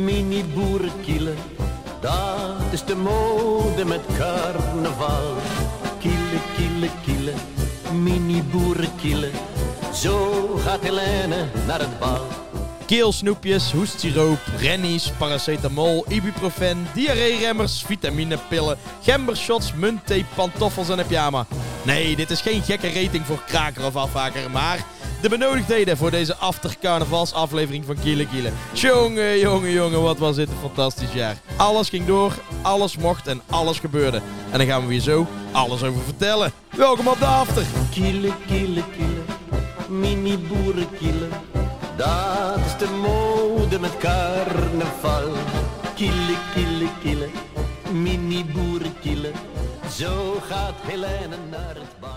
mini boerenkielen. Dat is de mode met carnaval. Kielen, kielen, kielen, mini boerenkielen. Zo gaat Helene naar het bal. Keelsnoepjes, hoestsiroop, rennies, paracetamol, ibuprofen, diarree-remmers, vitaminepillen, gembershots, muntthee, pantoffels en een pyjama. Nee, dit is geen gekke rating voor kraker of afhaker, maar de benodigdheden voor deze after-carnavalsaflevering van Kielen Kielen. Jongen, wat was dit een fantastisch jaar. Alles ging door, alles mocht en alles gebeurde. En daar gaan we weer zo alles over vertellen. Welkom op de after. Kielen, kielen, kielen, mini boerenkielen. Dat is de mode met carnaval. Kielen, kielen, kielen, mini boerenkielen. Zo gaat Helene naar het bal.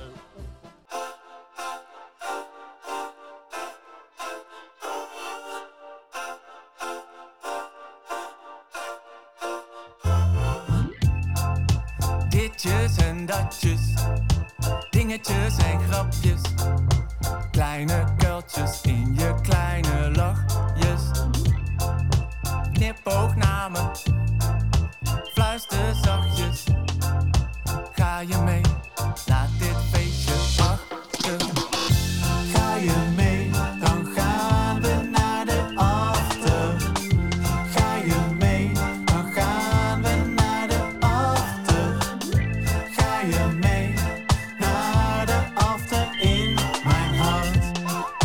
Ditjes en datjes, dingetjes en grapjes. Kleine kuiltjes in je kleine lachjes. Knipoog naar me, fluister zachtjes. Ga je mee, laat dit feestje achter. Ga je mee, dan gaan we naar de after. Ga je mee, dan gaan we naar de after. Ga je mee naar de after in mijn hart.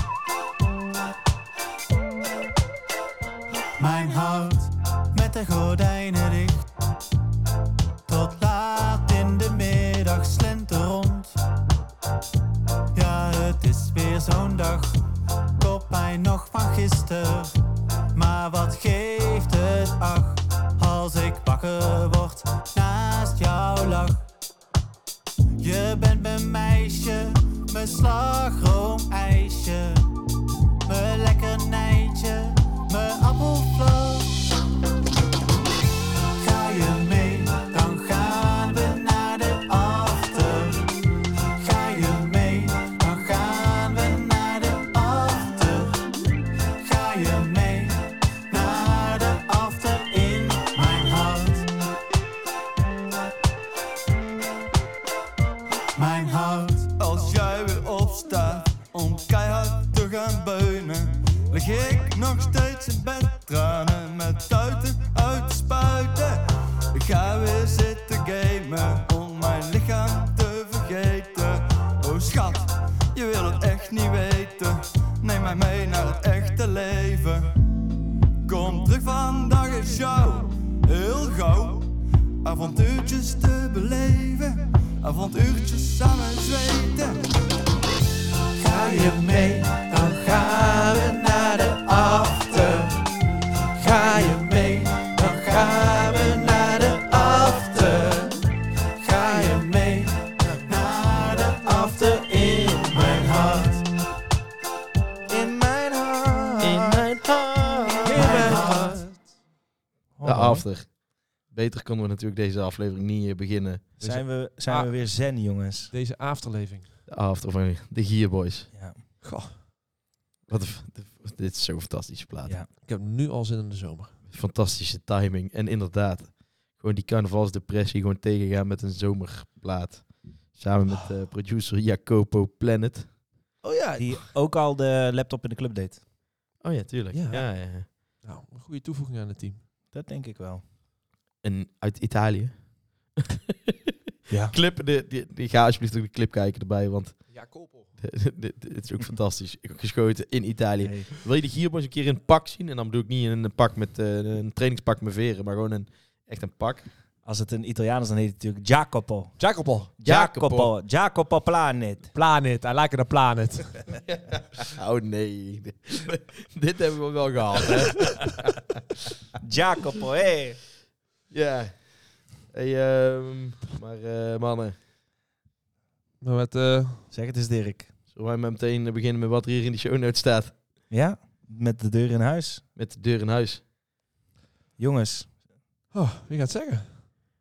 Mijn hart met de gordijnen dicht. Tot laat in de middag slenter rond. Ja, het is weer zo'n dag. Koppijn nog van gisteren. Maar wat geeft het ach, als ik wakker word naast jouw lach. Je bent mijn meisje, mijn slagroomijsje. Mijn lekkernijtje, mijn appelflauw. Ga je mee, dan gaan we naar de after. Ga je mee, dan gaan we naar de after. Ga je mee naar de after in mijn hart. Mijn hart. Als jij weer opstaat om keihard te gaan beunen, lig ik nog steeds in bed, tranen met tuiten uit te spuiten. Ik ga weer zitten gamen om mijn lichaam te vergeten. Oh schat, je wil het echt niet weten. Neem mij mee naar het echte leven. Kom terug, vandaag is jou, heel gauw. Avontuurtjes te beleven, avontuurtjes samen zweten. Ga je mee, dan gaan we naar de after. Ga je mee, dan gaan we naar de after. Ga je mee naar de after in mijn hart. In mijn hart. In mijn hart. In mijn hart. De after. Beter konden we natuurlijk deze aflevering niet beginnen. Zijn we weer zen, jongens? Deze afterleving. De after van de Gierboys. Ja. Goh, Dit is zo'n fantastische plaat. Ja. ik heb nu al zin in de zomer. Fantastische timing. En inderdaad, gewoon die carnavalsdepressie gewoon tegengaan met een zomerplaat. Samen met producer Jacopo Planet. Oh ja. Die ook al de laptop in de club deed. Oh ja, tuurlijk. Ja. Ja. Nou, een goede toevoeging aan het team. Dat denk ik wel. En uit Italië. Ja. Clip, die ga alsjeblieft ook de clip kijken erbij, want Ja, koppel. het is ook fantastisch. Ik heb geschoten in Italië. Hey. Wil je de Gierboys een keer in een pak zien? En dan bedoel ik niet in een pak met een trainingspak met veren, maar gewoon echt een pak. Als het een Italiaan is, dan heet het natuurlijk Jacopo. Jacopo. Jacopo Planet. Planet. I like it a planet. Oh nee. Dit hebben we wel gehad, hè? Jacopo, hé. Ja. Hey, maar mannen, Maar met, Zeg het eens, Dirk. zullen wij maar meteen beginnen met wat er hier in de show notes staat? Ja? Met de deur in huis. Met de deur in huis. Jongens, wie gaat het zeggen?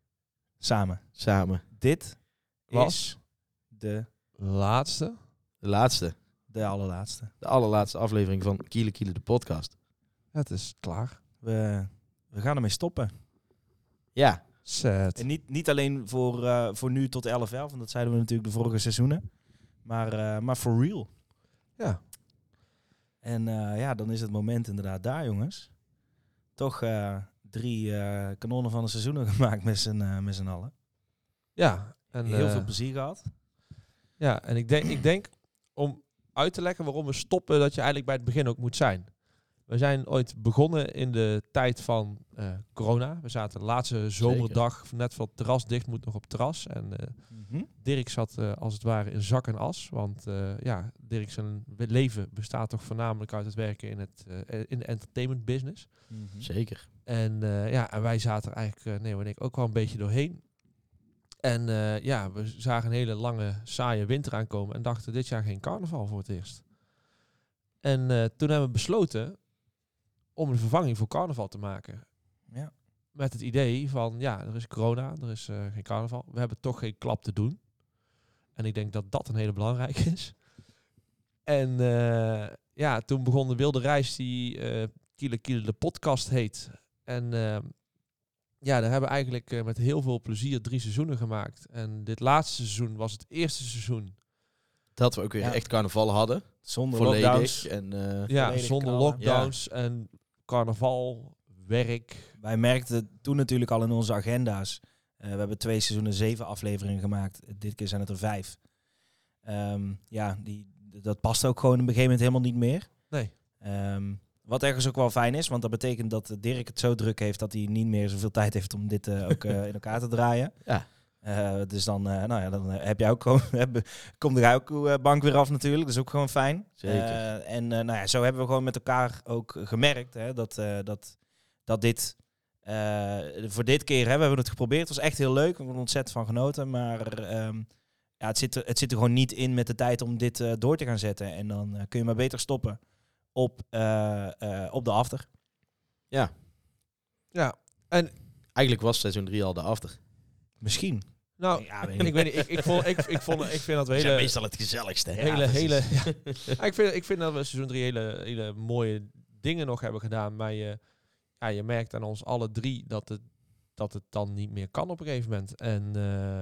Samen. dit Was? is de Laatste. De laatste. allerlaatste. De allerlaatste aflevering van Kiele Kiele de podcast. Het is klaar. We we gaan ermee stoppen. Ja. Sad. En niet alleen voor nu tot 11-11, want dat zeiden we natuurlijk de vorige seizoenen. Maar for real. Ja. En dan is het moment inderdaad daar, jongens. Toch 3 kanonnen van een seizoen gemaakt met z'n allen. Ja. En, Heel veel plezier gehad. Ja, en ik denk om uit te leggen waarom we stoppen, dat je eigenlijk bij het begin ook moet zijn. We zijn ooit begonnen in de tijd van corona. We zaten de laatste zomerdag net van het terras dicht, moet nog op het terras. En Dirk zat als het ware in zak en as. Want Dirk zijn leven bestaat toch voornamelijk uit het werken in de entertainment business. Zeker. En en wij zaten er eigenlijk, Neo en ik, ook wel een beetje doorheen. En we zagen een hele lange, saaie winter aankomen en dachten dit jaar geen carnaval voor het eerst. En toen hebben we besloten om een vervanging voor carnaval te maken. Ja. Met het idee van, er is corona, er is geen carnaval. We hebben toch geen klap te doen. En ik denk dat dat een hele belangrijke is. En toen begon de wilde reis die Kiele de podcast heet. En daar hebben we eigenlijk met heel veel plezier 3 seizoenen gemaakt. En dit laatste seizoen was het eerste seizoen. Dat we ook weer echt carnaval hadden. Zonder Volledig. lockdowns. En, Zonder knallen. lockdowns en carnaval, werk. Wij merkten toen natuurlijk al in onze agenda's. We hebben 2 seizoenen 7 afleveringen gemaakt. Dit keer zijn het er 5. Dat past ook gewoon op een gegeven moment helemaal niet meer. Nee. Wat ergens ook wel fijn is, want dat betekent dat Dirk het zo druk heeft dat hij niet meer zoveel tijd heeft om dit ook in elkaar te draaien. Ja. Dus dan heb jij ook gewoon, komt er ook bank weer af natuurlijk. Dat is ook gewoon fijn. Zeker. Zo hebben we gewoon met elkaar ook gemerkt dat dit voor dit keer hebben we het geprobeerd. Het was echt heel leuk. We hebben er ontzettend van genoten. Maar het zit er gewoon niet in met de tijd om dit door te gaan zetten. En dan kun je maar beter stoppen op de after. Ja. Ja. En Eigenlijk was seizoen 3 al de after. Misschien. nou, Ja, ik weet niet. Ik vind dat we hele... meestal het gezelligste. Hè? Ik vind dat we seizoen 3 hele mooie dingen nog hebben gedaan. Maar je merkt aan ons alle 3 dat het dan niet meer kan op een gegeven moment. En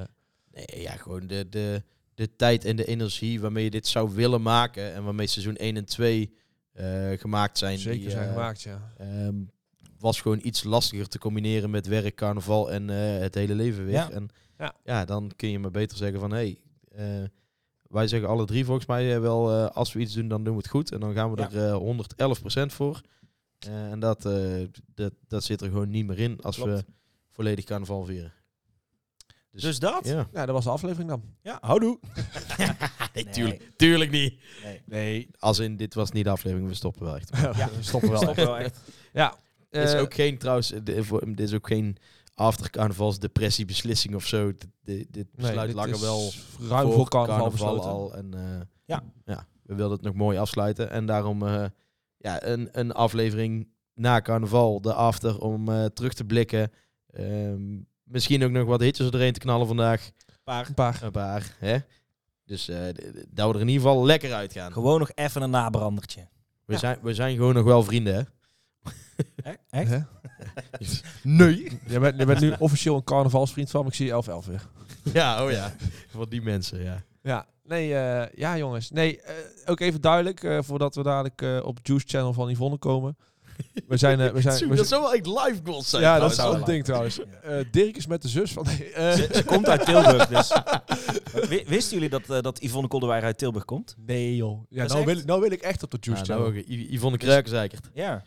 Gewoon de tijd en de energie waarmee je dit zou willen maken. En waarmee seizoen 1 en 2 gemaakt zijn. zeker zijn gemaakt, ja. Was gewoon iets lastiger te combineren met werk, carnaval en het hele leven weer. Ja. En dan kun je maar beter zeggen van wij zeggen alle 3 volgens mij wel als we iets doen, dan doen we het goed. En dan gaan we er 111% voor. En dat zit er gewoon niet meer in als we volledig carnaval vieren. Dus dat? Ja. Ja, dat was de aflevering dan. Ja, houdoe. Nee, tuurlijk niet. Nee. Als in, dit was niet de aflevering, we stoppen wel echt. Ja, we stoppen wel. Stop wel echt. Ja. Dit is ook geen, trouwens, dit is ook geen after carnavals depressiebeslissing of zo. Dit besluit lag er wel ruim voor carnaval besloten. al. En we wilden het nog mooi afsluiten. En daarom een aflevering na carnaval, de after, om terug te blikken. Misschien ook nog wat hitjes erheen te knallen vandaag. Een paar. Een paar, hè? Dus dat we er in ieder geval lekker uitgaan. Gewoon nog even een nabrandertje. We zijn gewoon nog wel vrienden, hè? Echt? Hè? Nee. Je bent nu officieel een carnavalsvriend van me. Ik zie je 11-11 weer. Ja, voor die mensen, ja. Ja, nee, jongens. Nee, ook even duidelijk, voordat we dadelijk op Juice Channel van Yvonne komen. Dat zou wel echt live goals zijn. Ja, dat is zou wel wel een ding trouwens. Dirk is met de zus van... Ze komt uit Tilburg, dus... Wisten jullie dat Yvonne Kolderweijer uit Tilburg komt? Nee, joh. Ja, Dat is nou wil ik echt op de Juice Channel. Yvonne Kruikenzeikert. Ja.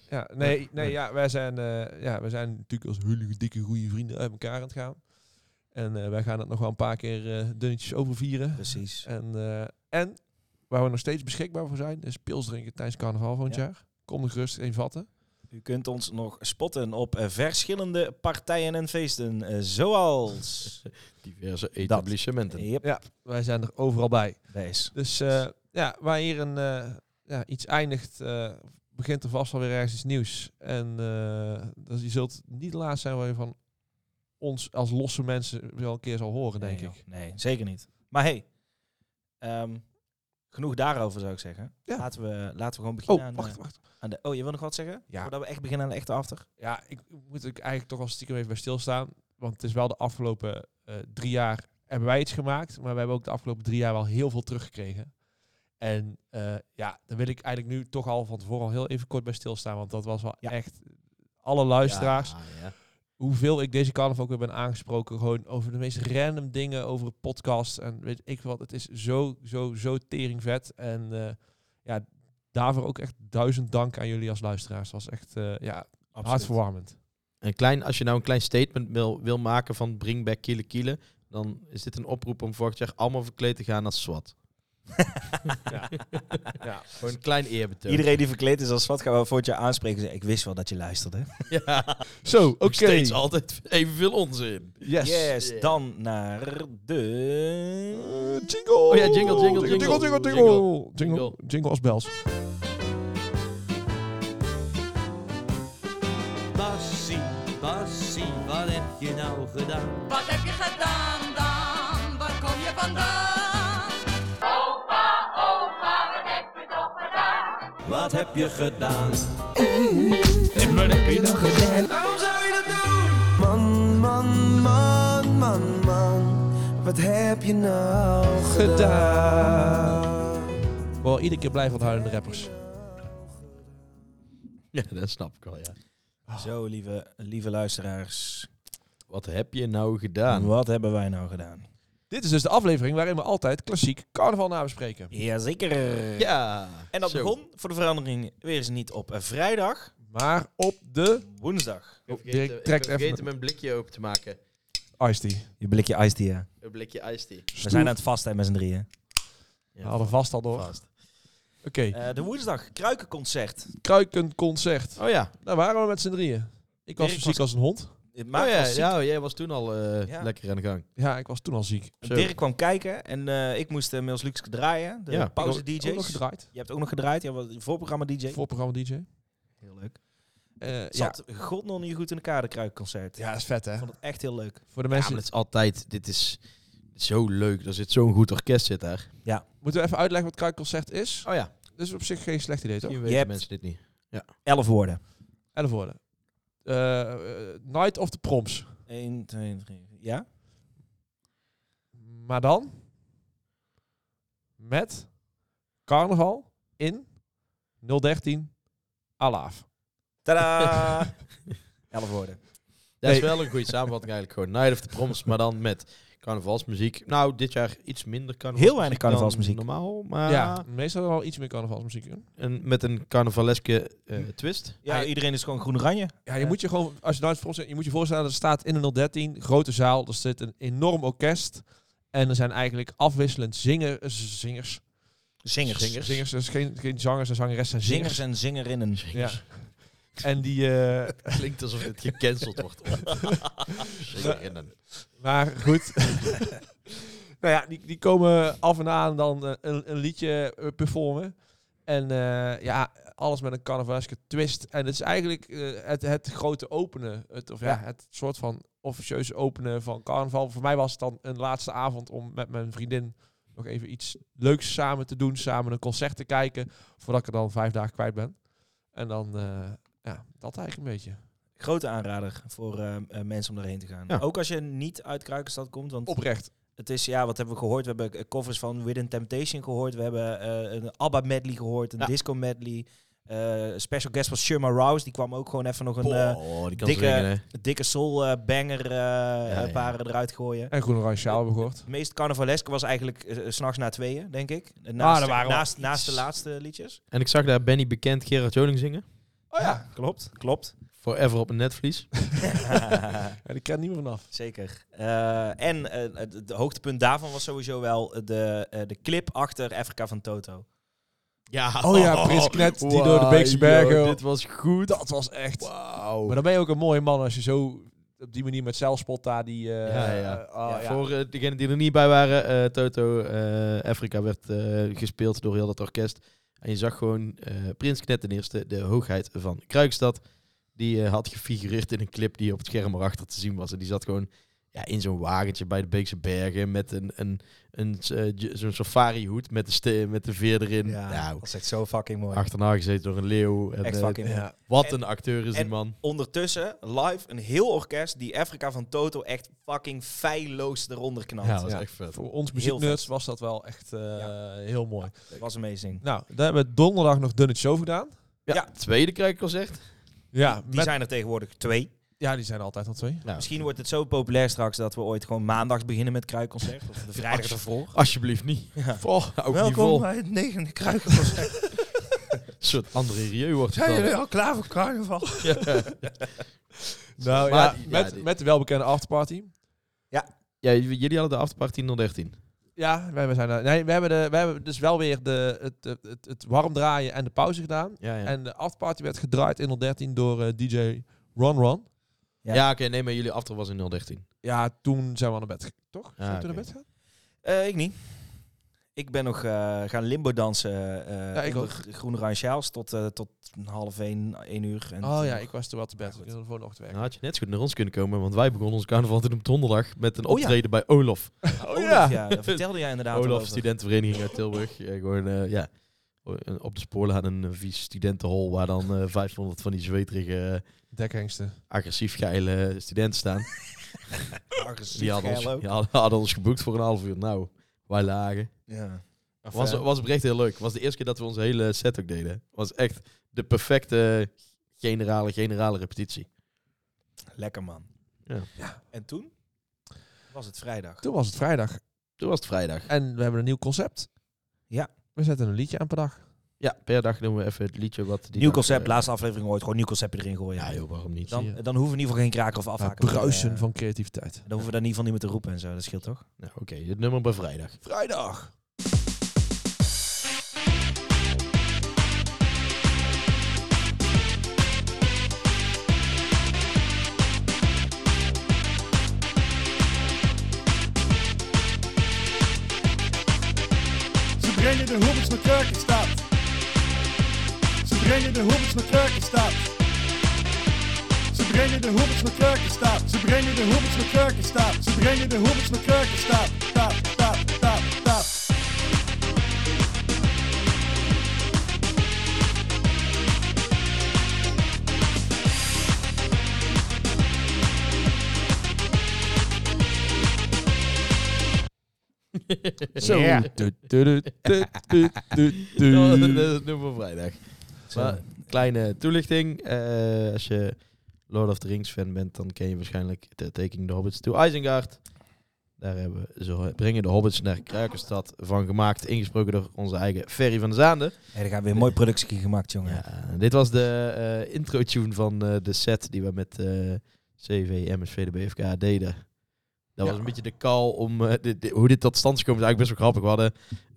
Wij zijn natuurlijk als hele dikke goede vrienden uit elkaar aan het gaan. En wij gaan het nog wel een paar keer dunnetjes overvieren. Precies. En waar we nog steeds beschikbaar voor zijn, is pils drinken tijdens carnaval van het jaar. Kom er gerust in vatten. U kunt ons nog spotten op verschillende partijen en feesten, zoals... Diverse etablissementen. Yep. Ja, wij zijn er overal bij. Wees. Dus waar hier iets eindigt, begint er vast wel weer ergens iets nieuws. En dus je zult niet de laatste zijn waar je van ons als losse mensen wel een keer zal horen, denk ik. Nee, zeker niet. Maar hey, Genoeg daarover zou ik zeggen. Ja. Laten we gewoon beginnen aan, wacht. aan de... Oh, je wil nog wat zeggen? Ja. Voordat we echt beginnen aan de echte after? Ja, ik moet ik eigenlijk toch wel stiekem even bij stilstaan. Want het is wel de afgelopen 3 jaar hebben wij iets gemaakt. Maar we hebben ook de afgelopen 3 jaar wel heel veel teruggekregen. En daar wil ik eigenlijk nu toch al van tevoren al heel even kort bij stilstaan. Want dat was wel echt alle luisteraars. Ja. Hoeveel ik deze carnaval ook weer ben aangesproken. Gewoon over de meest random dingen. Over podcast en weet ik wat. Het is zo teringvet. En daarvoor ook echt 1000 dank aan jullie als luisteraars. Het was echt hartverwarmend. Als je nou een klein statement wil maken van bring back Kiele, dan is dit een oproep om volgend jaar allemaal verkleed te gaan als SWAT. Ja. Gewoon een klein eerbetoon. Iedereen die verkleed is als wat gaan we voor het jaar aanspreken en zeggen, ik wist wel dat je luisterde. Ja. Zo, oké. Nog steeds altijd evenveel onzin. Yes. Yes, Yeah. dan naar de... Jingle. Oh ja, jingle. Jingle als bels. Bassie, wat heb je nou gedaan? Wat heb je gedaan dan? Waar kom je vandaan? Opa, wat heb je toch gedaan? Wat heb je gedaan? En wat heb je dan gedaan? Waarom zou je dat doen? Man, wat heb je nou gedaan? Ik word iedere keer blij van huilende rappers. Ja, dat snap ik wel, ja. Zo, lieve luisteraars. Wat heb je nou gedaan? Wat hebben wij nou gedaan? Dit is dus de aflevering waarin we altijd klassiek carnaval nabespreken. Jazeker. Ja. En dat Zo. begon voor de verandering weer eens niet op vrijdag, Maar op de woensdag. Dirk trekt even vergeten mijn blikje open te maken. Ice Tea. Je blikje iced tea. Een blikje iced tea. We zijn aan het vasten met z'n drieën. We hadden vast al door. Vast. Oké. De woensdag, Kruikenconcert. Kruikenconcert. Oh ja. Daar waren we met z'n drieën. Ik was Dirk zo ziek was- als een hond. Jij was toen al Ja. lekker aan de gang. Ja, ik was toen al ziek. Zo. Dirk kwam kijken en ik moest Mils Lux draaien. De Ja. pauze Ook DJ's. nog gedraaid. Je hebt ook nog gedraaid. Je was voorprogramma DJ. Voorprogramma DJ. Heel leuk. Ja. Zat god nog niet goed in elkaar, de Kruikenconcert. Ja, dat is vet hè. Ik vond het echt heel leuk. Voor de Ja, mensen... maar het is altijd... Dit is zo leuk. Er zit zo'n goed orkest zit daar. Moeten we even uitleggen wat Kruikenconcert is? Oh ja. Dat is op zich geen slecht idee, toch? Misschien Je weten hebt- mensen dit niet. 11 woorden. 11 woorden. Night of the Proms. 1, 2, 3. Ja? Maar dan met carnaval in 013 Alaaf. Tadaa! 11 woorden. Dat is Nee. wel een goede samenvatting eigenlijk. Gewoon Night of the Proms, maar dan met carnavalsmuziek. Nou, dit jaar iets minder carnavalsmuziek. Heel weinig carnavalsmuziek. dan normaal, maar Ja, meestal wel iets meer carnavalsmuziek doen. met een carnavaleske twist. Ja, iedereen is gewoon groen-oranje. Ja, je moet je gewoon, als je Night of the Proms zegt, je moet je voorstellen, er staat in de 013, grote zaal, er zit een enorm orkest. En er zijn eigenlijk afwisselend zingers. Zingers. Dus geen zangers en zangeressen, zijn Zingers en zingerinnen. Ja. En die... Klinkt alsof het gecanceld wordt. Maar goed. Nou ja, die komen af en aan dan een liedje performen. En alles met een carnavaleske twist. En het is eigenlijk het grote openen. Het soort van officieuze openen van carnaval. Voor mij was het dan een laatste avond om met mijn vriendin nog even iets leuks samen te doen. Samen een concert te kijken. Voordat ik er dan 5 dagen kwijt ben. En dan, dat eigenlijk een beetje. Grote aanrader voor mensen om erheen te gaan. Ja. Ook als je niet uit Kruikenstad komt. Want Oprecht. het is, wat hebben we gehoord? We hebben covers van Within Temptation gehoord. We hebben een ABBA medley gehoord. Een disco medley. Special guest was Shirma Rouse. Die kwam ook gewoon even nog een die kan dikke- zingen, hè. dikke soul banger ja. paar eruit gooien. En Groen Oranje Sjaal hebben we gehoord. Het meest carnavaleske was eigenlijk 's nachts na 2, denk ik. er waren wel Naast de laatste liedjes. En ik zag daar Benny Bekend Gerard Joling zingen. Oh ja, klopt. Forever op een netvlies. Ja, die ken niet meer vanaf. Zeker. Het hoogtepunt daarvan was sowieso wel de clip achter Afrika van Toto. Ja. Oh ja, Prins Knet, die door de Beekse Bergen- Dit was goed. Dat was echt... Wauw. Maar dan ben je ook een mooie man als je zo op die manier met zelfspot daar die... Ja. Voor degenen die er niet bij waren, Toto Afrika werd gespeeld door heel dat orkest. En je zag gewoon Prins Knet ten eerste, de hoogheid van Kruikenstad. Die had gefigureerd in een clip die op het scherm erachter te zien was. En die zat gewoon in zo'n wagentje bij de Beekse Bergen met zo'n safari-hoed met de veer erin. Ja, dat is echt zo fucking mooi. Achterna gezeten door een leeuw. En, Echt fucking mooi. Wat een acteur is die en- man. Ondertussen, live, een heel orkest die Afrika van Toto echt fucking feilloos eronder knalt. Ja, dat is Ja. echt vet. Voor ons Heel muzieknerds vet. was dat wel echt heel mooi. Dat was amazing. Nou, daar hebben we donderdag nog Dun It Show gedaan. Ja, tweede krijgconcert. Ja, Die zijn er tegenwoordig 2. ja, die zijn er altijd al 2. Nou, Misschien wordt het zo populair straks dat we ooit gewoon maandags beginnen met Kruikconcert. Of de vrijdag ervoor. alsjeblieft niet. Ja. Oh, ook niet vol. bij het 9e Kruikconcert. Een soort André Rieu wordt het dan. al klaar voor carnaval? Nou Maar ja, met de welbekende afterparty. Ja, jullie hadden de afterparty 013. Ja, we zijn daar. Nee, we hebben dus wel weer het warm draaien en de pauze gedaan. Ja. En de afterparty werd gedraaid in 013 door DJ Ron. Ja, oké, nee, maar jullie after was in 013. Ja, toen zijn we naar bed. Toch? Zijn we oké. toen naar bed gegaan? Ik niet. Ik ben nog gaan limbo dansen. ik onder Groene Rijn Sjaals tot 1:30, 1 uur. En Oh ja, ik was toen wel te bed. Ik wilde voor nog te werken. Nou, had je net zo goed naar ons kunnen komen, want wij begonnen ons carnaval toen op donderdag met een Oh ja. optreden bij Olof. Olaf, ja, dat vertelde jij inderdaad al Olaf, over. studentenvereniging uit Tilburg. Op de spoorlaan een vies studentenhol waar dan 500 van die zweterige, Dekhengsten. agressief geile studenten staan. Agressief Die hadden geil ook. hadden ons geboekt voor een half uur. Nou, wij lagen. Ja. Was oprecht heel leuk. Was de eerste keer dat we onze hele set ook deden. Was echt de perfecte generale repetitie. Lekker man. Ja. En toen was het vrijdag. Toen was het vrijdag. Toen was het vrijdag. En we hebben een nieuw concept. Ja. We zetten een liedje aan per dag. Ja, per dag doen we even het liedje wat die Nieuw dag, concept, laatste aflevering ooit. Gewoon nieuw concept erin gooien. Ja joh, waarom niet? Dan hoeven we in ieder geval geen kraken of afhaken. Bruisen van creativiteit. Dan hoeven we daar in ieder geval niet meer te roepen en zo. Dat scheelt toch? Nou, oké, het nummer bij vrijdag. Vrijdag. Ze brengen de hobbits naar Kerkenstad. Ze brengen de hobbits naar Kerkenstad. Ze brengen de hobbits naar Kerkenstad. Ze brengen de hobbits naar Kerkenstad. Ze brengen de hobbits naar Kerkenstad. Stad. Zo. Ja. Du- du- du- du- du- du- du. Dat is het nummer van vrijdag. Maar, kleine toelichting. Als je Lord of the Rings fan bent, dan ken je waarschijnlijk The Taking the Hobbits to Isengard. Daar brengen de Hobbits naar Kruikenstad van gemaakt, ingesproken door onze eigen Ferry van de Zaande. Hey, er gaat weer een mooi productie gemaakt, jongen. Ja, dit was de intro-tune van de set die we met CV, MSV, de BFK deden. Dat was een beetje de call om hoe dit tot stand is gekomen. Is eigenlijk best wel grappig. We hadden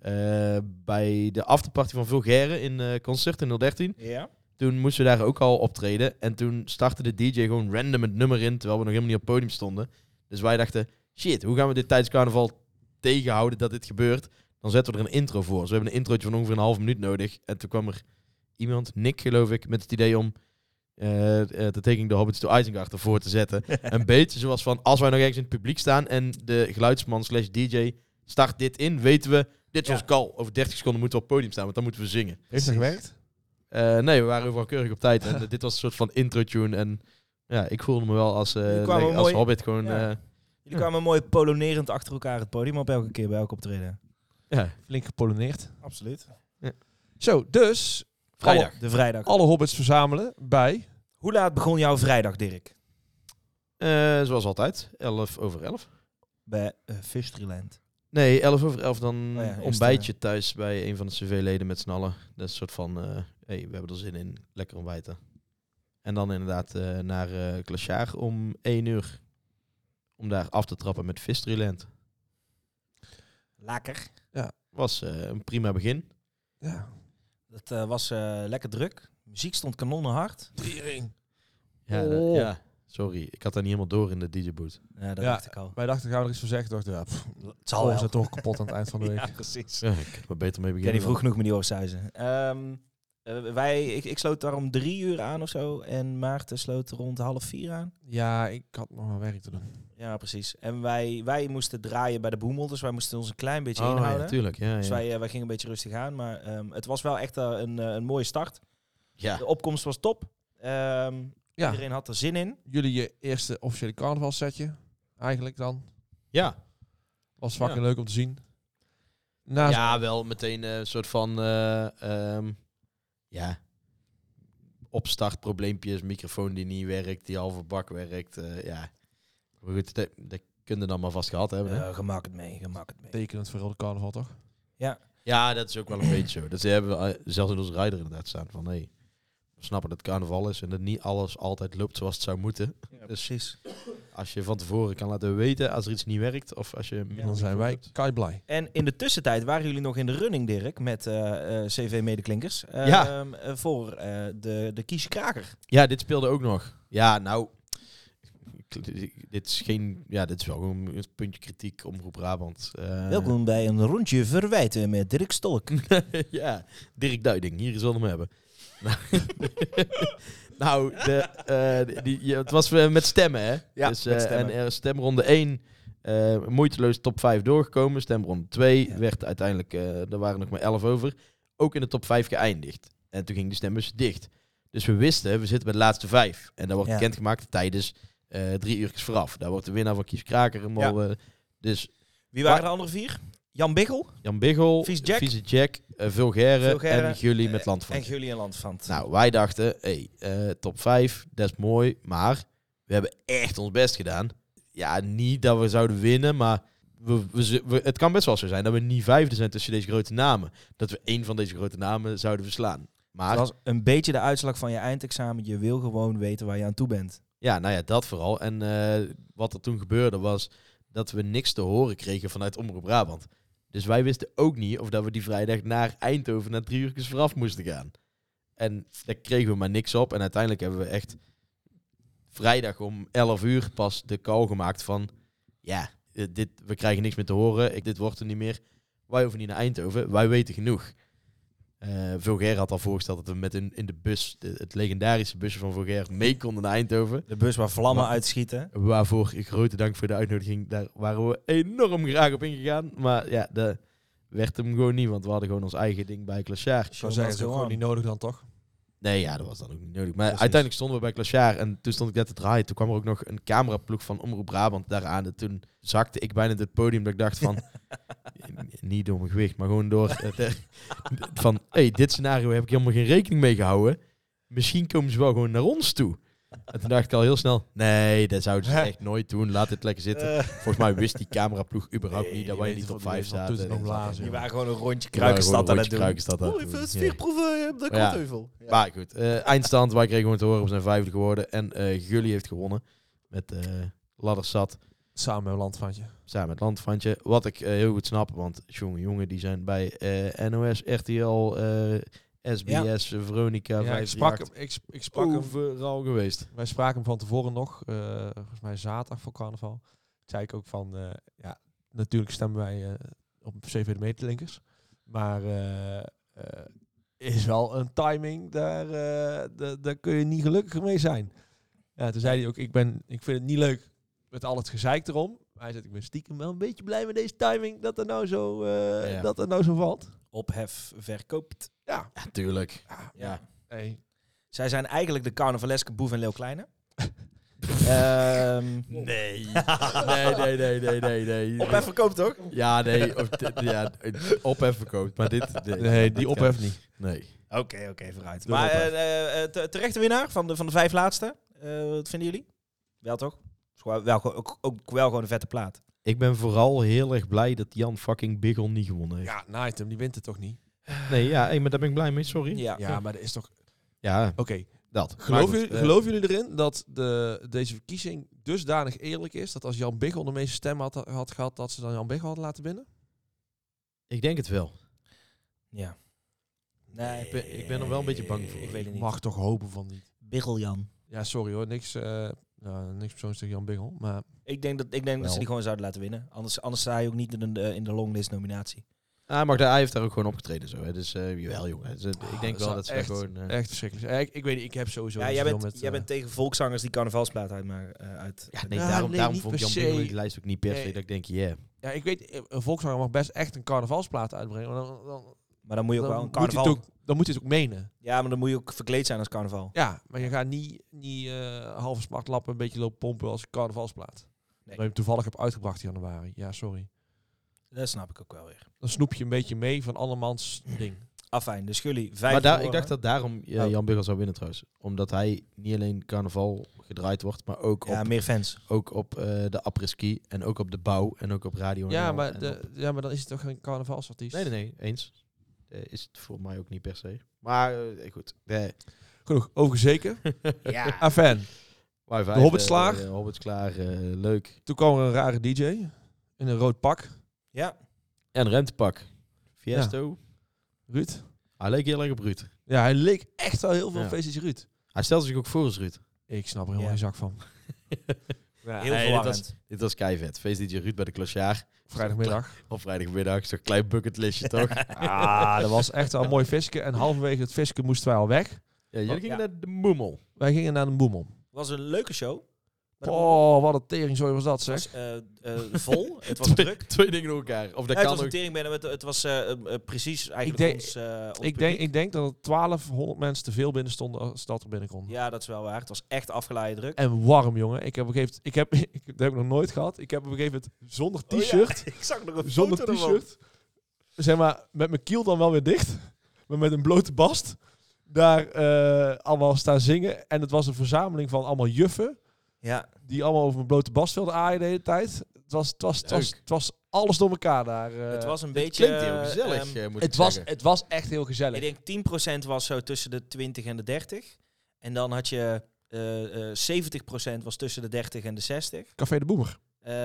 bij de afterparty van Vulgaire in concert in 013. Ja? Toen moesten we daar ook al optreden. En toen startte de DJ gewoon random het nummer in, terwijl we nog helemaal niet op het podium stonden. Dus wij dachten, shit, hoe gaan we dit tijdens carnaval tegenhouden dat dit gebeurt? Dan zetten we er een intro voor. Dus we hebben een introotje van ongeveer een half minuut nodig. En toen kwam er iemand, Nick geloof ik, met het idee om The Taking the Hobbits to Isengard ervoor te zetten. Een beetje zoals van, als wij nog ergens in het publiek staan en de geluidsman / DJ start dit in, weten we, dit is ons call. Over 30 seconden moeten we op het podium staan, want dan moeten we zingen. Heeft het gewerkt? Nee, we waren overal keurig op tijd. En dit was een soort van intro-tune. En ja, ik voelde me wel als kwamen als mooi- Hobbit gewoon... Ja. Jullie kwamen mooi polonerend achter elkaar het podium op elke keer bij elk optreden. Flink gepoloneerd. Absoluut. Zo, dus Vrijdag. De vrijdag. alle hobbits verzamelen bij... Hoe laat begon jouw vrijdag, Dirk? Zoals altijd, 11:11. Bij Fistryland. Nee, 11:11 dan eerst, ontbijtje thuis bij een van de CV-leden met z'n allen. Dat is een soort van, hey, we hebben er zin in, lekker ontbijten. En dan inderdaad naar Glaciaar om 1 uur. Om daar af te trappen met Fistryland. Lekker. Was een prima begin. Ja. Dat was lekker druk. Muziek stond kanonnenhard. Ja, Oh. ja, sorry, ik had dat niet helemaal door in de DJ-boot. Ja, dat Ja. dacht ik al. Wij dachten, gaan we er iets van zeggen? Dachten, ja, Het zal wel. zijn toch kapot aan het eind van de week. Ja, precies. Ja, ik heb er beter mee Ik beginnen. ken niet vroeg genoeg met die oorsuizen. Ik sloot daar om 3 uur aan of zo. En Maarten sloot rond 3:30 aan. Ja, ik had nog wel werk te doen. Ja, precies. En wij moesten draaien bij de boemel. Dus wij moesten ons een klein beetje Ja, inhouden. tuurlijk. Ja, Dus ja. wij gingen een beetje rustig aan. Maar het was wel echt een mooie start. Ja. De opkomst was top. Ja, Iedereen had er zin in. jullie je eerste officiële carnavalsetje eigenlijk dan. Ja. Was fucking leuk om te zien. Na Ja, wel meteen een soort van opstartprobleempjes, microfoon die niet werkt, die halve bak werkt. Ja, maar goed, dat kun je dan maar vast gehad hebben. Hè? Gemaakt het mee. tekenend voor heel de carnaval, toch? Ja, dat is ook wel een beetje zo. Dat hebben we zelfs in onze rider inderdaad staan van we snappen dat het carnaval is en dat niet alles altijd loopt zoals het zou moeten. Ja, Dus precies. als je van tevoren kan laten weten als er iets niet werkt of als je... Dan zijn wij kei blij. En in de tussentijd waren jullie nog in de running, Dirk, met CV Medeklinkers. Ja. Voor de Kiesje Kraker. Ja, dit speelde ook nog. Ja, nou... Dit is wel gewoon een puntje kritiek Omroep Brabant. Welkom bij een rondje verwijten met Dirk Stolk. Ja, Dirk Duiding, hier is wat hem hebben. Nou, het was met stemmen, hè? Ja, dus, met stemmen. En stemronde 1, moeiteloos top 5 doorgekomen. Stemronde 2 werd uiteindelijk, er waren nog maar 11 over, ook in de top 5 geëindigd. En toen ging de stembus dicht. Dus we wisten, we zitten bij de laatste 5. En dat wordt bekendgemaakt tijdens 3 uurtjes vooraf. Daar wordt de winnaar van Kies Kraker helemaal... Dus Wie waren de andere 4? Jan Biggel Jan Biggel, Vieze Jack. Vulgaire en Jullie met Landvant. en Jullie en Landvant. Nou, wij dachten, top 5, dat is mooi, maar we hebben echt ons best gedaan. Ja, niet dat we zouden winnen, maar het kan best wel zo zijn dat we niet 5e zijn tussen deze grote namen. Dat we 1 van deze grote namen zouden verslaan. Maar Het was een beetje de uitslag van je eindexamen. Je wil gewoon weten waar je aan toe bent. ja, nou ja, dat vooral. En wat er toen gebeurde was dat we niks te horen kregen vanuit Omroep Brabant. Dus wij wisten ook niet of dat we die vrijdag naar Eindhoven naar 3 uurtjes vooraf moesten gaan. En daar kregen we maar niks op. En uiteindelijk hebben we echt vrijdag om 11 uur pas de call gemaakt van... Ja, we krijgen niks meer te horen. Dit wordt er niet meer. Wij hoeven niet naar Eindhoven. Wij weten genoeg. Vulgaire had al voorgesteld dat we met in de bus, het legendarische busje van Vulgaire, mee konden naar Eindhoven. De bus waar vlammen uitschieten. Waarvoor grote dank voor de uitnodiging. Daar waren we enorm graag op ingegaan. Maar ja, dat werd hem gewoon niet, want we hadden gewoon ons eigen ding bij Clashard. Ik zou zeggen, het is ook gewoon niet nodig dan, toch? Nee, ja, dat was dan ook niet nodig. Maar Precies. uiteindelijk stonden we bij Clashard en toen stond ik net te draaien. Toen kwam er ook nog een cameraploeg van Omroep Brabant daaraan. En toen zakte ik bijna het podium dat ik dacht van... niet door mijn gewicht, maar gewoon door... van, dit scenario heb ik helemaal geen rekening mee gehouden. Misschien komen ze wel gewoon naar ons toe. En toen dacht ik al heel snel... Nee, dat zouden ze echt nooit doen. Laat dit lekker zitten. Volgens mij wist die cameraploeg überhaupt niet dat wij in die top 5 zaten. Doet het nog blazen. Die waren gewoon een rondje Die waren Kruikenstad aan gewoon het doen. Kruikenstad aan het doen. Even Ja. sfeerproeven op de Ja. Kortheuvel. Ja. Maar goed, eindstand. Wij kregen gewoon te horen, we zijn 5e geworden. En Gulli heeft gewonnen met Laddersat. Samen met een landvandje. Samen met Landvandje. Wat ik heel goed snap, want jongen, die zijn bij NOS, RTL, SBS, Veronica, Ja, ik sprak hem. 538, Ik sprak hem. overal geweest. Wij spraken hem van tevoren nog. Volgens mij zaterdag voor carnaval. Toen zei ik ook van... natuurlijk stemmen wij op CV de Medeklinkers. Maar is wel een timing. Daar kun je niet gelukkiger mee zijn. Ja, toen zei hij ook... Ik vind het niet leuk met al het gezeik erom. Hij zei, ik ben stiekem wel een beetje blij met deze timing. Dat er nou zo valt. Ophef verkoopt. Ja. Ja, tuurlijk. Ja. Hey. Zij zijn eigenlijk de carnavaleske Boef en Leeuw Kleine. Nee. nee. Ophef verkoopt toch? Ja, nee. Ophef verkoopt. Maar dit... Nee, die ophef niet. Nee. Oké, vooruit. Doe Maar ophef. terechte winnaar van de 5 laatste. Wat vinden jullie? Wel toch? Is gewoon ook wel gewoon een vette plaat. Ik ben vooral heel erg blij dat Jan fucking Biggel niet gewonnen heeft. Ja, Nightem, die wint het toch niet? Nee, ja, maar daar ben ik blij mee, sorry. Ja. Maar dat is toch... Ja, Oké, dat. geloven jullie erin dat deze verkiezing dusdanig eerlijk is... dat als Jan Biggel de meeste stemmen had gehad... dat ze dan Jan Biggel hadden laten winnen? Ik denk het wel. Ja. Nee, Ik ben er wel een beetje bang voor. Ik weet het niet. Mag toch hopen van niet. Biggel Jan. Ja, sorry hoor. Niks persoonlijks tegen Jan Biggel. Maar Ik denk dat ze die gewoon zouden laten winnen. Anders sta je ook niet in de longlist nominatie. Hij heeft daar ook gewoon opgetreden zo. Hè. Dus jawel, jongen. Dus, ik denk wel dat ze echt, gewoon... echt verschrikkelijk. Ik weet niet, ik heb sowieso Ja, niet jij zoveel bent, met... jij bent tegen volkszangers die carnavalsplaat uit. Ja, nee, Ja, daarom nee, vond niet ik Jan per Bigelo se. die lijst ook niet per se. Nee. Dat ik denk, yeah. Ja, ik weet, een volkszanger mag best echt een carnavalsplaat uitbrengen. Maar Maar dan moet je ook wel een moet hij carnaval... dan moet hij het ook menen. Ja, maar dan moet je ook verkleed zijn als carnaval. Ja, maar je gaat niet halve smartlappen een beetje lopen pompen als carnavalsplaat. Dat je hem toevallig hebt uitgebracht in januari. Ja, sorry. Dat snap ik ook wel weer. Dan snoep je een beetje mee van andermans ding. Afijn, dus jullie 5 Maar ik verloren. dacht dat daarom Jan Bigelo zou winnen trouwens. Omdat hij niet alleen carnaval gedraaid wordt, maar ook Ja, op, meer fans. ook op de apres-ski en ook op de bouw en ook op radio. Ja, NL maar, en op- maar dan is het toch geen carnavalsartiest? Nee, eens. Is het voor mij ook niet per se. Maar goed. Genoeg, overgezeken. Ja. Afijn. De Hobbit is klaar. De Hobbit is klaar. Leuk. Toen kwam er een rare DJ in een rood pak. Ja. En Rentepak. Fiesto. Ruud. Hij leek heel erg op Ruud. Ja, hij leek echt wel heel veel Ja. op VCG Ruud. Hij stelde zich ook voor als Ruud. Ik snap er helemaal Ja. geen zak van. Heel verwarrend. Dit was keivet. Feest Ruud bij de Clochard. Vrijdagmiddag. Op vrijdagmiddag. Zo'n klein bucketlistje toch? Ah, dat was echt wel een mooi visje. En halverwege het visje moesten wij al weg. Ja, jullie gingen Ja. naar de Moemel. Wij gingen naar de Boemel. Was een leuke show. Oh, wat een teringzooi was dat, Het zeg. was vol. Het was druk. Twee dingen door elkaar. Of dat Het kan was een ook. teringbende. Het was precies eigenlijk ons publiek. Ik denk dat er 1200 mensen te veel binnen stonden als dat er binnen kon. Ja, dat is wel waar. Het was echt afgeleide druk. En warm, jongen. Ik heb op een gegeven moment, dat heb ik nog nooit gehad. Ik heb op een gegeven moment zonder t-shirt, Ik zag nog een zonder foto ervan. t-shirt, zeg maar, met mijn kiel dan wel weer dicht, maar met een blote bast, daar allemaal staan zingen. En het was een verzameling van allemaal juffen, Ja, die allemaal over mijn blote bast wilden aaien de hele tijd. Het was alles door elkaar daar. het was een Dit beetje... klinkt heel gezellig, moet ik zeggen. Het was echt heel gezellig. Ik denk 10% was zo tussen de 20 en de 30. En dan had je 70% was tussen de 30 en de 60. Café de Boemer.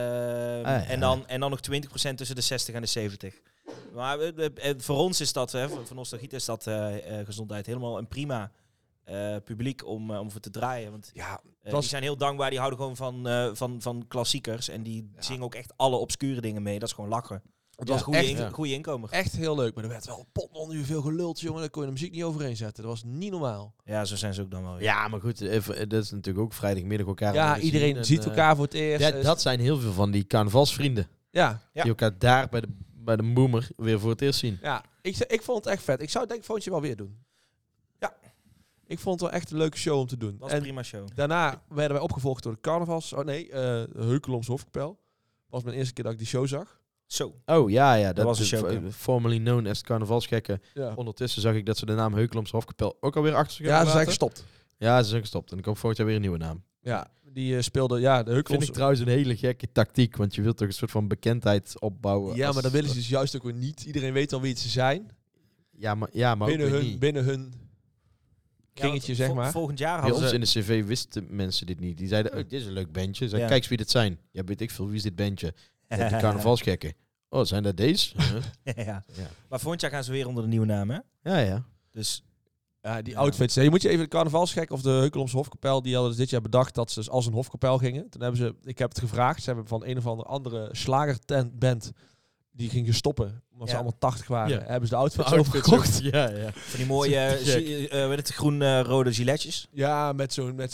ja. En dan nog 20% tussen de 60 en de 70. Maar voor ons is dat, voor Nostalgiet is dat gezondheid helemaal een prima publiek om voor te draaien. Want Ja, die zijn heel dankbaar. Die houden gewoon van klassiekers. En die zingen ook echt alle obscure dingen mee. Dat is gewoon lachen. Het was echt, goede inkomer. echt heel leuk. Maar er werd wel potnon veel geluld, jongen. Daar kon je de muziek niet overheen zetten. Dat was niet normaal. Ja, zo zijn ze ook dan wel weer. Ja, maar goed, dat is natuurlijk ook vrijdagmiddag elkaar. Ja, leren zien iedereen en, ziet elkaar voor het eerst. Ja, dat zijn heel veel van die carnavalsvrienden. Ja, Ja. Die elkaar daar bij de Moemer weer voor het eerst zien. ja. Ik vond het echt vet. Ik zou het denk ik volgend jaar wel weer doen. Ja. Ik vond het wel echt een leuke show om te doen. Was En een prima show. daarna werden wij opgevolgd door de carnavals... Heukelomse Hofkapel. Was mijn eerste keer dat ik die show zag. Zo. Oh ja, dat was een is show, ja. formerly known as carnavalsgekken. Ja, Ondertussen zag ik dat ze de naam Heukelomse Hofkapel ook alweer achter zich ja hebben ze zijn gelaten. gestopt. Ja, ze zijn gestopt. En ik hoop volgend jaar weer een nieuwe naam. Ja, die speelde... Ja, de Vind Heukelomse... ik trouwens een hele gekke tactiek, want je wilt toch een soort van bekendheid opbouwen. Ja, als- maar dat willen ze dus juist ook weer niet. Iedereen weet al wie het ze zijn. Ja, maar ook weer niet. Binnen hun kringetje, zeg maar. Volgend jaar Bij hadden ons ze... in de cv wisten mensen dit niet. Die zeiden, oh, dit is een leuk bandje. Zeg, Ja. kijk eens wie dit zijn. Ja, weet ik veel, wie is dit bandje? Ja, die carnavalsgekken. Oh, zijn dat deze? ja. Ja. Maar volgend jaar gaan ze weer onder de nieuwe naam, hè? Ja. Dus Ja, die outfits. Je moet je even de carnavalsgek of de Heukelomse Hofkapel, die hadden dus dit jaar bedacht dat ze als een hofkapel gingen. Toen hebben ze, ik heb het gevraagd, ze hebben van een of andere slagerband die ging stoppen, omdat ze Ja. allemaal 80 waren. Ja. Hebben ze de outfits overgekocht. Ja. van die mooie groen-rode giletjes. Ja, met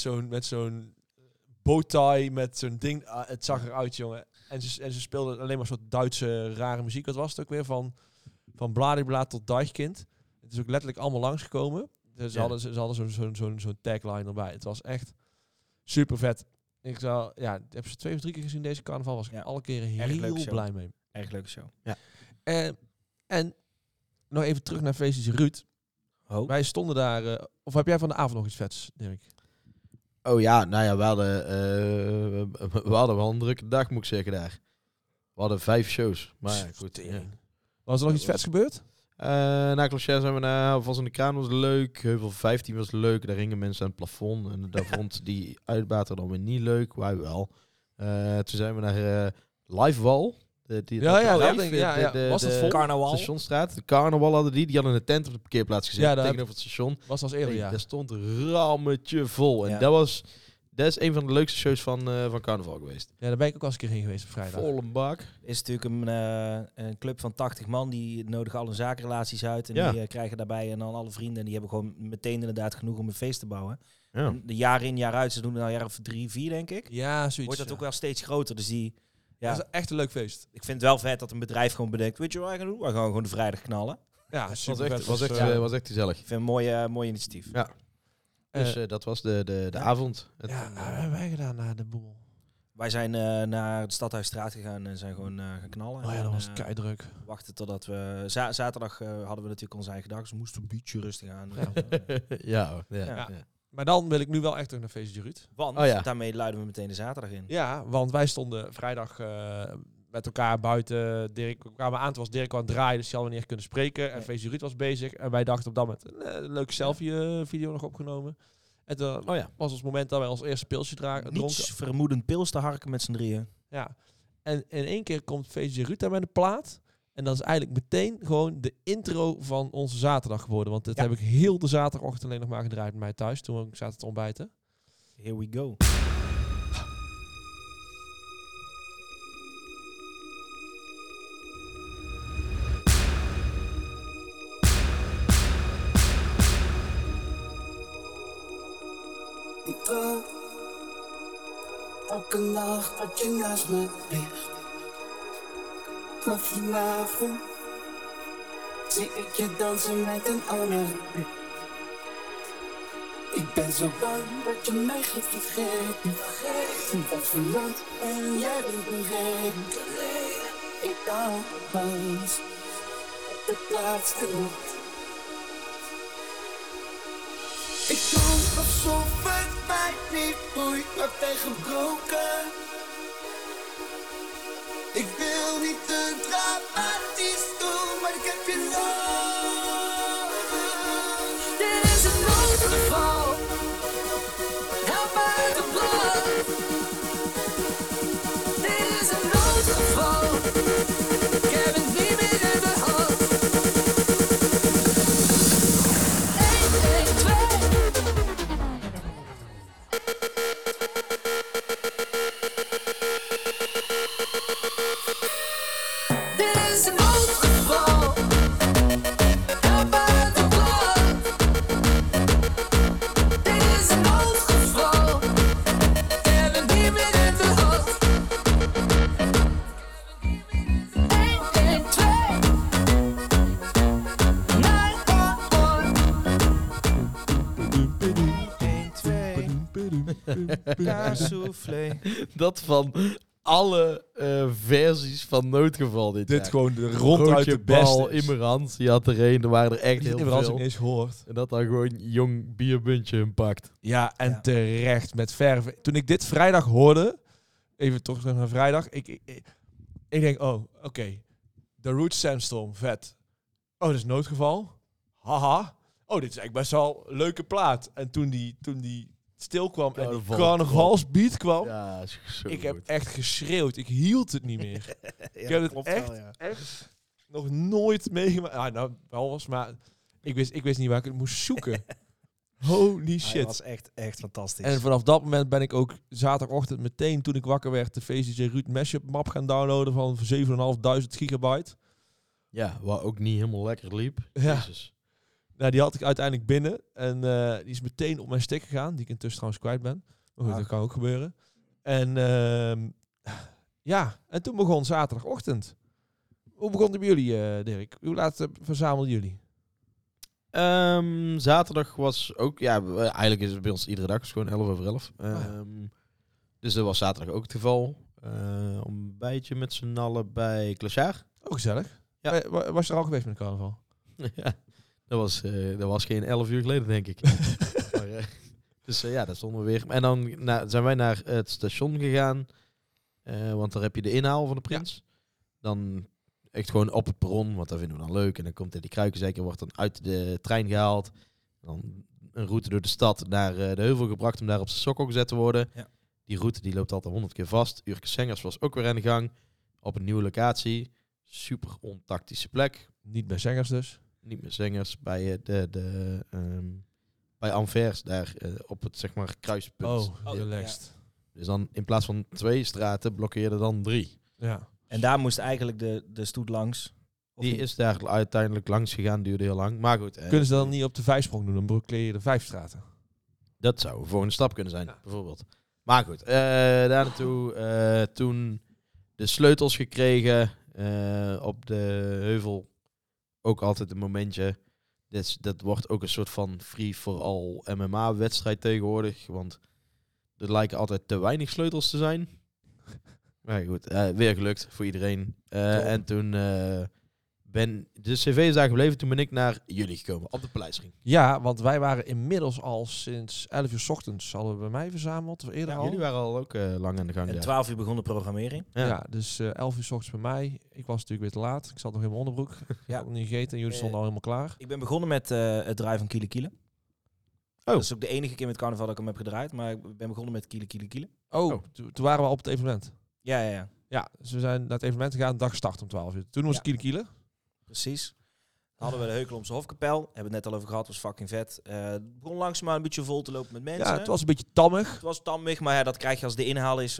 zo'n bowtie, met zo'n ding. Ah, het zag eruit, jongen. En ze speelden alleen maar een soort Duitse rare muziek. Wat was het ook weer? Van Bladibla tot Deichkind. Het is ook letterlijk allemaal langsgekomen. Ze Ja. hadden zo'n tagline erbij. Het was echt super vet. Ik heb ze 2 of 3 keer gezien deze carnaval. Was ik Ja. alle keren Erg leuke heel show. blij mee. Erg leuke show. En nog even terug naar feestjes Ruud. Oh. Wij stonden daar... of heb jij van de avond nog iets vets, Dirk? Oh ja, nou ja, we hadden wel een drukke dag, moet ik zeggen, daar. We hadden 5 shows. Maar ja, goed. Ja. Was er nog iets vets gebeurd? Na Clochard zijn we naar Vals in de Kraan, was leuk. Heuvel 15 was leuk. Daar hingen mensen aan het plafond. En daar vond die uitbater dan weer niet leuk. Wij wel. Toen zijn we naar Livewall. Was dat vol? Carnaval. Stationstraat. De Carnaval hadden die. Die hadden een tent op de parkeerplaats gezet Ja, daar tegenover het station. Was als eerder, Hey, ja. daar stond een rammetje vol. En Ja. dat was Dat is een van de leukste shows van carnaval geweest. Ja, daar ben ik ook al eens een keer heen geweest op vrijdag. Volle bak. Is natuurlijk een club van 80 man. Die nodigen al hun zakenrelaties uit. En Ja. die krijgen daarbij en dan alle vrienden. En die hebben gewoon meteen inderdaad genoeg om een feest te bouwen. Ja. En de jaar in, jaar uit. Ze doen het al jaar of 3, 4 denk ik. Ja, zoiets. Wordt dat ja. ook wel steeds groter. Dus die... Ja, Dat is echt een leuk feest. ik vind het wel vet dat een bedrijf gewoon bedenkt. Weet je wat wij gaan doen? We gaan gewoon de vrijdag knallen. Ja, super vet. Was echt gezellig. Ik vind het een mooi initiatief. Ja. Dus dat was de avond. wat hebben wij gedaan na de boel? Wij zijn naar het Stadhuisstraat gegaan en zijn gewoon gaan knallen. Oh ja, En, dat was keidruk. wachten totdat we... zaterdag hadden we natuurlijk onze eigen dag. Dus we moesten een beetje rustig aan. Ja. Ja. Maar dan wil ik nu wel echt terug naar Feestje Ruud. Want Oh ja. daarmee luiden we meteen de zaterdag in. Ja, want wij stonden vrijdag met elkaar buiten. Dirk kwamen aan, toen was Dirk aan het draaien, dus die hadden we niet echt kunnen spreken. En Nee. Feestje Ruud was bezig. En wij dachten op dat moment, een leuke selfie-video nog opgenomen. En toen was ons moment dat wij ons eerste pilsje dronken. Niets vermoedend pils te harken met z'n drieën. Ja. En in één keer komt Feestje Ruud daar met een plaat. En dat is eigenlijk meteen gewoon de intro van onze zaterdag geworden. Want dit heb ik heel de zaterdagochtend alleen nog maar gedraaid bij mij thuis. Toen ik zaten te ontbijten. Here we go. Ik droom elke nacht dat je naast me ligt. Maar vanavond zie ik je dansen met een ander blik. Ik ben zo bang dat je mij gaat vergeten. Ik was verland en jij bent bereid. Ik dans op de plaats de lucht. Ik doe alsof het mij niet boeit, maar ben gebroken. Ik wil niet te dramatisch doen, maar ik heb je nodig. Dit is een noodgeval. Help me uit de brand. Dit is een noodgeval. Ik heb het niet meer in de hand. 1, 2, 2. Dit is een noodgeval. Help me uit de brand. Dit is een noodgeval. Ik heb het niet meer in de hand. 1, 2. 911. 1, 2. Ja, soufflé. Dat van alle versies van Noodgeval dit Dit jaar. gewoon de ronduit de bal, beste. Immerans, die had er een. Er waren er echt heel Immerans veel. ik eens gehoord. En dat dan gewoon jong bierbuntje hun pakt. Ja, en Ja. terecht met verven. Toen ik dit vrijdag hoorde, even toch terug naar vrijdag, ik denk, oh, oké. The Root Sandstorm, vet. Oh, dat is Noodgeval. Haha. Oh, dit is eigenlijk best wel een leuke plaat. En toen die stil kwam en die Carnaval. carnavalsbeat kwam, Ja, is zo ik heb goed. echt geschreeuwd. Ik hield het niet meer. Ik heb het echt nog nooit meegemaakt. Ah, nou, wel was, maar ik wist niet waar ik het moest zoeken. Holy Hij shit. was echt fantastisch. En vanaf dat moment ben ik ook zaterdagochtend meteen, toen ik wakker werd, de VCJ Ruud Mashup map gaan downloaden van 7.500 gigabyte. Ja, wat ook niet helemaal lekker liep. Ja. Jezus. Nou, die had ik uiteindelijk binnen. En die is meteen op mijn stick gegaan, die ik intussen trouwens kwijt ben. Maar goed, dat kan ook gebeuren. En ja, en toen begon zaterdagochtend. Hoe begon het bij jullie, Dirk? Hoe laat verzamelden jullie? Zaterdag was ook, eigenlijk is het bij ons iedere dag is gewoon 11:11. Dus dat was zaterdag ook het geval. Ontbijtje met z'n allen bij Clashard. Oh, gezellig. Ja. Was je er al geweest met de carnaval? Ja, dat was geen 11 uur geleden, denk ik. Maar, dus daar stonden we weer. En dan zijn wij naar het station gegaan. Want daar heb je de inhaal van de Prins. Dan echt gewoon op het perron, want dat vinden we dan leuk. En dan komt die kruikenzeker, wordt dan uit de trein gehaald. Dan een route door de stad naar de heuvel gebracht om daar op zijn sokkel gezet te worden. Ja. Die route die loopt altijd 100 keer vast. Urke Sengers was ook weer aan de gang. Op een nieuwe locatie. Super ontactische plek. Niet bij zangers dus. Niet meer Zengers, bij bij Anvers, daar op het zeg maar kruispunt. Oh, relaxed. Dus dan in plaats van 2 straten blokkeerde dan 3. Ja. En daar moest eigenlijk de stoet langs. Of Die niet? is daar uiteindelijk langs gegaan, duurde heel lang. Maar goed. Kunnen ze dan niet op de 5-sprong doen? Dan blokkeer je de 5 straten. Dat zou een volgende stap kunnen zijn, Ja. bijvoorbeeld. Maar goed, daar naartoe toen de sleutels gekregen op de heuvel. Ook altijd een momentje. Dat wordt ook een soort van free-for-all MMA-wedstrijd tegenwoordig. Want er lijken altijd te weinig sleutels te zijn. Maar goed, weer gelukt voor iedereen. En toen de cv is daar gebleven. Toen ben ik naar jullie gekomen, op de Paleisring. Ja, want wij waren inmiddels al sinds 11 uur 's ochtends hadden we bij mij verzameld. Of eerder al. Jullie waren al ook lang aan de gang. En Ja. 12 uur begon de programmering. Ja, dus 11 uur 's ochtends bij mij. Ik was natuurlijk weer te laat. Ik zat nog in mijn onderbroek. Ik had nog niet gegeten en jullie stonden al helemaal klaar. Ik ben begonnen met het draaien van Kiele Kiele. Dat is ook de enige keer met carnaval dat ik hem heb gedraaid. Maar ik ben begonnen met Kiele Kiele Kiele. Oh, toen waren we op het evenement. Ja. Ja, dus we zijn naar het evenement gegaan. De dag gestart om 12 uur. Toen was het Kiele. Precies. Dan hadden we de Heukelomse Hofkapel. Hebben we het net al over gehad. Was fucking vet. Het begon langzaamaan een beetje vol te lopen met mensen. Ja, het was een beetje tammig. Het was tammig, maar ja, dat krijg je als de inhaal is.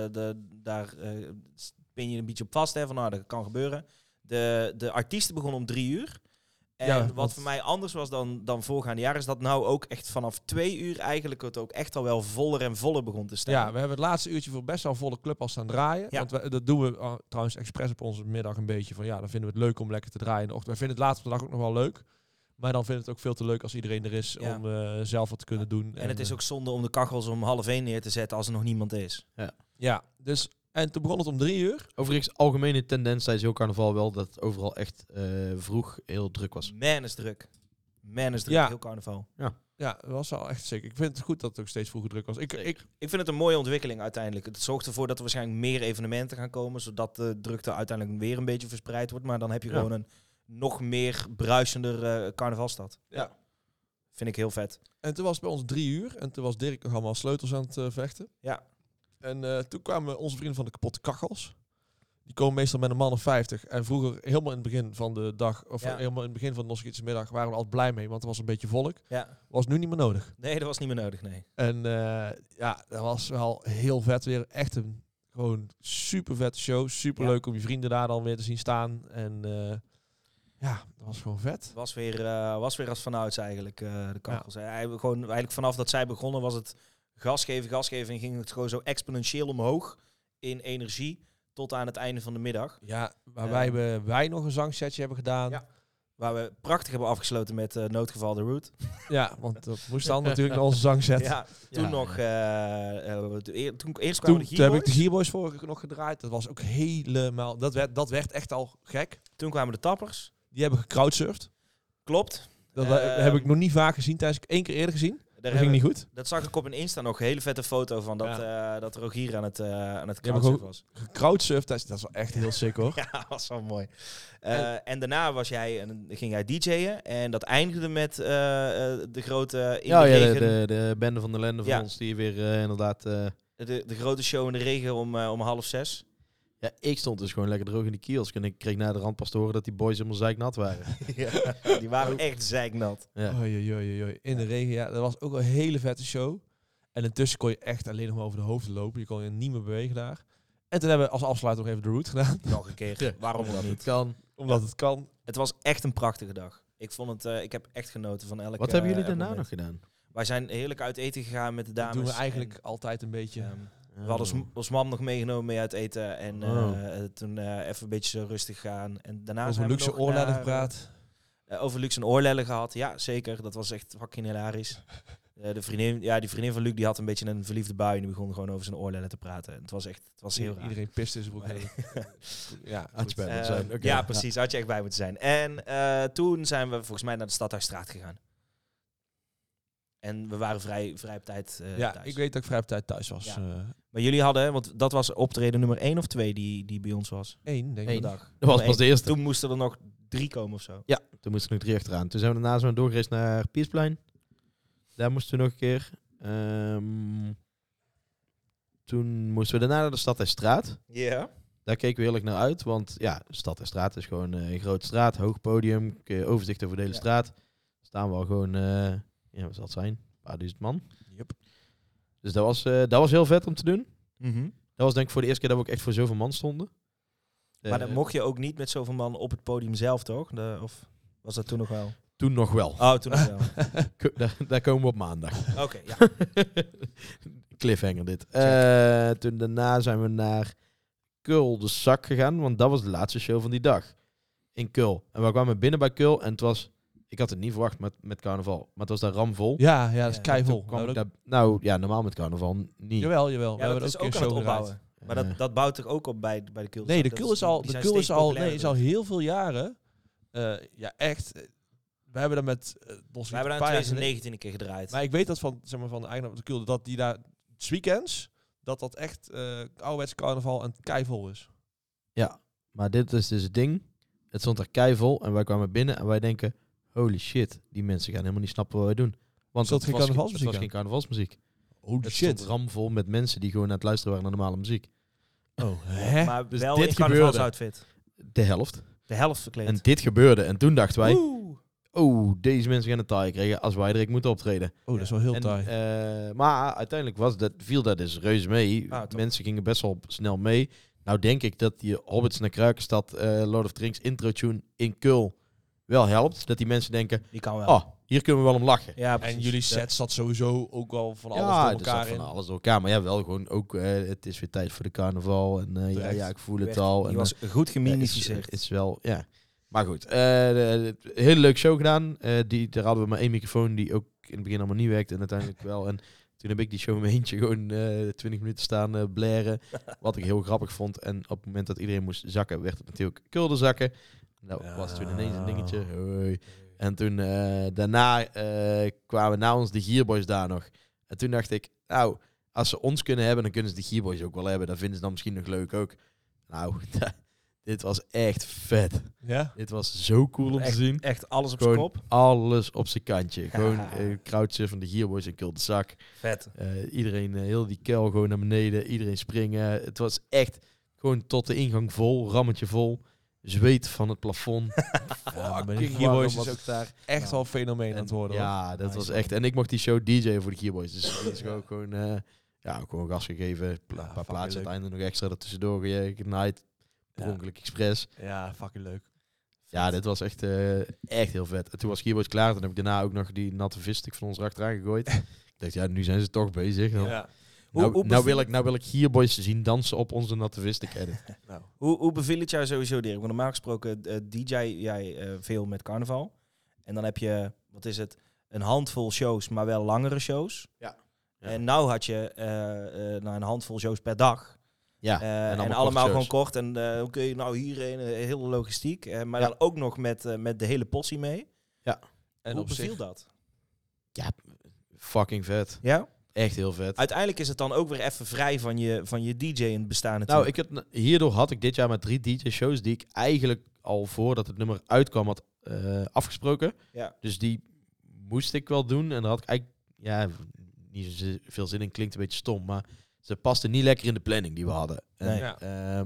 Daar ben je een beetje op vast. Hè, van, nou, dat kan gebeuren. De artiesten begonnen om 3 uur. En Ja, wat want- voor mij anders was dan voorgaande jaren, is dat nou ook echt vanaf 2 uur eigenlijk het ook echt al wel voller en voller begon te staan. Ja, we hebben het laatste uurtje voor best wel een volle club al staan draaien. Ja. Want dat doen we trouwens expres op onze middag een beetje van ja, dan vinden we het leuk om lekker te draaien in de ochtend. Wij vinden het laatst op de dag ook nog wel leuk. Maar dan vinden we het ook veel te leuk als iedereen er is Ja. om zelf wat te kunnen doen. En het is ook zonde om de kachels om 12:30 neer te zetten als er nog niemand is. Ja, dus en toen begon het om 3 uur. Overigens, algemene tendens tijdens heel carnaval wel dat het overal echt vroeg heel druk was. Man is druk. Ja. Heel carnaval. Ja, dat was wel echt zeker. Ik vind het goed dat het ook steeds vroeger druk was. Ik, Ik vind het een mooie ontwikkeling uiteindelijk. Het zorgt ervoor dat er waarschijnlijk meer evenementen gaan komen, zodat de drukte uiteindelijk weer een beetje verspreid wordt. Maar dan heb je gewoon een nog meer bruisender carnavalstad. Ja. Vind ik heel vet. en toen was het bij ons 3 uur. En toen was Dirk nog allemaal sleutels aan het vechten. Ja. En toen kwamen onze vrienden van de kapotte kachels. Die komen meestal met een man of 50. En vroeger, helemaal in het begin van de dag, of helemaal in het begin van de Nossegitse middag, waren we altijd blij mee, want er was een beetje volk. Ja. Was nu niet meer nodig. Nee, dat was niet meer nodig, nee. En ja, dat was wel heel vet weer. Echt een gewoon super vette show. Super leuk om je vrienden daar dan weer te zien staan. En ja, dat was gewoon vet. Was weer als vanouds eigenlijk, de kachels. Eigenlijk vanaf dat zij begonnen was het gas geven en ging het gewoon zo exponentieel omhoog in energie tot aan het einde van de middag. Ja, waarbij wij nog een zangsetje hebben gedaan. Ja. Waar we prachtig hebben afgesloten met Noodgeval de Root. Ja, want dat moest dan natuurlijk naar onze zangset. Ja, toen Ja, nog... toen eerst Toen, kwamen de toen heb ik de Gierboys. Gierboys voor nog gedraaid. Dat was ook helemaal... Dat werd echt al gek. Toen kwamen de Tappers. Die hebben gecrowdsurfd. Klopt. Dat Ehm, heb ik nog niet vaak gezien. Tijdens 1 keer eerder gezien. Daar Dat ging hebben- niet goed. Dat zag ik op een Insta nog. Een hele vette foto van dat Rogier aan het Die hebben crowdsurfen gewoon- was. Gecrowdsurfd, dat is wel echt heel sick hoor. Ja, dat was wel mooi. En daarna ging jij DJ'en. En dat eindigde met de grote... in Ja, de ja, regen, de bende van de lende van Ja. ons die weer inderdaad... de grote show in de regen om 5:30. ja, ik stond dus gewoon lekker droog in de kiosk en ik kreeg na de rand pas te horen dat die boys helemaal zeiknat waren. Ja, die waren echt zeiknat. Ja. Oei, oei, oei. In de regen, ja. Dat was ook wel een hele vette show. En intussen kon je echt alleen nog maar over de hoofden lopen. Je kon je niet meer bewegen daar. En toen hebben we als afsluiter nog even de route gedaan. Nog een keer. Ja. Waarom Dat nog het niet? kan. Omdat het kan. Het was echt een prachtige dag. Ik heb echt genoten van elke... Wat hebben jullie daarna moment. nog gedaan? Wij zijn heerlijk uit eten gegaan met de Dat dames. doen we eigenlijk altijd een beetje. We hadden ons mam nog meegenomen mee uit eten. En Oh. toen even een beetje zo rustig gaan. En daarna over zijn we luxe nog oorlellen naar, gepraat. over luxe en oorlellen gehad. Ja, zeker. Dat was echt fucking hilarisch. Die vriendin van Luc die had een beetje een verliefde bui. En die begon gewoon over zijn oorlellen te praten. Het was heel raar. Iedereen pist in zijn broek. Ja, Had je bij Eh, moeten zijn. Oké. Ja, precies. Had je echt bij moeten zijn. En toen zijn we volgens mij naar de Stadhuisstraat gegaan. En we waren vrij op tijd ja, thuis. ik weet dat ik vrij op tijd thuis was. Ja. Maar jullie hadden, want dat was optreden nummer 1 of 2 die bij ons was. 1, denk Eén. ik. Dag. Dat was Nummer pas de één. eerste. Toen moesten er nog 3 komen of zo. Ja, toen moesten we nog 3 achteraan. Toen zijn we daarna zo doorgereisd naar Piersplein. Daar moesten we nog een keer. Toen moesten we daarna naar de Stad en Straat. Ja. Daar keken we heel erg naar uit, want ja, de Stad en Straat is gewoon een grote straat, hoog podium, kun je overzicht over de hele straat. Staan we al gewoon Ja, wat zal het zijn? Een paar duizend man. Yep. Dus dat was heel vet om te doen. Mhm. Dat was denk ik voor de eerste keer dat we ook echt voor zoveel man stonden. Maar dan mocht je ook niet met zoveel man op het podium zelf, toch? Of was dat toen nog wel? Toen nog wel. Oh, toen nog wel. Daar komen we op maandag. Oké, ja. Cliffhanger dit. Toen daarna zijn we naar Keul de Zak gegaan, want dat was de laatste show van die dag. In Keul. En we kwamen binnen bij Keul en het was... Ik had het niet verwacht met carnaval, maar het was daar ramvol. Ja, dat is Ja, keivol. Toen kwam ik daar, normaal met carnaval niet. Jawel. We Ja, hebben dat is ook een ook keer aan het show gedraaid. opbouwen. Maar dat bouwt er ook op bij de Kul. Nee, de Kul is al, is al heel veel jaren. Echt. We hebben dat met Dos We hebben daar in 2019 een keer gedraaid. Maar ik weet dat van de eigenaar van de Kul, dat die daar 's weekends, dat echt ouderwets carnaval en keivol is. Ja, maar dit is dus het ding. Het stond er keivol en wij kwamen binnen en wij denken... Holy shit, die mensen gaan helemaal niet snappen wat wij doen. Want Zat geen carnavalsmuziek het was aan? geen carnavalsmuziek. Holy Het shit. stond ramvol met mensen die gewoon aan het luisteren waren naar normale muziek. Oh, hè? Maar Dus wel dit in gebeurde. carnavalsoutfit. De helft. De helft verkleed. En dit gebeurde. En toen dachten wij... Oeh. Deze mensen gaan het taai krijgen als wij direct moeten optreden. Oh, dat is wel heel En, taai. maar uiteindelijk viel dat dus reuze mee. Ah, top. Mensen gingen best wel snel mee. Nou denk ik dat die Hobbits naar Kruikenstad Lord of the Rings intro tune in Keul wel helpt. Dat die mensen denken, Die kan wel. oh, hier kunnen we wel om lachen. Ja, precies. En jullie set zat sowieso ook al van alles Ja, door er zat elkaar van in. alles door elkaar. Maar ja, wel gewoon ook, het is weer tijd voor de carnaval. En Terecht. ik voel het Die al. Die En, was goed het geminificeerd. is wel, ja. Maar goed, hele leuke show gedaan. Daar hadden we maar één microfoon die ook in het begin allemaal niet werkte en uiteindelijk wel. En toen heb ik die show in mijn eentje gewoon 20 minuten staan blaren. Wat ik heel grappig vond. En op het moment dat iedereen moest zakken, werd het natuurlijk kulde zakken. Nou, was toen ineens een dingetje. Hoi. En toen daarna kwamen na ons de Gierboys daar nog. En toen dacht ik, nou, als ze ons kunnen hebben, dan kunnen ze de Gierboys ook wel hebben. Dat vinden ze dan misschien nog leuk ook. Nou, dit was echt vet. Ja? Dit was zo cool om te zien. Echt alles op zijn Gewoon kop. alles op zijn kantje. Gewoon crowdje van de Gierboys en Kulde Zak. Vet. Iedereen, heel die kuil gewoon naar beneden. Iedereen springen. Het was echt gewoon tot de ingang vol. Rammetje vol. Zweet van het plafond. Ja, maar de Fucking Gierboys warm is was ook het daar. echt wel een fenomeen aan het worden. hoor. Ja, dat Nice, was man. echt. En ik mocht die show DJ'en voor de Gierboys. Dus die is gewoon gas gegeven. Een paar fucking plaatsen leuk. uiteindelijk nog extra ertussendoor genaaid. Bronkelijk Express. Ja, fucking leuk. Ja, dit was echt heel vet. En toen was Gierboys klaar. Dan heb ik daarna ook nog die natte visstick van ons erachteraan gegooid. Ik dacht, ja, nu zijn ze toch bezig. Dan. Ja. Nou wil ik Gierboys zien dansen op onze natte visstick edit. Nou, Hoe beviel het jou sowieso, Dirk? Want normaal gesproken DJ jij veel met carnaval. En dan heb je, wat is het, een handvol shows, maar wel langere shows. Ja. En nou had je een handvol shows per dag. Ja, En allemaal gewoon kort. En oké, nou hierheen, hele logistiek. Maar dan ook nog met de hele possie mee. en Hoe op zich, beviel dat? Ja, fucking vet. Ja? Echt heel vet. Uiteindelijk is het dan ook weer even vrij van je DJ in het bestaan natuurlijk. Nou, hierdoor had ik dit jaar maar 3 DJ-shows die ik eigenlijk al voordat het nummer uitkwam had afgesproken. Ja. Dus die moest ik wel doen. En daar had ik eigenlijk niet zoveel zin in. Klinkt een beetje stom, maar ze pasten niet lekker in de planning die we hadden. En, Nee. Ja.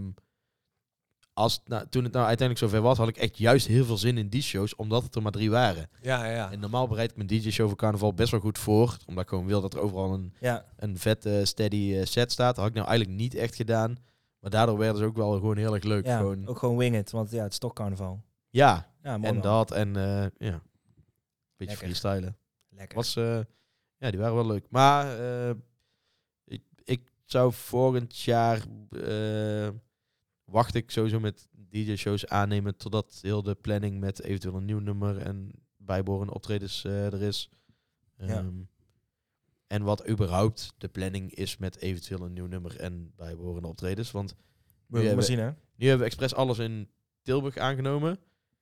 toen het nou uiteindelijk zover was, had ik echt juist heel veel zin in die shows, omdat het er maar 3 waren. ja. En normaal bereid ik mijn DJ-show voor carnaval best wel goed voor, omdat ik gewoon wil dat er overal een vette, steady set staat. Dat had ik nou eigenlijk niet echt gedaan. Maar daardoor werden ze ook wel gewoon heel erg leuk. Ja, Gewoon, ook gewoon wing it, want ja, het is toch carnaval. ja, Ja, mooi en man. dat en beetje Lekker. freestylen. Lekker. Was, die waren wel leuk. Maar ik zou volgend jaar wacht ik sowieso met DJ-shows aannemen totdat heel de planning met eventueel een nieuw nummer en bijbehorende optredens er is. En wat überhaupt de planning is met eventueel een nieuw nummer en bijbehorende optredens. Want Moet je maar zien, hè? nu hebben we expres alles in Tilburg aangenomen.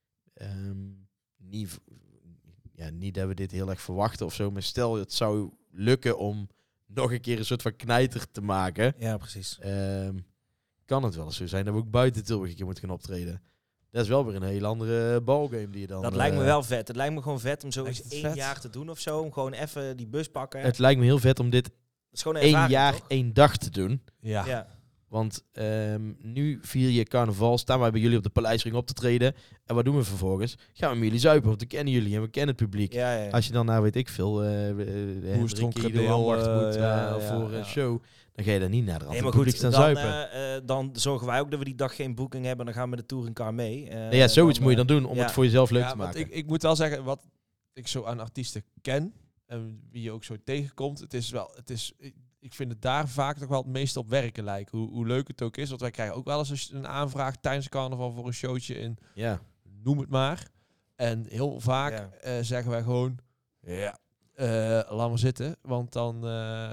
Niet dat we dit heel erg verwachten of zo. Maar stel het zou lukken om nog een keer een soort van knijter te maken. Ja, precies. Kan het wel eens zo zijn dat we ook buiten Tilburg een keer moeten gaan optreden. Dat is wel weer een hele andere ballgame die je dan... Dat lijkt me wel vet. Het lijkt me gewoon vet om zo Lijkt eens het 1 vet? jaar te doen of zo. Om gewoon even die bus pakken. Het lijkt me heel vet om dit Dat is gewoon een 1 ervaring, jaar, toch? 1 dag te doen. Ja. Ja. Want nu vier je carnaval, staan wij bij jullie op de Paleisring op te treden. En wat doen we vervolgens? Gaan we met jullie zuipen, want we kennen jullie en we kennen het publiek. Ja. Als je dan naar, weet ik veel, voor een show, dan ga je daar niet naar de Nee, maar het publiek goed, staan dan, zuipen. dan zorgen wij ook dat we die dag geen boeking hebben. Dan gaan we met de touringcar mee. Nee, ja, zoiets moet je dan doen om ja. het voor jezelf leuk Ja, te want maken. ik moet wel zeggen, wat ik zo aan artiesten ken en wie je ook zo tegenkomt, ik vind het daar vaak nog wel het meest op werken lijken. Hoe leuk het ook is. Want wij krijgen ook wel eens een aanvraag tijdens carnaval voor een showtje in, Ja. noem het maar. En heel vaak zeggen wij gewoon, laat maar zitten. Want dan,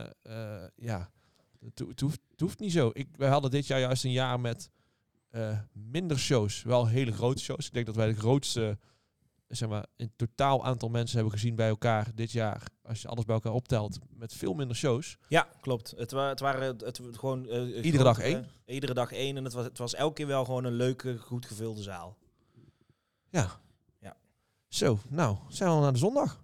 het hoeft niet zo. Wij hadden dit jaar juist een jaar met minder shows. Wel hele grote shows. Ik denk dat wij de grootste, zeg maar, in totaal aantal mensen hebben gezien bij elkaar dit jaar. Als je alles bij elkaar optelt, met veel minder shows. Ja, klopt. Het waren gewoon... Iedere dag één. Iedere dag één. En het was elke keer wel gewoon een leuke, goed gevulde zaal. Ja. Ja. Zo, nou, zijn we al naar de zondag.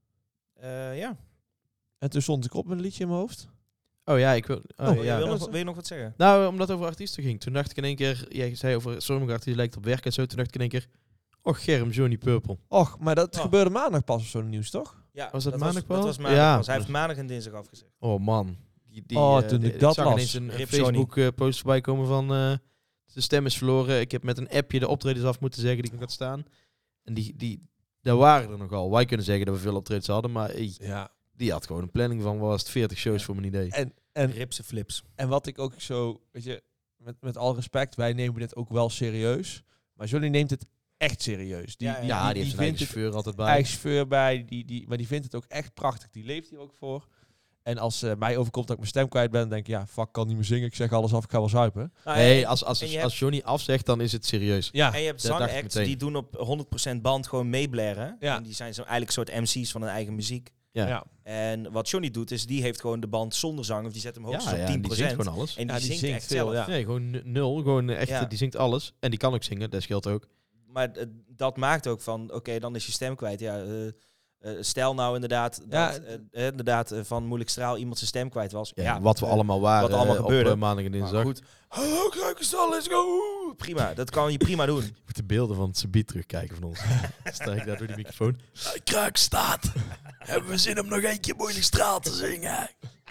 Ja. En toen stond ik op met een liedje in mijn hoofd. Oh ja, ik wil... Wil ja. je nog wat zeggen? Nou, omdat het over artiesten ging. Toen dacht ik in één keer... Jij zei over sommige artiesten lijkt op werk en zo. Toen dacht ik in één keer... Oh, Germ, Johnny Purple. Och, maar dat Oh. gebeurde maandag pas of zo in het nieuws, toch? Ja, Was dat maandag Dat wel? was maandag Ja. pas. Hij heeft maandag en dinsdag afgezegd. Oh man. Toen ik dat zag las. ineens een Rip Facebook post voorbij komen van... de stem is verloren. Ik heb met een appje de optredens af moeten zeggen die ik nog had staan. En daar waren er nogal. Wij kunnen zeggen dat we veel optredens hadden. Maar Ja. die had gewoon een planning van... was het 40 shows voor mijn idee. En Ripse flips. En wat ik ook zo, weet je, met al respect, wij nemen dit ook wel serieus. Maar Johnny neemt het echt serieus. Die Die heeft zijn eigen vindt het chauffeur altijd bij. eigen chauffeur bij, maar die vindt het ook echt prachtig. Die leeft hier ook voor. En als mij overkomt dat ik mijn stem kwijt ben, denk ik, ja, fuck, kan niet meer zingen. Ik zeg alles af, ik ga wel zuipen. Nou, Nee, en- als en je hebt- Johnny afzegt, dan is het serieus. Ja, En je hebt dat dacht ik zangacts meteen. die doen op 100% band gewoon meeblaren. Ja. En die zijn zo eigenlijk een soort MC's van hun eigen muziek. Ja. ja. En wat Johnny doet, is die heeft gewoon de band zonder zang. Of die zet hem hoogstens op 10%. en die zingt gewoon alles. En die, Ja, die zingt zingt echt veel, zelf. ja. Nee, gewoon nul. Gewoon echt, Ja. die zingt alles. En die kan ook zingen, dat scheelt ook. Maar dat maakt ook van, oké, dan is je stem kwijt. Ja, stel nou inderdaad Ja, dat van Moeilijk Straal iemand zijn stem kwijt was. Ja, wat we allemaal waren wat allemaal gebeurde. op maandag en Maar dinsdag. goed. Hallo, Kruikenstal, let's go! Prima, dat kan je prima doen. Ik moet de beelden van het subiet terugkijken van ons. Dan sta ik daar door die microfoon. Kruik staat. Hebben we zin om nog een keer Moeilijk Straal te zingen?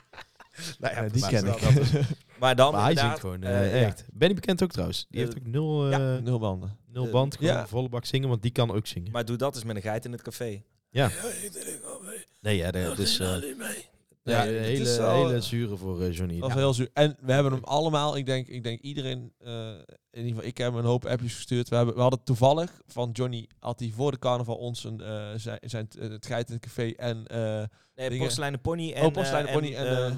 Nou ja, die ken ik. Maar dan Maar hij inderdaad, zingt gewoon ja. echt. Benny bekend ook trouwens. Die heeft ook nul, Nul banden. nul band. Gewoon ja. volle bak zingen, want die kan ook zingen. Maar doe dat eens met een geit in het café. Ja. Nee, ja, dat is Ja, een het is al- hele zure voor Johnny. Dat was heel zuur. En we hebben hem allemaal, ik denk iedereen, in ieder geval ik heb hem een hoop appjes gestuurd. We hadden toevallig van Johnny, had hij voor de carnaval ons het geit in het café en Nee, Dingen. Porseleinen Pony en, Porseleinen Pony en,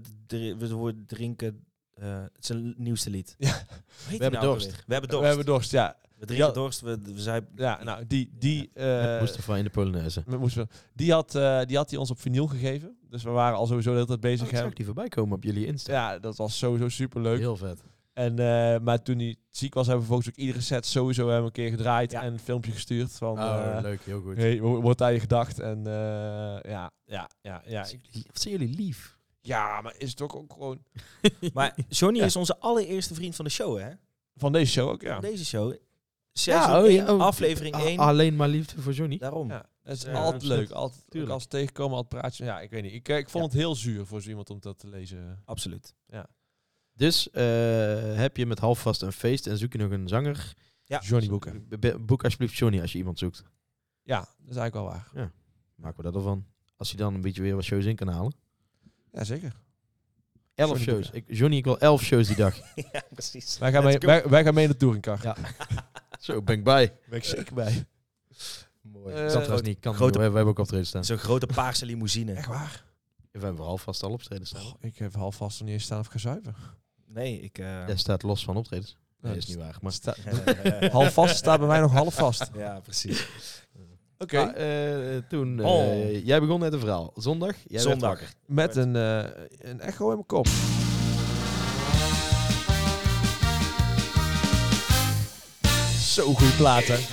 we drinken het zijn nieuwste lied. Ja. Hoe heet die hebben nou dorst. alweer? We hebben dorst. we hebben dorst, ja. We drinken Ja. dorst. We zijn... Ja, nou, die Mustafa in de Polonaise. die had hij ons op vinyl gegeven. Dus we waren al sowieso de hele tijd bezig. Ik zag die voorbij komen op jullie Insta. Ja, dat was sowieso super leuk. Heel vet. En, maar toen hij ziek was, hebben we vervolgens ook iedere set sowieso hem een keer gedraaid Ja. en een filmpje gestuurd van Leuk, heel goed. hey, wordt aan je gedacht. En ja. Wat zijn jullie lief? Ja, maar is het ook gewoon Maar Johnny is onze allereerste vriend van de show, hè? van deze show ook, ja. Van deze show. Seizoen 1, aflevering 1. Alleen maar liefde voor Johnny. Daarom. Ja, het is Ja, altijd absoluut. leuk. Altijd, Tuurlijk. ook als we tegenkomen, altijd praatje. Ja, ik weet niet. Ik vond het heel zuur voor zo iemand om dat te lezen. Absoluut. Dus heb je met Halfvast een feest en zoek je nog een zanger? Ja. Johnny boeken. Boek alsjeblieft Johnny als je iemand zoekt. Ja, dat is eigenlijk wel waar. Maken we dat ervan. Als hij dan een beetje weer wat shows in kan halen. Ja, zeker. 11 Johnny shows. boeken. Johnny, ik wil 11 shows die dag. Ja, precies. Wij gaan, mee, wij gaan mee in de touringcar. Ja. Zo, ben ik bij. Ben ik zeker bij. Mooi. Eh, Dat trouwens niet. Kan grote- we hebben ook optreden staan. Zo'n grote paarse limousine. Echt waar? We hebben Halfvast al optreden staan. Oh, ik heb half vast nog niet eens staan of gaan zuipen. Nee, ik... Dat staat los van optredens. Nee, Ja, dat is niet waar. Maar Half vast staat bij mij nog half vast. ja, precies. Oké. toen, Oh. jij begon net een verhaal. Zondag? Jij werd Zondag. wakker. Met een echo in mijn kop. Zo goede plaat, hè?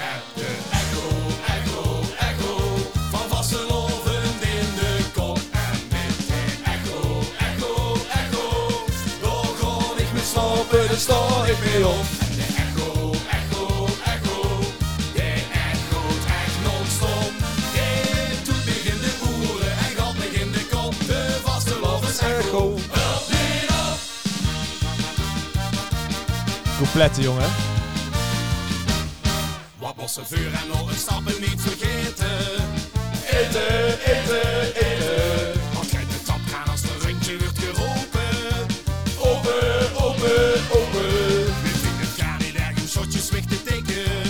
Van vastelovend in de kop. En met de echo, echo, echo, begon ik met stop. sta ik mee op. De echo, echo, echo. Die echoot echt non-stop. Die doet mij in de oren en gaat mij in de kop. De vaste lovers echo. Hulp niet op. Coupletten, jongen. Wat was er vuur en nog een stappen niet vergeten. Eten, eten, eten. Want gij de tap gaan als de rondje wordt geroepen. Open, open, open. Wie vindt het gar niet erg om shotjes weg te tikken.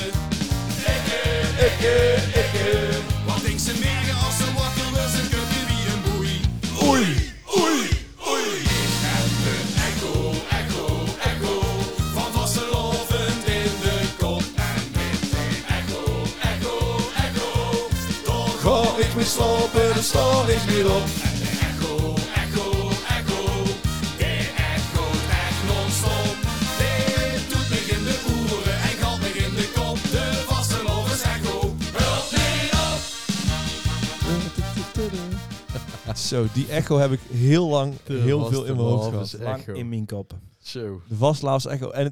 Ikke. Wat denkt ze merken als ze wakker was een kupje wie een boei. Oei, oei, oei. Ik heb een echo, echo, echo. Van vastelovend in de kop. En met een echo, echo, echo. Toch Ga ik mee slapen, dan sta ik weer op. en de echo, echo, echo. Die echoot echt non-stop. Dit doet me in de oren en gaat me in de kop. De vastelovers echo. Hulp niet op. Zo, die echo heb ik heel lang heel veel in mijn hoofd gehad. Lang in mijn kop. Zo. De Vaslaafs echo. En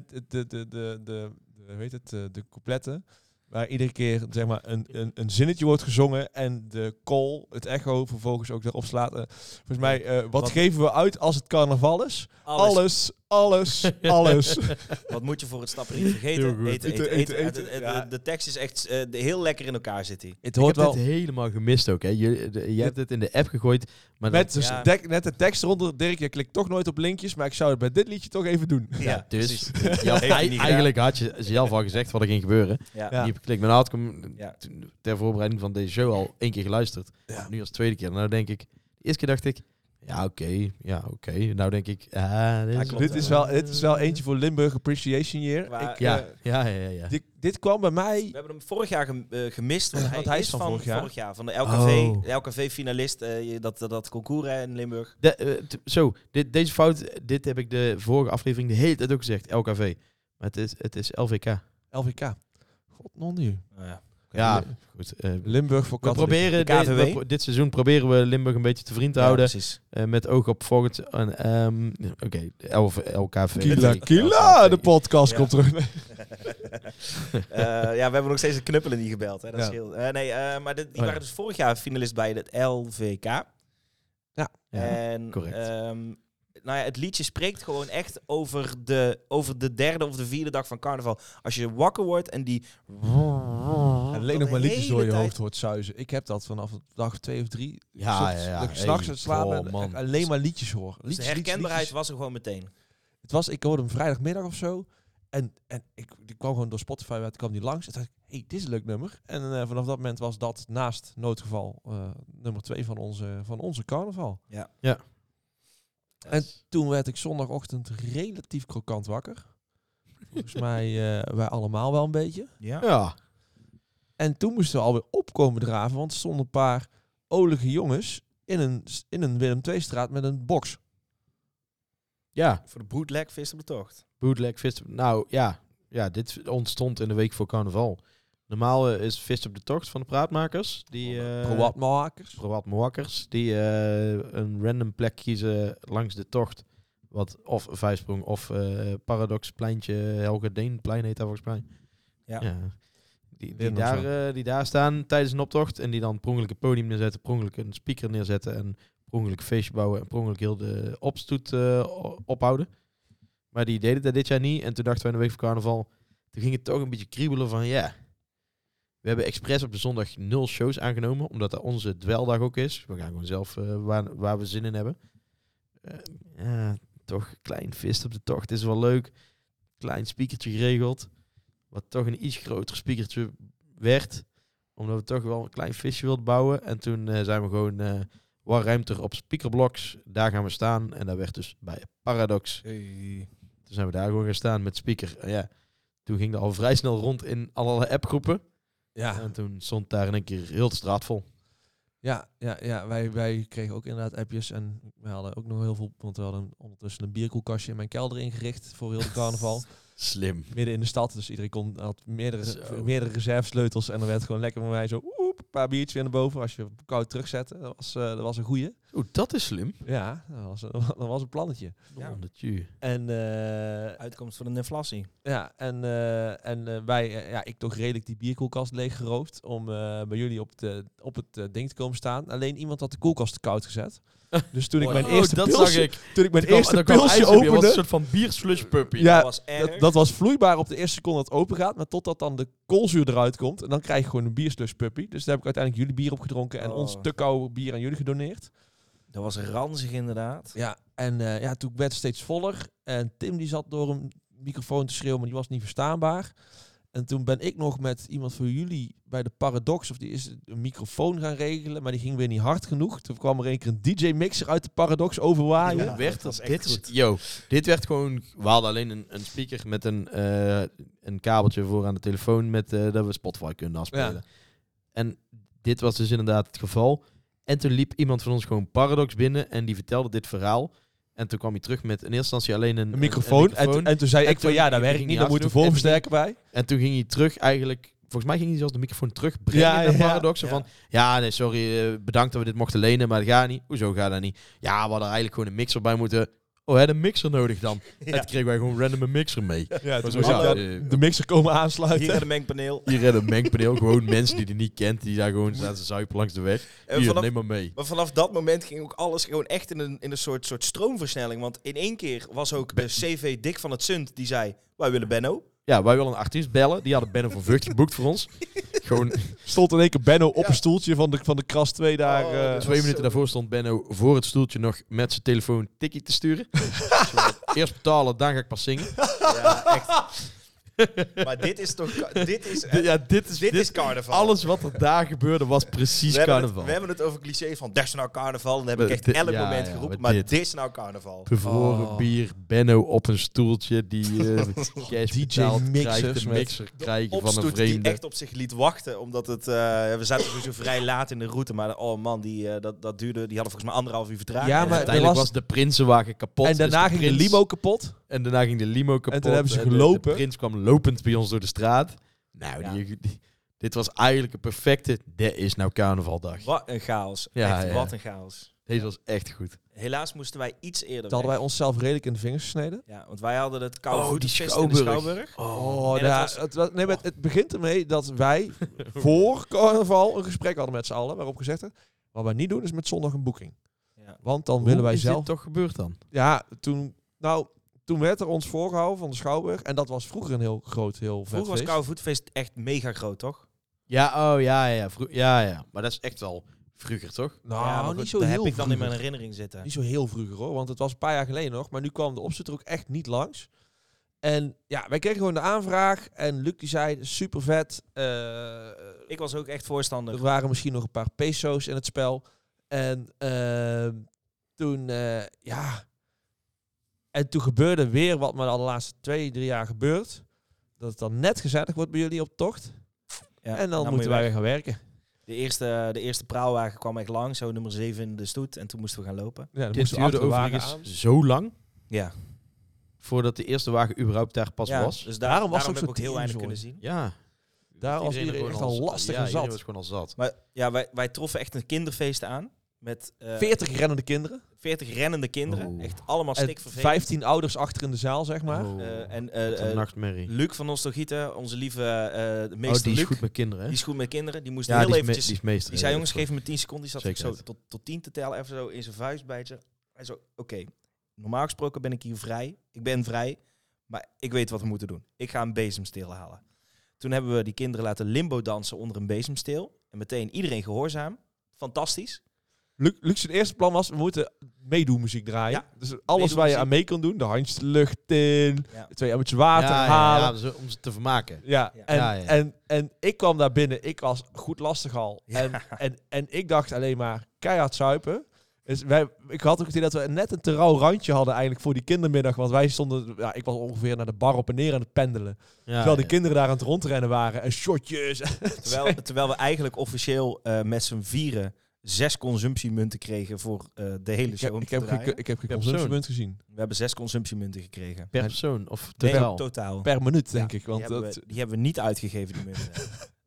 de coupletten. Waar iedere keer zeg maar, een zinnetje wordt gezongen. En de call, het echo, vervolgens ook erop slaat. Volgens mij, wat geven we uit als het carnaval is? Alles. Wat moet je voor het stappen niet vergeten? Heel goed. Eten. Ja. De tekst is echt heel lekker in elkaar zit hij. Het Ik hoort heb wel dit helemaal gemist ook, hè. Je hebt het in de app gegooid, maar met dan- dus Ja. net de tekst eronder. Dirk, je klikt toch nooit op linkjes. Maar ik zou het bij dit liedje toch even doen. Ja, dus precies. je had- Heeft hij niet eigenlijk had je zelf al gezegd wat er ging gebeuren. Ja. Ja. Die heb ik geklikt. Maar nou had ik hem Ja. ter voorbereiding van deze show al 1 keer geluisterd. Ja. Nu als tweede keer. Nou denk ik, de eerste keer dacht ik, ja oké. Nou denk ik, klopt. Dit is wel eentje voor Limburg Appreciation Year. Maar- Ja. Dit kwam bij mij. We hebben hem vorig jaar gemist. Want hij is van vorig jaar. Van de LKV-finalist. Dat concours hè, in Limburg. Deze fout, dit heb ik de vorige aflevering de hele tijd ook gezegd, LKV. Maar het is LVK. LVK. God, non nu. Ja, goed. Limburg voor We katholiek. proberen De KVW. dit seizoen proberen we Limburg een beetje te vriend te houden. precies. Met oog op volgend. LKV. Kila, de podcast Ja. komt terug. We hebben nog steeds een knuppelen niet gebeld. Hè. Dat is Ja. heel, maar die ja. waren dus vorig jaar finalist bij het LVK. Ja, En correct. het liedje spreekt gewoon echt over de derde of de vierde dag van carnaval. Als je wakker wordt en die... Alleen nog maar liedjes door je hele tijd- hoofd hoort zuizen. Ik heb dat vanaf dag 2 of 3. Ja. Dat ik s'nachts Hey, het slapen oh, en man. alleen maar liedjes hoor. Dus de herkenbaarheid was er gewoon meteen. Ik hoorde hem vrijdagmiddag of zo. En die kwam gewoon door Spotify, uit, kwam die langs. En toen dacht ik, hey, dit is een leuk nummer. En vanaf dat moment was dat naast Noodgeval nummer 2 van onze carnaval. En toen werd ik zondagochtend relatief krokant wakker. Volgens mij wij allemaal wel een beetje. Ja. En toen moesten we alweer opkomen draven, want er stonden een paar olige jongens in een Willem II-straat met een box. Ja. Voor de bootleg vis op de tocht. Bootleg vis. Nou ja, dit ontstond in de week voor carnaval. Normaal is vis op de tocht van de praatmakers. Die Proatmakers. Die een random plek kiezen langs de tocht. Wat of Vijfsprong of Paradox Pleintje, Helge Deenplein heet dat volgens mij. Ja. Die daar staan tijdens een optocht. En die dan per ongeluk een podium neerzetten, per ongeluk een speaker neerzetten. En per ongeluk een feestje bouwen. En per ongeluk heel de opstoet ophouden. Maar die deden dat dit jaar niet. En toen dachten we in de week van carnaval. Toen ging het toch een beetje kriebelen van ja. We hebben expres op de zondag 0 shows aangenomen. Omdat dat onze dweldag ook is. We gaan gewoon zelf waar we zin in hebben. Toch klein vis op de tocht is wel leuk. Klein speakertje geregeld. Wat toch een iets groter speakertje werd. Omdat we toch wel een klein visje wilden bouwen. En toen zijn we gewoon wat ruimte op speakerblocks. Daar gaan we staan. En dat werd dus bij Paradox. Toen zijn we daar gewoon gaan staan met speaker. En toen ging dat al vrij snel rond in allerlei appgroepen. Ja. En toen stond daar in een keer heel de straat vol. Ja, wij kregen ook inderdaad appjes en we hadden ook nog heel veel, want we hadden ondertussen een bierkoelkastje in mijn kelder ingericht voor heel de carnaval. Slim. Midden in de stad, dus iedereen had Zo. meerdere reservesleutels en dan werd gewoon lekker bij mij zo een paar biertjes weer naar boven als je koud terugzette. Dat was een goeie. Oeh, dat is slim. Ja, dat was een plannetje. Ja. 100 uur. En Uitkomst van de inflatie. ja, wij, ik toch redelijk die bierkoelkast leeggeroofd om bij jullie op het ding te komen staan. Alleen iemand had de koelkast te koud gezet. Dus toen ik mijn eerste dat pilsje, zag ik. toen ik mijn Er kwam- eerste er kwam pilsje ijs op, joh, wat een opende, soort van bierslush puppy. ja, Dat was erg. dat was vloeibaar op de eerste seconde dat het open gaat, maar totdat dan de koolzuur eruit komt. En dan krijg je gewoon een bierslush puppy. Dus daar heb ik uiteindelijk jullie bier opgedronken en Oh. ons te koude bier aan jullie gedoneerd. Dat was ranzig inderdaad. Ja, en toen werd het steeds voller. En Tim die zat door een microfoon te schreeuwen, maar die was niet verstaanbaar. En toen ben ik nog met iemand van jullie bij de Paradox, of die is een microfoon gaan regelen, maar die ging weer niet hard genoeg. Toen kwam er een keer een DJ-mixer uit de Paradox overwaaien. Ja. Werd dat was het, echt dit, goed. dit werd gewoon... We hadden alleen een speaker met een kabeltje voor aan de telefoon met dat we Spotify kunnen afspelen. Ja. En dit was dus inderdaad het geval. En toen liep iemand van ons gewoon Paradox binnen en die vertelde dit verhaal. En toen kwam hij terug met in eerste instantie alleen een Microfoon. En toen zei En ik van toen ja, dat ging werkt hij niet, niet dan moet de hard genoeg. voorversterker bij. En toen ging hij terug eigenlijk... Volgens mij ging hij zelfs de microfoon terugbrengen Ja, naar ja, Paradox. Zo ja. van, ja, nee, sorry, bedankt dat we dit mochten lenen, maar dat gaat niet. Hoezo gaat dat niet? Ja, we hadden eigenlijk gewoon een mixer bij moeten... Oh, we hadden een mixer nodig dan. En toen kregen wij gewoon random een mixer mee. Ja, Was toen zo, moest ja, ik de mixer komen aansluiten. Hier in het mengpaneel. Hier redden een mengpaneel. Gewoon mensen die hij niet kent, die daar gewoon staan te zuipen langs de weg. En Hier, vanaf- neem maar mee. Maar vanaf dat moment ging ook alles gewoon echt in een soort stroomversnelling. Want in één keer was ook de CV Dick van het Sund die zei, wij willen Benno. Ja, wij willen een artiest bellen. Die hadden Benno van Vught geboekt voor ons. Gewoon Stond in één keer Benno op een stoeltje van de Kras 2 daar. Oh, dat 2 minuten daarvoor stond Benno voor het stoeltje nog met zijn telefoon tikkie te sturen. Eerst betalen, dan ga ik pas zingen. Ja, echt. Maar dit is toch... Dit is carnaval. Alles wat er daar gebeurde was precies carnaval. We hebben het over cliché van, dat is nou carnaval. En dat heb ik echt Dit- elk ja, moment ja, geroepen. maar Maar dit- dit is nou carnaval. Bevroren Oh. bier, Benno op een stoeltje, die cash betaald mixers krijgt, een met mixer krijgen van een Opstoet die vreemde. echt op zich liet wachten. Omdat het... we zaten sowieso vrij laat in de route. Maar oh man, dat duurde... Die hadden volgens mij 1,5 uur vertraging. Ja, En maar uiteindelijk er was de Prinsenwagen kapot. en dus daarna de ging de prins- limo kapot. En daarna ging de limo kapot. En toen hebben ze de gelopen. prins kwam lopend bij ons door de straat. Nou, Ja. dit was eigenlijk een perfecte... Dit is nou carnavaldag. Wat een chaos. Ja, Echt, ja. wat een chaos. Deze was echt goed. Helaas moesten wij iets eerder Dat hadden wij weg. onszelf redelijk in de vingers gesneden. Ja, want wij hadden het koude Oh, die voetenfeest in de Schouwburg. Schouwburg. Oh, En het het begint ermee dat wij voor carnaval een gesprek hadden met z'n allen. Waarop gezegd werd, wat wij niet doen is met zondag een boeking. Ja. Want dan willen wij Hoe is zelf... dit toch gebeurd dan? Ja, toen werd er ons voorgehouden van de Schouwburg. En dat was vroeger een heel groot, heel vet Vroeger was feest. koude voetenfeest echt mega groot, toch? Ja, oh ja. Ja. Maar dat is echt wel vroeger, toch? Nou, Ja, maar goed, niet zo dat heel heb ik dan in vroeger. mijn herinnering zitten. Niet zo heel vroeger hoor, want het was een paar jaar geleden nog. Maar nu kwam de opzetter ook echt niet langs. En ja, wij kregen gewoon de aanvraag. En Luc die zei, super vet. Ik was ook echt voorstander. Er waren misschien nog een paar peso's in het spel. En toen, En toen gebeurde weer wat me al de laatste 2-3 jaar gebeurt. Dat het dan net gezellig wordt bij jullie op tocht. Ja, En dan moet moeten je wij weg. weer gaan werken. De eerste praalwagen kwam echt lang, zo nummer 7 in de stoet. En toen moesten we gaan lopen. Ja, dan Dit moesten we duurde achter de wagen overigens aan. zo lang Ja, voordat de eerste wagen überhaupt daar pas ja was. dus Daarom was het heb ook ik zo heel weinig teringzooi. kunnen zien. Ja. Daar was Iedereen iedereen echt gewoon al lastig ja, en iedereen zat. was gewoon al zat. Maar ja, wij troffen echt een kinderfeest aan. Met 40 rennende kinderen. 40 rennende kinderen. Oh. Echt allemaal En stikvervelend. 15 ouders achter in de zaal, zeg maar. Oh, En wat een nachtmerrie. Luc van Nostalgieten, onze lieve Oh, meester die is Luc. goed met kinderen, hè? Die is goed met kinderen. Die moest Ja, heel die is, eventjes... die is meester. Die zei, jongens, geef me 10 seconden. Die zat Zeker zo weten. tot 10 te tellen. Even zo in zijn vuist bijten. Hij zo, oké, normaal gesproken ben ik hier vrij. Ik ben vrij, maar ik weet wat we moeten doen. Ik ga een bezemsteel halen. Toen hebben we die kinderen laten limbo dansen onder een bezemsteel. En meteen iedereen gehoorzaam. Fantastisch. Luc zijn eerste plan was, we moeten meedoen muziek draaien. Ja, Dus alles waar je muziek. aan mee kan doen. De handjes de lucht in. Ja. 2 emmertjes water halen. Ja, om ze te vermaken. Ja, Ja. en, Ja, ja. En ik kwam daar binnen. Ik was goed lastig al. Ja. En ik dacht alleen maar keihard zuipen. Dus ik had ook het idee dat we net een te rauw randje hadden eigenlijk voor die kindermiddag. Want wij stonden, ja, ik was ongeveer naar de bar op en neer aan het pendelen. Ja, Terwijl die ja. kinderen daar aan het rondrennen waren. En shotjes. Terwijl we eigenlijk officieel met z'n vieren 6 consumptiemunten kregen voor de hele Ik show. om heb, te ik heb, draaien. ik heb geen Ja, consumptiemunt gezien. We hebben 6 consumptiemunten gekregen. Per persoon of Nee, totaal? totaal. Per minuut, denk Ja, ik. Want die hebben we niet uitgegeven, die munten.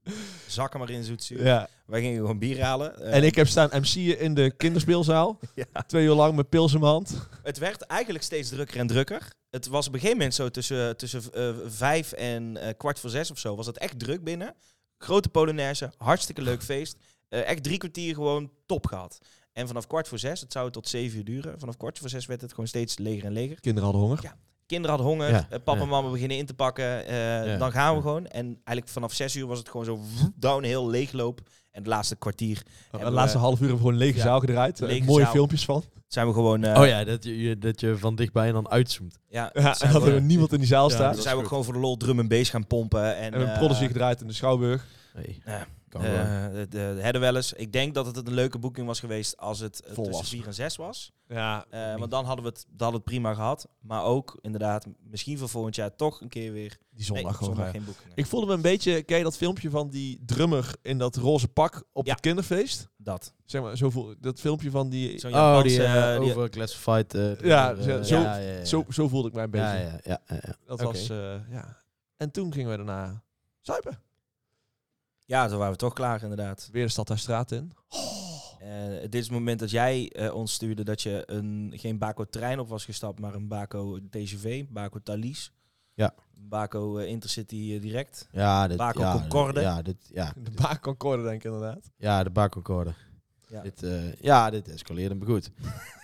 zakken maar in zoetzuur. Ja. Wij gingen gewoon bier halen. En ik heb staan MC'en in de kinderspeelzaal. Ja. 2 uur lang met pils in mijn hand. Het werd eigenlijk steeds drukker en drukker. Het was op een gegeven moment zo tussen 5 en 5:45 of zo. Was het echt druk binnen. Grote Polonaise, hartstikke leuk feest. Echt 3 kwartier gewoon top gehad. En vanaf 5:45, het zou tot 7 uur duren. Vanaf 5:45 werd het gewoon steeds leger en leger. Kinderen hadden honger. Ja. Kinderen hadden honger, Ja, papa en ja. mama beginnen in te pakken. Dan gaan we gewoon. En eigenlijk vanaf 6 uur was het gewoon zo downhill, leegloop. En het laatste kwartier De hebben laatste we- half uur hebben we gewoon een lege Ja, zaal gedraaid. lege Mooie zaal. filmpjes van. zijn we gewoon... Oh ja, dat je van dichtbij en dan uitzoomt. Ja, Ja, zijn en we hadden we gewoon- niemand in die zaal Ja, staan. toen zijn we ook gewoon voor de lol drum en bass gaan pompen. En En we hebben Prodigy gedraaid in de Schouwburg. Hey, Ja. kan gewoon. de hadden wel eens. Ik denk dat het een leuke boeking was geweest als het Vol tussen was. 4 en 6 was. Ja, Want dan hadden we het prima gehad. Maar ook inderdaad, misschien voor volgend jaar toch een keer weer. die zondag gewoon. zondag Ja. geen boeking. Ik voelde me een beetje, ken je dat filmpje van die drummer in dat roze pak op Ja. het kinderfeest? Dat. Zeg maar, zo voel, dat filmpje van die... Zo'n Oh, Japanse... die die- overclassified. Ja, ja, zo- ja, ja. Zo voelde ik mij een beetje. Ja. Dat Oké. was, ja. En toen gingen we daarna zuipen. ja, toen waren we toch klaar inderdaad. Weer de stad daar straat in. Dit is het moment dat jij ons stuurde dat je geen Baco trein op was gestapt, maar een Baco TGV, Baco Thalys. Ja. Baco Intercity direct. Ja, dit, Baco ja, Concorde. De Baak Concorde denk ik inderdaad. Ja, de Baco-concorde. Ja. Dit escaleerde me goed.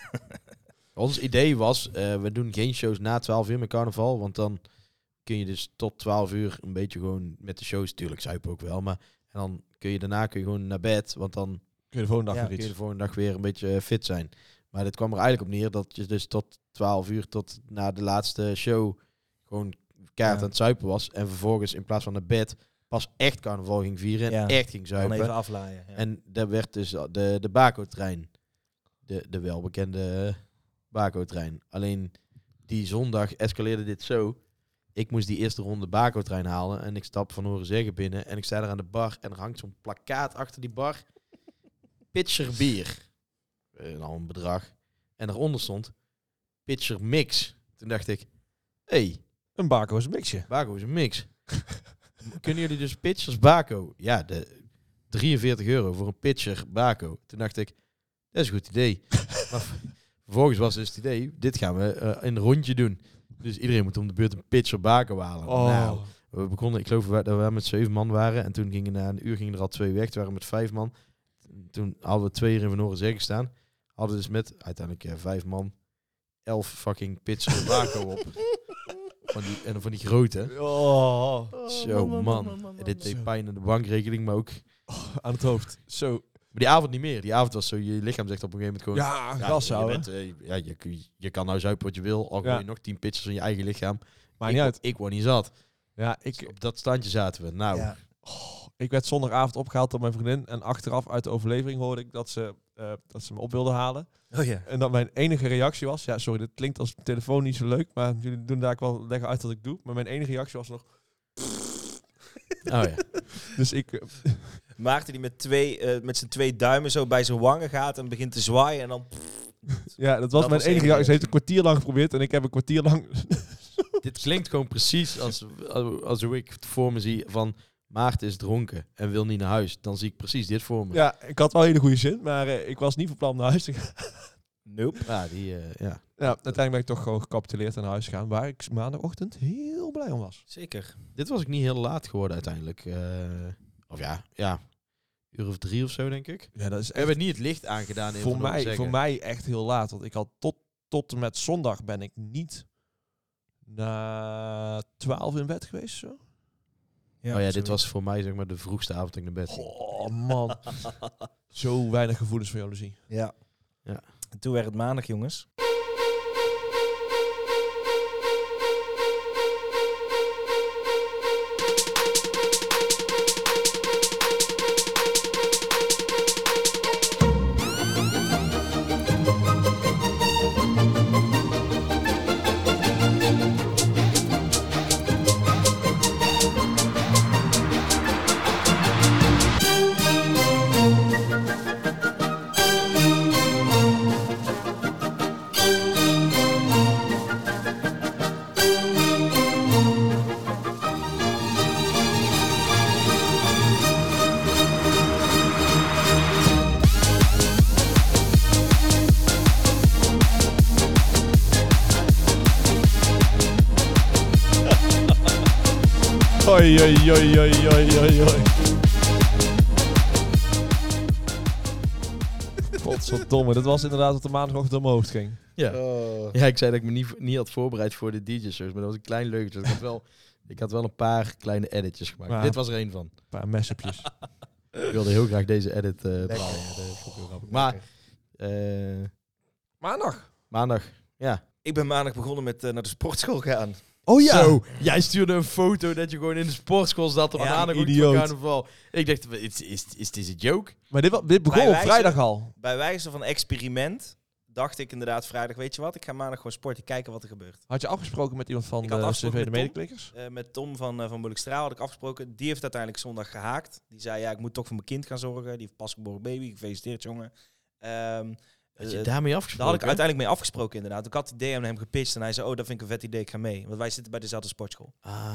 Ons idee was, we doen geen shows na 12 uur met carnaval, want dan kun je dus tot 12 uur een beetje gewoon met de shows, natuurlijk zuipen ook wel, maar en dan kun je daarna gewoon naar bed, want dan Kun je de volgende dag Ja, weer kun je iets. de volgende dag weer een beetje fit zijn. Maar dit kwam er eigenlijk op neer dat je dus tot 12 uur, tot na de laatste show, gewoon kaart Ja. aan het zuipen was. En vervolgens in plaats van naar bed, pas echt carnaval ging vieren en Ja. echt ging Dan zuipen. even aflaaien. Ja. En daar werd dus de Baco-trein, de welbekende Baco-trein. Alleen die zondag escaleerde dit zo. Ik moest die eerste ronde Baco-trein halen en ik stap van horen zeggen binnen en ik sta daar aan de bar en er hangt zo'n plakkaat achter die bar. Pitcher bier. Nou, een bedrag. En daaronder stond Pitcher mix. Toen dacht ik, hey, Een Baco is een mixje. Baco is een mix. Kunnen jullie dus pitchers Baco? Ja, de 43 euro voor een pitcher Baco. Toen dacht ik, dat is een goed idee. Maar vervolgens was dus het idee, dit gaan we in een rondje doen. Dus iedereen moet om de beurt een pitcher Baco halen. Nou, we begonnen, ik geloof dat we met 7 man waren. En toen gingen na een uur gingen er al 2 weg. Toen waren we met 5 man. Toen hadden we 2 in Van Horen zeggen staan. Hadden dus met uiteindelijk 5 man 11 fucking pitcher Baco op. Van die grote. Zo, man. En dit deed pijn aan de bankrekening, maar ook... Aan het hoofd. Zo. Maar die avond niet meer. Die avond was zo, je lichaam zegt op een gegeven moment gewoon... Ja, ja, gas je, houden. je kan nou zuipen wat je wil. Al gooi Ja. je nog 10 pitchers van je eigen lichaam. Maakt niet uit. Ik word niet zat. Ja, Dus op dat standje zaten we. Nou, Ja. Ik werd zondagavond opgehaald door mijn vriendin. En achteraf uit de overlevering hoorde ik dat ze me op wilde halen. Oh ja. En dat mijn enige reactie was... Ja, sorry, dit klinkt als telefoon niet zo leuk. Maar jullie doen daar wel leggen uit wat ik doe. Maar mijn enige reactie was nog... oh ja. Dus ik... Maarten die met zijn 2 duimen zo bij zijn wangen gaat en begint te zwaaien en dan... ja, dat was Dat mijn was enige één reactie. Ze heeft een kwartier lang geprobeerd. En ik heb een kwartier lang... Dit klinkt gewoon precies als hoe ik het voor me zie van... Maarten is dronken en wil niet naar huis. Dan zie ik precies dit voor me. Ja, ik had wel een hele goede zin. Maar ik was niet van plan om naar huis te gaan. Nope. Ja, ja. Ja, uiteindelijk ben ik toch gewoon gecapituleerd en naar huis gegaan. Waar ik maandagochtend heel blij om was. Zeker. Dit was ik niet heel laat geworden uiteindelijk. Of ja, uur of 3 of zo denk ik. Ja, dat is We hebben niet het licht aangedaan. in voor Van Horen mij, zeggen. voor mij echt heel laat. Want ik had tot en met zondag ben ik niet na 12 in bed geweest. Zo. Oh ja, dit was voor mij zeg maar de vroegste avond dat ik naar bed ging. Oh man. Zo weinig gevoelens van jaloezie. Ja. Ja. En toen werd het maandag, jongens. Oei, oei, oei, oei, oei, oei, oei. Godverdomme, dat was inderdaad wat de maandagochtend door mijn hoofd ging. Ja. Ja, ik zei dat ik me niet had voorbereid voor de DJ-shows, maar dat was een klein leukje. Dus ik had wel een paar kleine editjes gemaakt. Ja. Dit was er één van. Een paar messapjes. Ik wilde heel graag deze edit draaien. Dat vond ik heel grappig. Maar maandag, ja. Ik ben maandag begonnen met naar de sportschool gaan. Oh ja! Zo, jij stuurde een foto dat je gewoon in de sportschool zat op Ja, maandag ook idioot. voor carnaval. Ik dacht, is dit een joke? Maar dit begon Bij op wijze- vrijdag al. Bij wijze van experiment dacht ik inderdaad vrijdag, weet je wat, ik ga maandag gewoon sporten, kijken wat er gebeurt. Had je afgesproken met iemand van Ik had de afgesproken CV de met Tom. Medeklikkers? Met Tom van Moeilijkstraal had ik afgesproken. Die heeft uiteindelijk zondag gehaakt. Die zei, ja, ik moet toch voor mijn kind gaan zorgen. Die heeft pas geboren baby. Gefeliciteerd, jongen. Had je daarmee Daar afgesproken? had ik uiteindelijk mee afgesproken, inderdaad. Ik had die DM naar hem gepitcht en hij zei, oh, dat vind ik een vet idee, ik ga mee. Want wij zitten bij dezelfde sportschool.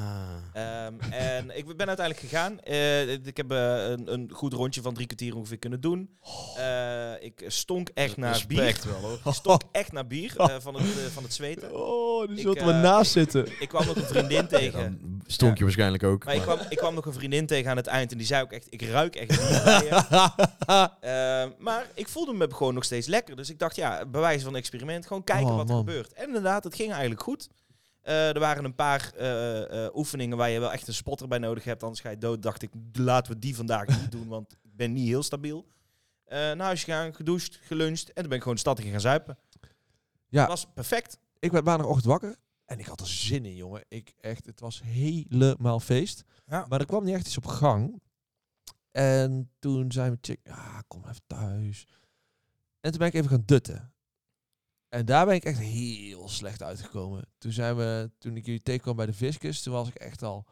En ik ben uiteindelijk gegaan. Ik heb een goed rondje van 3 kwartier ongeveer kunnen doen. Ik stonk echt naar bier. Respect wel, hoor. Ik stonk echt naar bier van het zweten. Oh, die Ik, zult er maar eh, naast zitten. Ik kwam nog een vriendin tegen. Dan stonk je waarschijnlijk ook. Maar ik kwam nog een vriendin tegen aan het eind en die zei ook echt, ik ruik echt bier bij je. Maar ik voelde me gewoon nog steeds lekker. Dus ik dacht, ja, bij wijze van experiment, gewoon kijken Oh, wat er man. gebeurt. En inderdaad, het ging eigenlijk goed. Er waren een paar oefeningen waar je wel echt een spotter bij nodig hebt. Anders ga je dood. Dacht ik, laten we die vandaag niet doen, want ik ben niet heel stabiel. Naar huis gegaan, gedoucht, geluncht en toen ben ik gewoon de stad in gaan zuipen. Ja. Dat was perfect. Ik werd maandagochtend wakker en ik had er zin in, jongen. Het was helemaal feest. Ja. Maar er kwam niet echt iets op gang. En toen zei mijn chick, ja, kom even thuis. En toen ben ik even gaan dutten. En daar ben ik echt heel slecht uitgekomen. Toen ik jullie tegenkwam bij de Viscus, toen was ik echt al...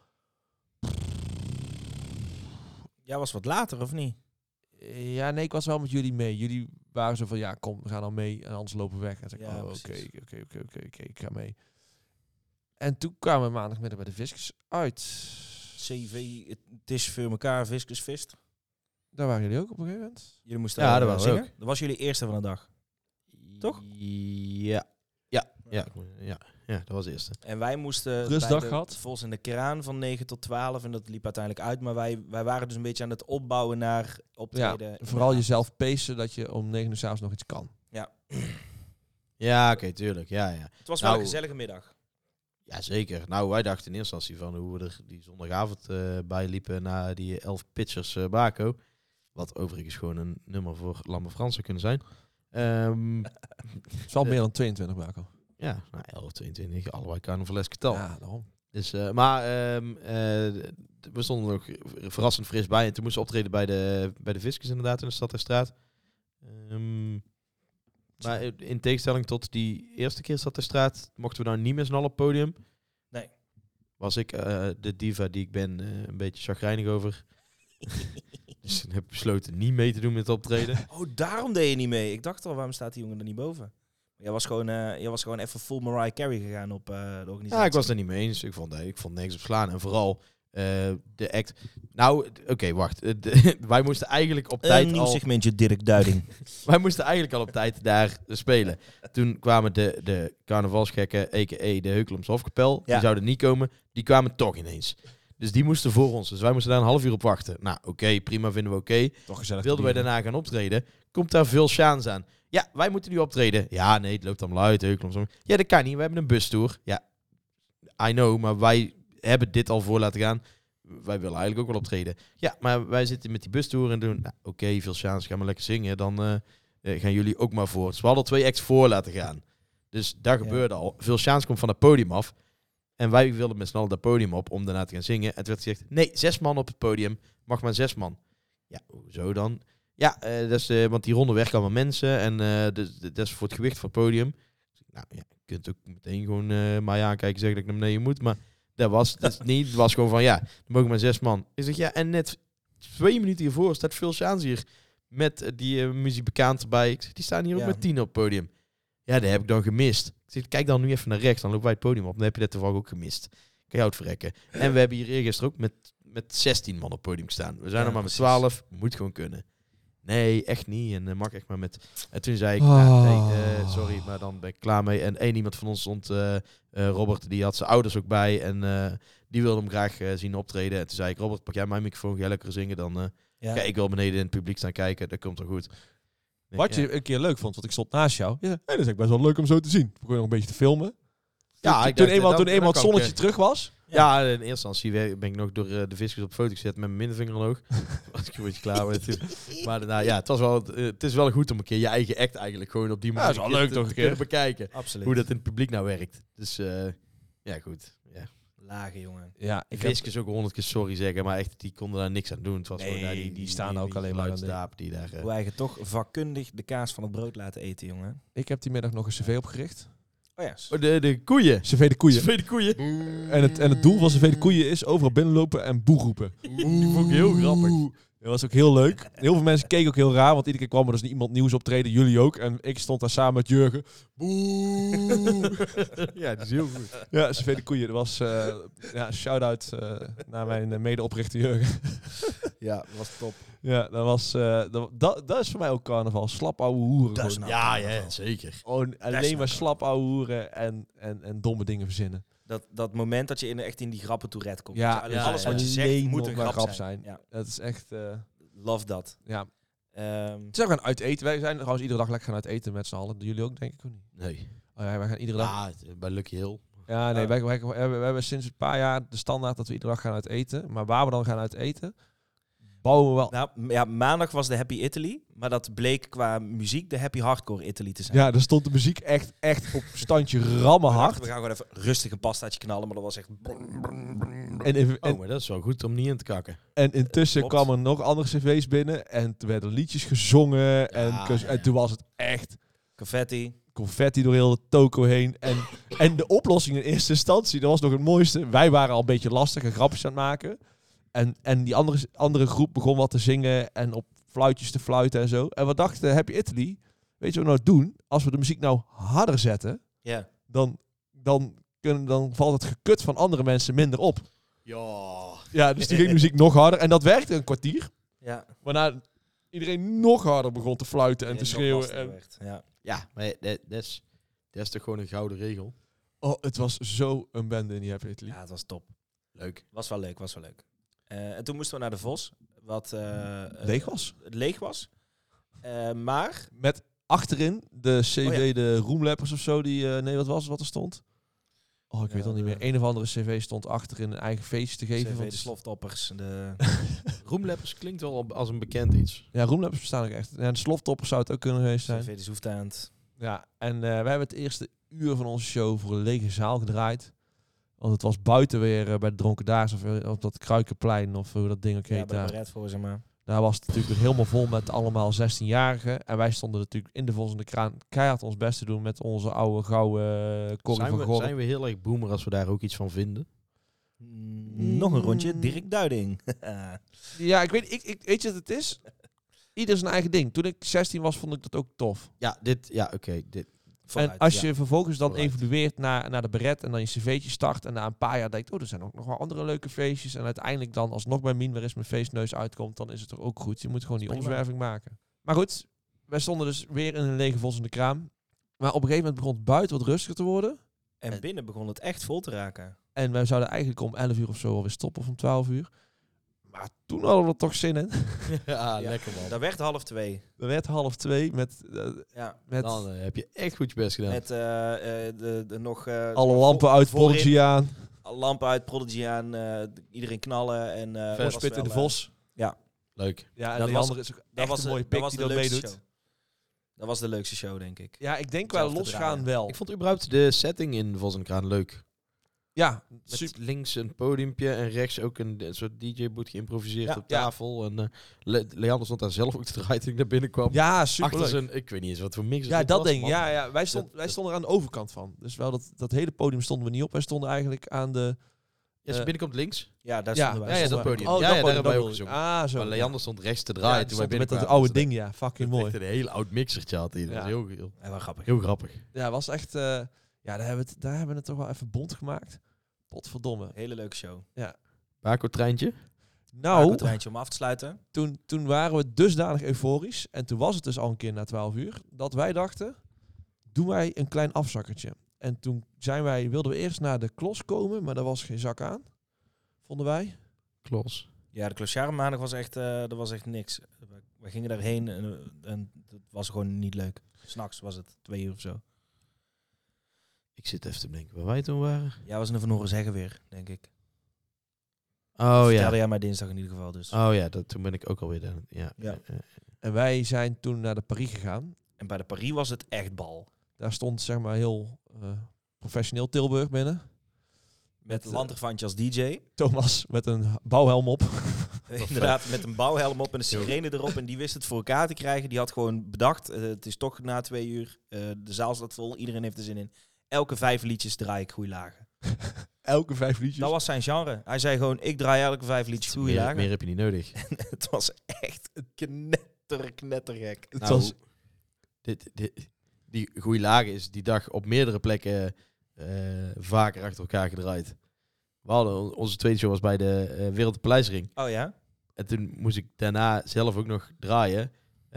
Jij was wat later, of niet? Ja, nee, ik was wel met jullie mee. Jullie waren zo van, ja, kom, we gaan dan mee en anders lopen we weg. En toen zei ik, Ja, oh, oké, precies. ik ga mee. En toen kwamen we maandagmiddag bij de Viscus uit. CV, het is voor elkaar, Viscus Vist. Daar waren jullie ook op een gegeven moment. Jullie moesten Ja, dat waren we zingen. ook. Dat was jullie eerste van de dag. Toch? Ja, dat was de eerste. En wij moesten Rustdag bij de gehad. Vos in de Kraan van 9 tot 12. En dat liep uiteindelijk uit. Maar wij waren dus een beetje aan het opbouwen naar optreden. Ja, vooral jezelf pacen dat je om 9 uur 's avonds nog iets kan. Ja, oké, tuurlijk. Ja. Het was wel Nou, een gezellige middag. Ja, zeker. Nou, wij dachten in eerste instantie van hoe we er die zondagavond bij liepen na die 11 pitchers Baco. Wat overigens gewoon een nummer voor Lamme Frans zou kunnen zijn. Het is wel meer dan 22 Baco. Ja, nou, 11, 22, allebei carnavaleske tal. Ja, daarom. Dus, maar we stonden ook verrassend fris bij. En toen moesten we optreden bij de Viscus inderdaad in de Stad en Straat. Maar in tegenstelling tot die eerste keer Stad en Straat mochten we nou niet meer z'n allen op het podium. Nee. Was ik de diva die ik ben een beetje chagrijnig over. Dus ik heb besloten niet mee te doen met het optreden. Oh, daarom deed je niet mee. Ik dacht al, waarom staat die jongen er niet boven? Jij was gewoon even full Mariah Carey gegaan op de organisatie. Ja, ik was het er niet mee eens. Ik vond niks op slaan. En vooral de act. Nou, oké, wacht. Wij moesten eigenlijk op tijd Een nieuw al... segmentje Dirk Duiding. Wij moesten eigenlijk al op tijd daar spelen. Toen kwamen de carnavalsgekken, a.k.a. de Heukelums Hofkapel. Ja. Die zouden niet komen. Die kwamen toch ineens. Dus die moesten voor ons. Dus wij moesten daar een half uur op wachten. Nou, oké, prima, vinden we oké. Toch gezellig. Wilden wij daarna gaan optreden, komt daar veel Sjaans aan. Ja, wij moeten nu optreden. Ja, nee, het loopt allemaal uit. Heukelums. Ja, dat kan niet. We hebben een bustour. Ja, I know, maar wij hebben dit al voor laten gaan. Wij willen eigenlijk ook wel optreden. Ja, maar wij zitten met die bustour en doen... Nou, oké, veel Sjaans, gaan maar lekker zingen. Dan gaan jullie ook maar voor. Dus we hadden 2 acts voor laten gaan. Dus daar gebeurde al. Veel Sjaans komt van het podium af. En wij wilden met z'n allen dat podium op om daarna te gaan zingen. En het werd gezegd, nee, 6 man op het podium. Mag maar 6 man. Ja, hoezo dan? Ja, want die ronde werken allemaal mensen. En dat is voor het gewicht van het podium. Nou ja, je kunt ook meteen gewoon mij aankijken en zeggen dat ik naar beneden moet. Maar dat was het niet. Het was gewoon van, ja, dan mogen maar 6 man. Ik zeg, ja, en net 2 minuten hiervoor staat Phil Sjaans hier met die muziekbekend erbij. Ik zeg, die staan hier ook met 10 op het podium. Ja, dat heb ik dan gemist. Ik zeg, kijk dan nu even naar rechts, dan lopen wij het podium op. Dan heb je dat toevallig ook gemist. Kan je het verrekken. En we hebben hier gisteren ook met 16 man op het podium gestaan. We zijn er maar met 12, moet gewoon kunnen. Nee, echt niet. En mag echt maar met... En toen zei ik, Oh. nee, sorry, maar dan ben ik klaar mee. En één iemand van ons stond, Robert, die had zijn ouders ook bij. En die wilde hem graag zien optreden. En toen zei ik, Robert, pak jij mijn microfoon, ga jij lekker zingen. Dan Ja. ga ik wel beneden in het publiek staan kijken. Dat komt wel goed. Wat je een keer leuk vond, want ik stond naast jou. Ja, dat is eigenlijk best wel leuk om zo te zien. Probeer nog een beetje te filmen. Ja, toen eenmaal het zonnetje terug was. Ja, in eerste instantie ben ik nog door de visjes op foto gezet met mijn middenvinger omhoog. Was ik een beetje klaar met. Maar nou, ja, het is wel goed om een keer je eigen act eigenlijk gewoon op die manier dat is wel leuk toch een te keer. kunnen bekijken. Absoluut. Hoe dat in het publiek nou werkt. Dus ja, goed. Ja. Lage, jongen. Ja, De visjes ook 100 keer sorry zeggen, maar echt, die konden daar niks aan doen. Het was Nee, gewoon die staan ook alleen maar aan de- geluidsdaap die daar... Hoe eigen toch vakkundig de kaas van het brood laten eten, jongen. ik heb die middag nog een cv opgericht. Oh ja. de koeien. CV de koeien. De koeien. En het doel van CV de koeien is overal binnenlopen en boe roepen. Die vond ik heel grappig. Dat was ook heel leuk. Heel veel mensen keken ook heel raar, want iedere keer kwam er dus iemand nieuws optreden. Jullie ook. En ik stond daar samen met Jurgen. Ja, die is heel goed. Ja, CV de koeien. Dat was ja, shout-out naar mijn medeoprichter Jurgen. Ja, dat was top. Ja, dat was dat is voor mij ook carnaval. Slap ouwe hoeren. Dat is gewoon. nou- Ja, ja, zeker. Gewoon alleen maar slap ouwe hoeren en domme dingen verzinnen. Dat moment dat je echt in die grappen Tourette komt. Ja, Dus ja, alles wat je alleen zegt moet nog een maar grap grap zijn. zijn. Ja, Dat is echt... love dat. ja. Ehm, Zijn we gaan uit eten. Wij zijn trouwens iedere dag lekker gaan uit eten met z'n allen. Jullie ook, denk ik, of niet? Nee. Oh ja, wij gaan iedere dag... Ah, bij Lucky Hill. Ja, nee, wij hebben sinds een paar jaar de standaard dat we iedere dag gaan uit eten. Maar waar we dan gaan uit eten, bouwen we wel... nou, ja, maandag was de Happy Italy. Maar dat bleek qua muziek de Happy Hardcore Italy te zijn. Ja, er stond de muziek echt op standje rammen We hard. gaan gewoon even rustig een pastaatje knallen, maar dat was echt... En Maar dat is wel goed om niet in te kakken. En intussen Klopt. kwamen er nog andere cv's binnen. En toen werden liedjes gezongen. En toen was het echt Confetti. confetti door heel de toko heen. En de oplossing in eerste instantie, dat was nog het mooiste. Wij waren al een beetje lastig en grapjes aan het maken. En die andere groep begon wat te zingen en op fluitjes te fluiten en zo. En we dachten, Happy Italy, weet je wat we nou doen? Als we de muziek nou harder zetten, Ja. dan valt het gekut van andere mensen minder op. Ja. Ja, dus toen ging de muziek nog harder. En dat werkte een kwartier. Ja. Waarna iedereen nog harder begon te fluiten en te nog schreeuwen. lastiger En... werd. Ja. Ja, maar dat is toch gewoon een gouden regel. Oh, het was zo een bende in die Happy Italy. Ja, het was top. Leuk. Was wel leuk. En toen moesten we naar de Vos. Wat Leeg was. leeg was. Maar... Met achterin de CV, Oh ja. de Roomlappers of zo. Die, nee, wat was het wat er stond? Oh, ik Ja, weet al niet meer. Een of andere CV stond achterin een eigen feestje te geven. CV, want- de sloftoppers. De... Roomlappers klinkt wel als een bekend iets. Ja, Roomlappers bestaan ook echt. Ja, de sloftoppers zou het ook kunnen geweest zijn. CV, de Zoeftaand. Ja, en wij hebben het eerste uur van onze show voor een lege zaal gedraaid. Want het was buiten weer bij de Dronkendaars of op dat Kruikenplein of hoe dat ding ook Ja, heet bij daar. Barret voor, zeg maar. Daar was het natuurlijk weer helemaal vol met allemaal 16-jarigen. En wij stonden natuurlijk in de Vos en de Kraan keihard ons best te doen met onze oude gouden Corrie van Gorp. Zijn we heel erg boomer als we daar ook iets van vinden? Nog een rondje, Dirk Duiding. Ja, ik weet je wat het is? Ieder zijn eigen ding. Toen ik 16 was, vond ik dat ook tof. Ja, oké. En als ja. je vervolgens dan Vooruit. evolueert naar de beret en dan je cv'tje start en na een paar jaar denkt, oh, er zijn ook nog wel andere leuke feestjes. En uiteindelijk dan alsnog bij Mien, waar is mijn feestneus uitkomt, dan is het toch ook goed. Je moet gewoon die Prima. omzwerving maken. Maar goed, wij stonden dus weer in een lege Vos in de Kraam. Maar op een gegeven moment begon het buiten wat rustiger te worden. En binnen begon het echt vol te raken. En wij zouden eigenlijk om 11 uur of zo alweer stoppen of om 12 uur. Maar toen hadden we er toch zin in. Ja, lekker man. Dat werd 1:30. Er werd 1:30 met Ja. Dan heb je echt goed je best gedaan. Met de nog... alle lampen uit voorin, Prodigy aan. alle lampen uit Prodigy aan. Iedereen knallen. En, was Spit in de wel, Vos. Leuk. Ja, en dat Leander was- is ook Dat echt was een de- mooie dat pik was die de dat leukste meedoet. show. Dat was de leukste show, denk ik. Ja, ik denk Zelf wel te losgaan draaien. wel. Ik vond überhaupt de setting in Vos en Kraan leuk. Ja, Met super. links een podiumpje en rechts ook een soort DJ-boot geïmproviseerd Ja, op ja. tafel. En Leander stond daar zelf ook te draaien toen ik naar binnen kwam. Ja, super Achter leuk. zijn, ik weet niet eens wat voor mix Ja, het dat was, ding. man. Ja, wij stonden er aan de overkant van. Dus wel dat hele podium stonden we niet op. Wij stonden eigenlijk aan de... Ja, als je binnenkomt links. Ja, daar Ja, stonden wij. ja, dat Stonden podium. wij. Ja, dat daar podium, hebben wij dat ook podium. gezongen. Ah, zo. Maar Leander stond rechts te Ja, draaien die toen wij stond met dat binnenkwamen. oude ding, ja. Fucking mooi. Echt een heel oud mixertje had hij. Dat Ja. was heel, Ja, wel grappig. heel grappig. Ja, was echt... ja, daar hebben we het toch wel even bond gemaakt. Potverdomme. Hele leuke show. Baco-treintje. Nou, Het rijtje om af te sluiten. toen waren we dusdanig euforisch. En toen was het dus al een keer na 12 uur. Dat wij dachten, doen wij een klein afzakkertje. En toen wilden we eerst naar de Klos komen. Maar daar was geen zak aan. Vonden wij. Klos. Ja, de Klosjaren maandag was echt, dat was echt niks. We gingen daarheen en het was gewoon niet leuk. 's Nachts was het 2 uur of zo. Ik zit even te denken waar wij toen waren. Ja, was een Van Horen zeggen weer, denk ik. Oh Vertelde ja. jij mij dinsdag in ieder geval dus. Oh ja, toen ben ik ook alweer daar. Ja. Ja. En wij zijn toen naar de Paris gegaan. En bij de Paris was het echt bal. Daar stond zeg maar heel professioneel Tilburg binnen. Met een lanterfantje als DJ. Thomas met een bouwhelm op. Inderdaad, met een bouwhelm op en een sirene erop. En die wist het voor elkaar te krijgen. Die had gewoon bedacht, het is toch na 2 uur. De zaal staat vol, iedereen heeft er zin in. Elke 5 liedjes draai ik goeie lagen. Elke 5 liedjes. Dat was zijn genre. Hij zei gewoon, ik draai elke 5 liedjes goeie Meer, lagen. meer heb je niet nodig. Het was echt knettergek. Het Nou, was... Die goede lagen is die dag op meerdere plekken vaker achter elkaar gedraaid. We hadden onze tweede show was bij de Wereld Paleisring. Oh ja? En toen moest ik daarna zelf ook nog draaien.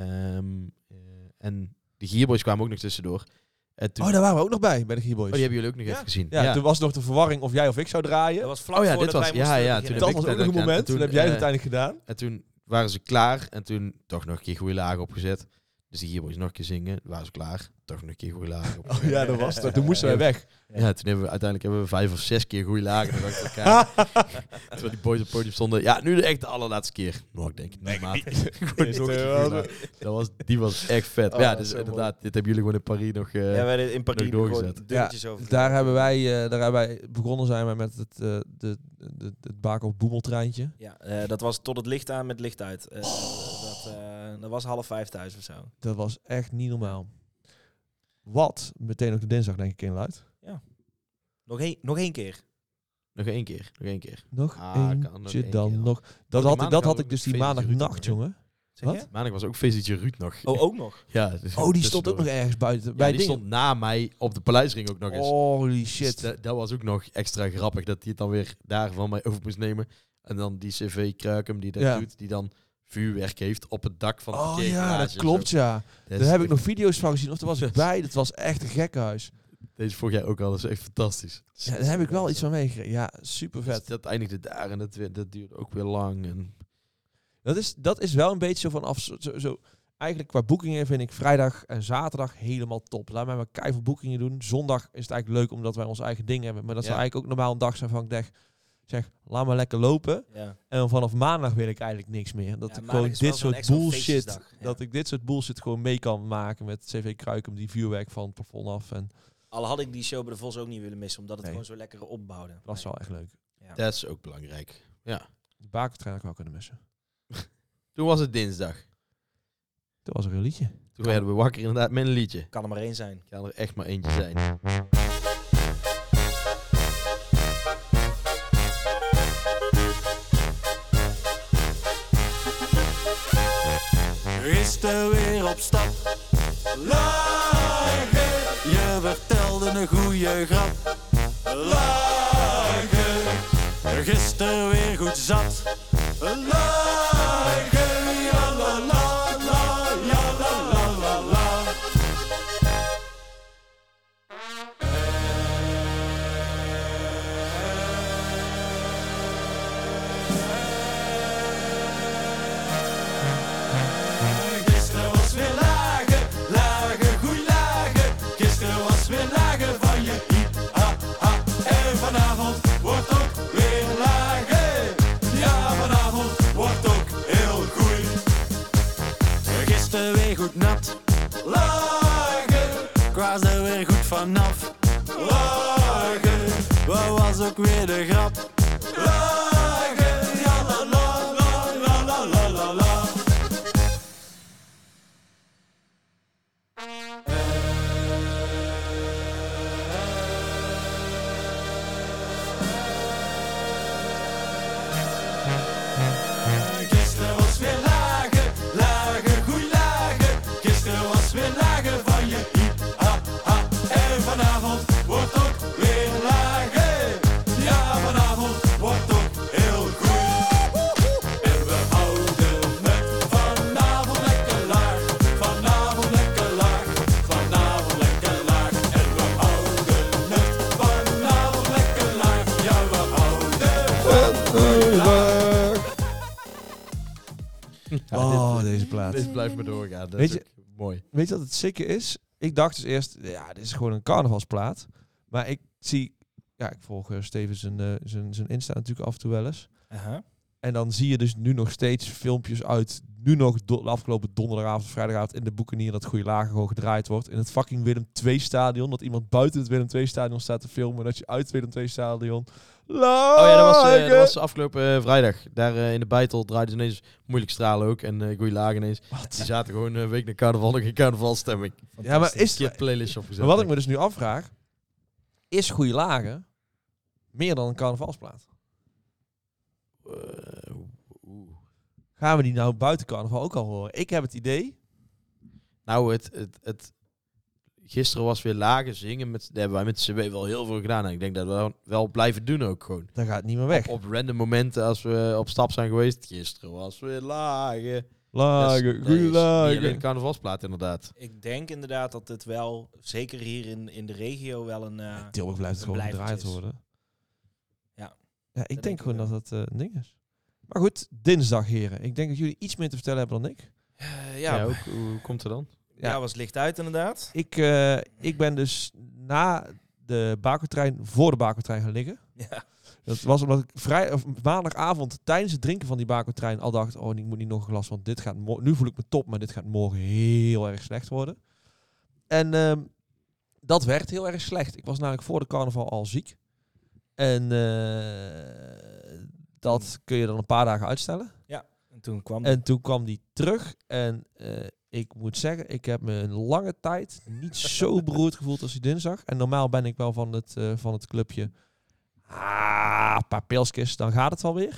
En de Gierboys kwamen ook nog tussendoor. En toen, Oh, daar waren we ook nog bij de Gierboys. die hebben jullie ook nog even gezien. Ja, toen was nog de verwarring of jij of ik zou draaien. Dat was vlak Oh ja, voordat dit was- wij moesten ja, beginnen. toen Dat heb was ik ook nog een gedaan. moment. En Toen toen, heb jij het uiteindelijk gedaan. En toen waren ze klaar. En toen toch nog een keer goede lagen opgezet. Dus de Gierboys nog een keer zingen. Waren ze klaar. Toch nog een keer goede lagen opgezet. Oh ja, dat was het. Toen moesten wij weg. Ja, toen uiteindelijk hebben we 5 of 6 keer goede lagen nog achter elkaar. Terwijl die boys op het podium stonden. Ja, nu de echt de allerlaatste keer. Nou, ik denk het niet, maat. Gewoon nog een keer goede lagen. Die was echt vet. Maar ja, dus zo inderdaad, dit hebben jullie gewoon in Paris nog... Ja, wij hadden in Paris nog gewoon doorgezet. deurtjes over. Daar hebben wij begonnen zijn we met het Bakov boemeltreintje. Ja, dat was tot het licht aan met licht uit. Dat was 4:30 thuis of zo. Dat was echt niet normaal. Wat meteen ook de dinsdag denk ik inluidt. Nog één keer. Nog één keer. Nog Ah, kan nog eentje één dan keer. nog. die Dat maandag had ook ik dus die feestje maandagnacht, Ruud nog, jongen. Zeg Wat? je? Maandag was ook feestje Ruud nog. Oh, ook nog? Ja, dus Oh, die stond ook nog tussendoor. ergens buiten. Ja, bij die dingen. stond na mij op de Paleisring ook nog eens. Holy Dus shit. dat was ook nog extra grappig, dat hij het dan weer daar van mij over moest nemen. En dan die CV Kruikum die dat Ja. doet, die dan vuurwerk heeft op het dak van de Oh ja, parkeergarage dat en klopt zo. ja. Dat Daar is heb ik echt- nog video's van gezien. Of daar was ik bij. Dat was echt een gekkenhuis. Deze volg jij ook al, dat is echt fantastisch. Ja, daar heb ik wel iets van meegekregen. Ja, super Dus vet. dat eindigde daar en dat duurde ook weer lang. En Dat is wel een beetje zo vanaf... Zo, eigenlijk qua boekingen vind ik vrijdag en zaterdag helemaal top. Laat mij maar keiveel boekingen doen. Zondag is het eigenlijk leuk omdat wij ons eigen ding hebben. Maar dat zou Ja. eigenlijk ook normaal een dag zijn van ik zeg, laat maar lekker lopen. Ja. En dan vanaf maandag wil ik eigenlijk niks meer. Dat Ja, ik maandag gewoon is wel dit zo'n soort echt zo'n bullshit... feestjesdag, ja. Dat ik dit soort bullshit gewoon mee kan maken met CV Kruikum, die vuurwerk van het plafond af. En Al had ik die show bij de Vos ook niet willen missen, omdat het Nee. gewoon zo lekker opbouwde. dat was wel echt leuk. Ja. dat is ook belangrijk. Ja. De bakertrein had ik wel kunnen missen. Toen was het dinsdag. Dat was er een liedje. Toen werden we wakker inderdaad met een liedje. Kan er maar één zijn. Kan er echt maar eentje zijn. Gisteren weer op stap. Lachen, je vertelde een goeie grap. Lachen, gisteren weer goed zat. Lachen, ja la la la, ja la la la la. Gisteren was weer lagen, lagen, goeie lagen. Gisteren was weer lagen van je ha. En vanavond wordt ook weer lagen. Ja, vanavond wordt ook heel goed. Gisteren weer goed nat. Lagen, ik was er weer goed vanaf. Lagen, wat was ook weer de grap? Lagen, ja la la la la la la la. Gisteren was weer lagen, lagen, goeie lagen. Gisteren was weer lagen van je ha. En vanavond wordt ook weer lagen. Ja, vanavond Deze plaat. Dit blijft me doorgaan. Dat Weet is je- ook mooi. Weet je wat het sikke is? Ik dacht dus eerst, ja, dit is gewoon een carnavalsplaat. Maar ik zie, ja, ik volg Steven zijn Insta natuurlijk af en toe wel eens. En dan zie je dus nu nog steeds filmpjes uit, nu nog de afgelopen donderdagavond, vrijdagavond in de Boekenier, dat Goeie Lagen gewoon gedraaid wordt. In het fucking Willem II stadion, dat iemand buiten het Willem II stadion staat te filmen, dat je uit het Willem II stadion... Oh ja, dat was afgelopen vrijdag. Daar in de Beitel draaiden ze ineens Moeilijk Stralen ook. En Goeie Lagen ineens. Die zaten gewoon een week na carnaval nog in carnavalstemming. Ja, maar is Je playlist opgezet. maar wat ik me dus nu afvraag, is Goeie Lagen meer dan een carnavalsplaat? Gaan we die nou buiten carnaval ook al horen? Ik heb het idee. Nou, gisteren was weer Lagen zingen. Daar hebben wij met de CW wel heel veel gedaan. En ik denk dat we wel blijven doen ook gewoon. Dan gaat het niet meer weg. Op random momenten als we op stap zijn geweest. Gisteren was weer Lagen. Lagen, Dat is Goeie niet alleen Lagen. een carnavalsplaat inderdaad. Ik denk inderdaad dat het wel, zeker hier in de regio, wel een... Tilburg blijft het een gewoon blijvertje gedraaid is. worden. Ja. Ja, ik denk denk ik gewoon wel. dat het een ding is. Maar goed, dinsdag heren. Ik denk dat jullie iets meer te vertellen hebben dan ik. Ja, hoe komt het dan? Ja, was licht uit inderdaad. Ik ben dus na de Bakeltrein voor de Bakeltrein gaan liggen. Ja. Dat was omdat ik maandagavond tijdens het drinken van die Bakeltrein al dacht, oh, ik moet niet nog een glas, want dit gaat nu voel ik me top, maar dit gaat morgen heel erg slecht worden. En dat werd heel erg slecht. Ik was namelijk voor de carnaval al ziek. En dat kun je dan een paar dagen uitstellen. En toen kwam En toen kwam die terug. En ik moet zeggen, ik heb me een lange tijd niet zo beroerd gevoeld als die dinsdag. En normaal ben ik wel van het clubje. Een paar pilsjes, dan gaat het wel weer.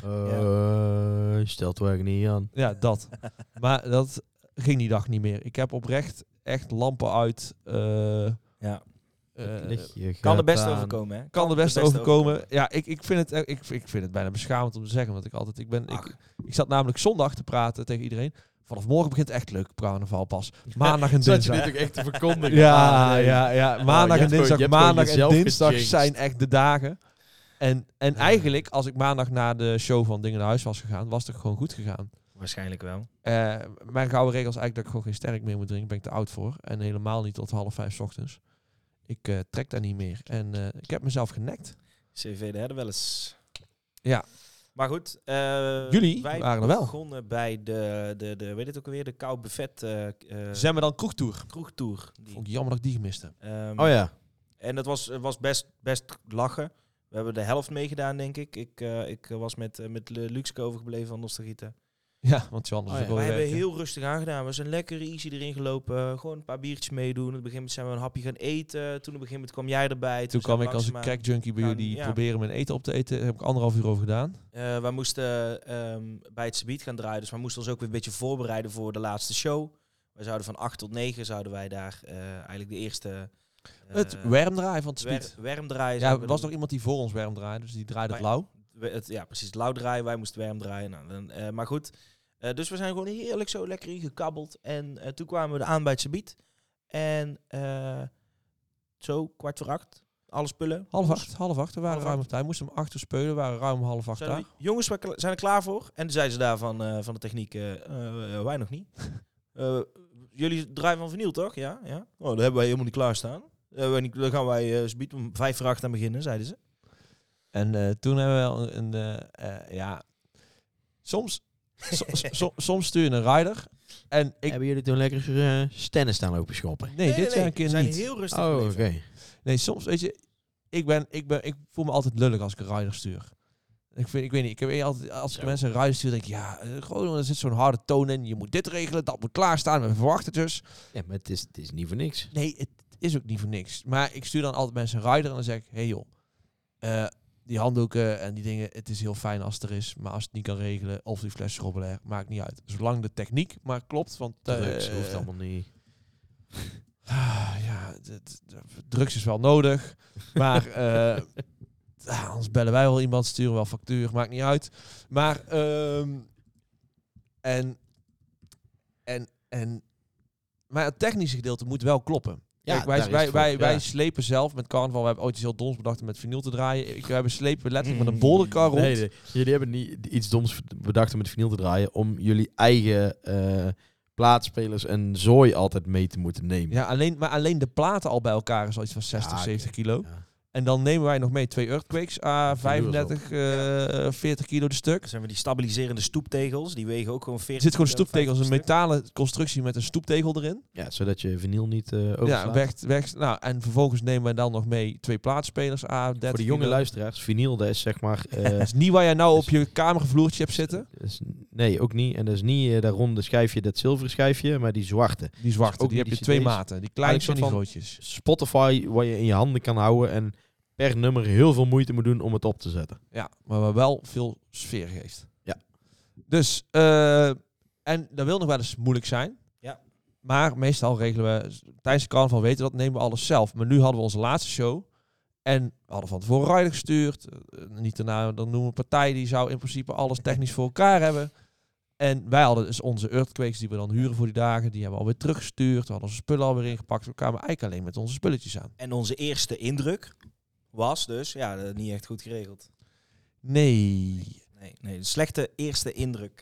Stelt waar niet aan. Ja, dat. Maar dat ging die dag niet meer. Ik heb oprecht echt lampen uit. Ja. Je Kan er gaat best aan. overkomen, hè? Kan er best overkomen. Ja, ik vind het bijna beschamend om te zeggen. Want ik zat namelijk zondag te praten tegen iedereen. Vanaf morgen begint het echt leuk carnaval pas. Maandag en Zat je dinsdag. dit ook echt te verkondigen? Ja, Nee. ja. Maandag je en hebt dinsdag. gewoon- je hebt Maandag gewoon en jezelf dinsdag gejinxed. zijn echt de dagen. En eigenlijk, als ik maandag naar de show van Dingen naar Huis was gegaan, was het gewoon goed gegaan. Waarschijnlijk wel. Mijn gouden regel is eigenlijk dat ik gewoon geen sterk meer moet drinken. Ben ik te oud voor. En helemaal niet tot 4:30 's ochtends. Ik trek daar niet meer. En ik heb mezelf genekt. CV de Herder wel eens. Ja. Maar goed. Jullie wij waren er wel. begonnen bij de weet het ook alweer, de Koud Buffet Zijn we dan kroegtour? kroegtour. Vond ik jammer dat ik die gemist heb. Oh ja. En dat was best lachen. We hebben de helft meegedaan, denk ik. Ik was met Luxke overgebleven van Nostalgieten. Ja, want je anders Oh ja. ook Wij wel hebben werken. heel rustig aangedaan. We zijn lekker easy erin gelopen. Gewoon een paar biertjes meedoen. Op het begin zijn we een hapje gaan eten. Toen op een gegeven moment kwam jij erbij. Toen kwam ik als een crack junkie bij gaan, jullie ja. proberen mijn eten op te eten. Daar heb ik 1,5 uur over gedaan. wij moesten bij het Subiet gaan draaien. Dus wij moesten ons ook weer een beetje voorbereiden voor de laatste show. Wij zouden van 8 tot 9 zouden wij daar eigenlijk de eerste... Het wermdraaien van het speed. Wermdraaien. Ja, zouden er we was doen. nog iemand die voor ons werm draaide. Dus die draaide het Maar- lauw. Ja, precies. Lauw draaien. Wij moesten werm draaien. Nou, maar goed. Dus we zijn gewoon heerlijk zo lekker ingekabbeld. En toen kwamen we aan bij het Subiet. En zo, 7:15. Alle spullen. 7:30. We waren 7:30. ruim op tijd. Moesten om 8 uur spelen. We waren ruim om 7:30 Zeiden daar. we, jongens, we zijn er klaar voor? En toen zeiden ze daar van de techniek, wij nog niet. Jullie draaien van vinyl, toch? Ja, ja. Oh, dat hebben wij helemaal niet klaarstaan. Dan gaan wij Subiet om 7:55 aan beginnen, zeiden ze. En toen hebben we wel ja... Soms stuur je een rider. En ik... Hebben jullie toen lekker stennen staan lopen schoppen? Nee, dit jaar een keer we zijn niet. heel rustig Oh, oké. gebleven. Nee, soms, weet je... Ik voel me altijd lullig als ik een rider stuur. Ik weet niet, ik heb altijd, als ik Zo. mensen een rider stuur, denk ik, ja, gewoon, er zit zo'n harde toon in. Je moet dit regelen, dat moet klaarstaan, we verwachten dus. Ja, maar het is niet voor niks. Nee, het is ook niet voor niks. Maar ik stuur dan altijd mensen een rider en dan zeg ik, hey joh, die handdoeken en die dingen, het is heel fijn als het er is. Maar als het niet kan regelen, of die fles schrobbelair, maakt niet uit. Zolang de techniek maar klopt, want... Drugs hoeft allemaal niet. Ja, drugs is wel nodig. Maar anders bellen wij wel iemand, sturen wel factuur, maakt niet uit. Maar maar het technische gedeelte moet wel kloppen. Kijk, daar is het voor, wij ja. slepen zelf met carnaval. We hebben ooit iets heel doms bedacht om met vinyl te draaien. We hebben slepen letterlijk met een bolderkar rond. Nee, jullie hebben niet iets doms bedacht om met vinyl te draaien. Om jullie eigen plaatspelers en zooi altijd mee te moeten nemen. Ja, alleen de platen al bij elkaar is al iets van 60, Ja, 70 kilo. Ja. En dan nemen wij nog mee 2 Earthquakes, 35, 40 kilo de stuk. Dan zijn we die stabiliserende stoeptegels. Die wegen ook gewoon 40 Er zit gewoon kilo, stoeptegels, een 50 stuk. metalen constructie met een stoeptegel erin. Ja, zodat je vinyl niet overslaat. Ja, nou, en vervolgens nemen wij dan nog mee 2 plaatspelers, 30 Voor de jonge kilo. luisteraars, vinyl, dat is zeg maar... Dat is niet waar jij nou op je kamervloertje hebt zitten. nee, ook niet. En dat is niet dat ronde schijfje, dat zilveren schijfje, maar die zwarte. Die zwarte, ook die heb niet je die 2 CD's. maten. Die kleintjes en die Eigenlijk grootjes. Spotify, waar je in je handen kan houden en per nummer heel veel moeite moet doen om het op te zetten. Ja, maar waar wel veel sfeer geeft. Ja. Dus, en dat wil nog wel eens moeilijk zijn. Ja. Maar meestal regelen we, tijdens de carnaval weten we dat, nemen we alles zelf. Maar nu hadden we onze laatste show. En we hadden van tevoren rider gestuurd. Niet daarna, dan noemen we een partij die zou in principe alles technisch voor elkaar hebben. En wij hadden dus onze Earthquakes die we dan huren voor die dagen. Die hebben we alweer teruggestuurd. We hadden onze spullen alweer ingepakt. We kwamen eigenlijk alleen met onze spulletjes aan. En onze eerste indruk was dus, niet echt goed geregeld. Nee. Nee, de slechte eerste indruk.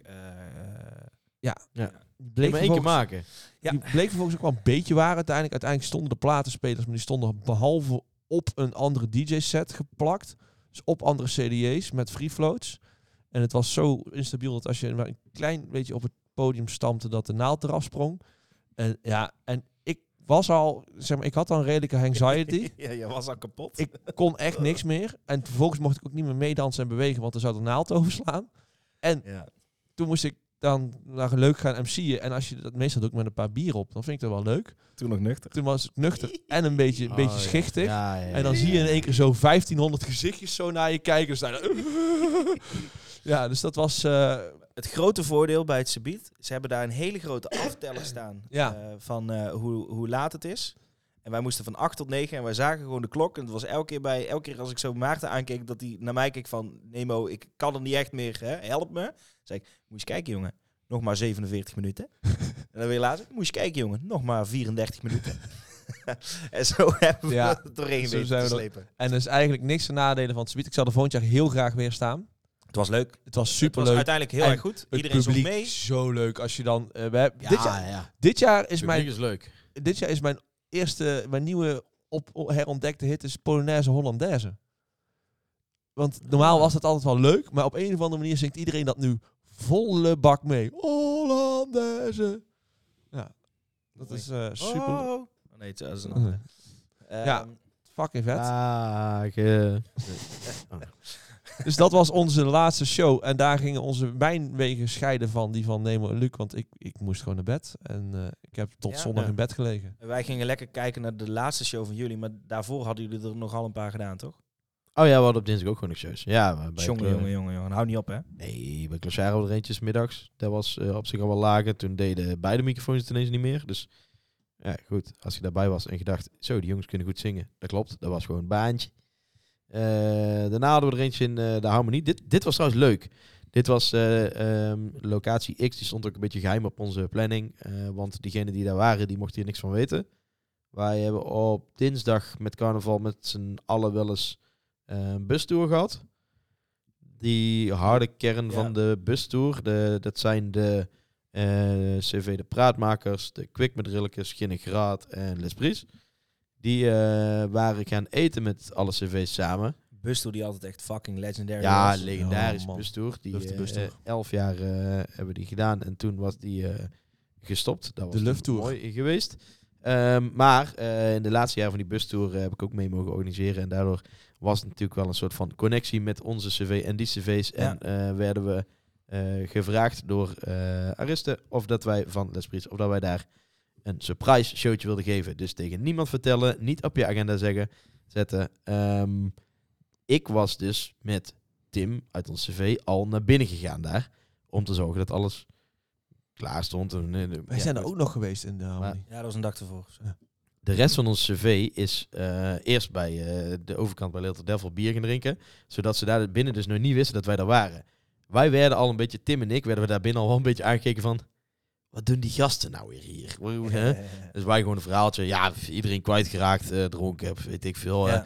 Bleek maar één keer maken. Ja. Die bleek vervolgens ook wel een beetje waar uiteindelijk. Uiteindelijk stonden de platenspelers, maar die stonden behalve op een andere DJ-set geplakt. Dus op andere CD's met free floats. En het was zo instabiel dat als je maar een klein beetje op het podium stampte, dat de naald eraf sprong. En ik was al, zeg maar, ik had al een redelijke anxiety. Ja, je was al kapot. Ik kon echt niks meer. En vervolgens mocht ik ook niet meer meedansen en bewegen, want dan zou de naald overslaan. En toen moest ik dan leuk gaan MC'en. En als je dat meestal doet met een paar bier op, dan vind ik dat wel leuk. Toen nog nuchter. Toen was ik nuchter en een beetje schichtig. Ja, En dan zie je in één keer zo 1500 gezichtjes zo naar je kijken. Ja, dus dat was... Het grote voordeel bij het Subiet, ze hebben daar een hele grote afteller staan van hoe laat het is. En wij moesten van 8 tot 9 en wij zagen gewoon de klok. En het was elke keer als ik zo Maarten aankeek, dat hij naar mij keek van, Nemo, ik kan er niet echt meer, hè? Help me. Dan zei ik, moet je eens kijken jongen, nog maar 47 minuten. En dan weer later, moet je eens kijken jongen, nog maar 34 minuten. En zo hebben we het doorheen zo weten zijn te we slepen. En er is eigenlijk niks te nadelen van het Subiet. Ik zou er volgend jaar heel graag weer staan. Het was leuk. Het was Het superleuk. was uiteindelijk heel En erg goed. Het Iedereen zong publiek mee. zo leuk als je dan... Ja, Dit jaar is Publiek is leuk. mijn nieuwe herontdekte hit is Polonaise Hollandaise. Want normaal was dat altijd wel leuk, maar op een of andere manier zingt iedereen dat nu volle bak mee. Hollandaise. Ja, dat is super. Oh, nee, dat is een andere. Ja, fucking vet. Oh. Dus dat was onze laatste show. En daar gingen mijn wegen scheiden van die van Nemo en Luc. Want ik moest gewoon naar bed. En ik heb tot zondag in bed gelegen. Wij gingen lekker kijken naar de laatste show van jullie. Maar daarvoor hadden jullie er nogal een paar gedaan, toch? Oh ja, we hadden op dinsdag ook gewoon nog shows. Ja, Jongen. Hou niet op, hè? Nee, bij Clashare hadden we er eentjes middags. Dat was op zich al wel lager. Toen deden beide microfoons het ineens niet meer. Dus ja, goed. Als je daarbij was en gedacht, zo, die jongens kunnen goed zingen. Dat klopt. Dat was gewoon een baantje. Daarna hadden we er eentje in de Harmonie. Dit was trouwens leuk. Dit was locatie X. Die stond ook een beetje geheim op onze planning. Want diegenen die daar waren, die mochten hier niks van weten. Wij hebben op dinsdag met carnaval met z'n allen wel eens een bustour gehad. Die harde kern van de bustour. Dat zijn de CV de Praatmakers, de Kwik met Rilkes, Ginnegraat en L'Esprit. Die waren gaan eten met alle cv's samen. Bustour die altijd echt fucking legendary Ja, was. legendarisch bustour. Die Love de bustour. 11 jaar hebben die gedaan en toen was die gestopt. Dat was De Love Tour. mooi geweest. Maar in de laatste jaren van die bustour heb ik ook mee mogen organiseren. En daardoor was het natuurlijk wel een soort van connectie met onze cv en die cv's. Ja. En werden we gevraagd door Ariste of dat wij van L'Esprit, of dat wij daar een surprise showtje wilden geven. Dus tegen niemand vertellen, niet op je agenda zetten. Ik was dus met Tim uit ons cv al naar binnen gegaan daar. Om te zorgen dat alles klaar stond. Wij zijn er ook nog geweest in de Harmonie. Ja, dat was een dag ervoor. De rest van ons cv is eerst bij de overkant bij Little Devil bier gaan drinken. Zodat ze daar binnen dus nog niet wisten dat wij daar waren. Wij werden al een beetje, Tim en ik, werden we daar binnen al wel een beetje aangekeken van... wat doen die gasten nou weer hier? Hè? Dus wij gewoon een verhaaltje. Ja, iedereen kwijtgeraakt, dronken heb, weet ik veel. Ja.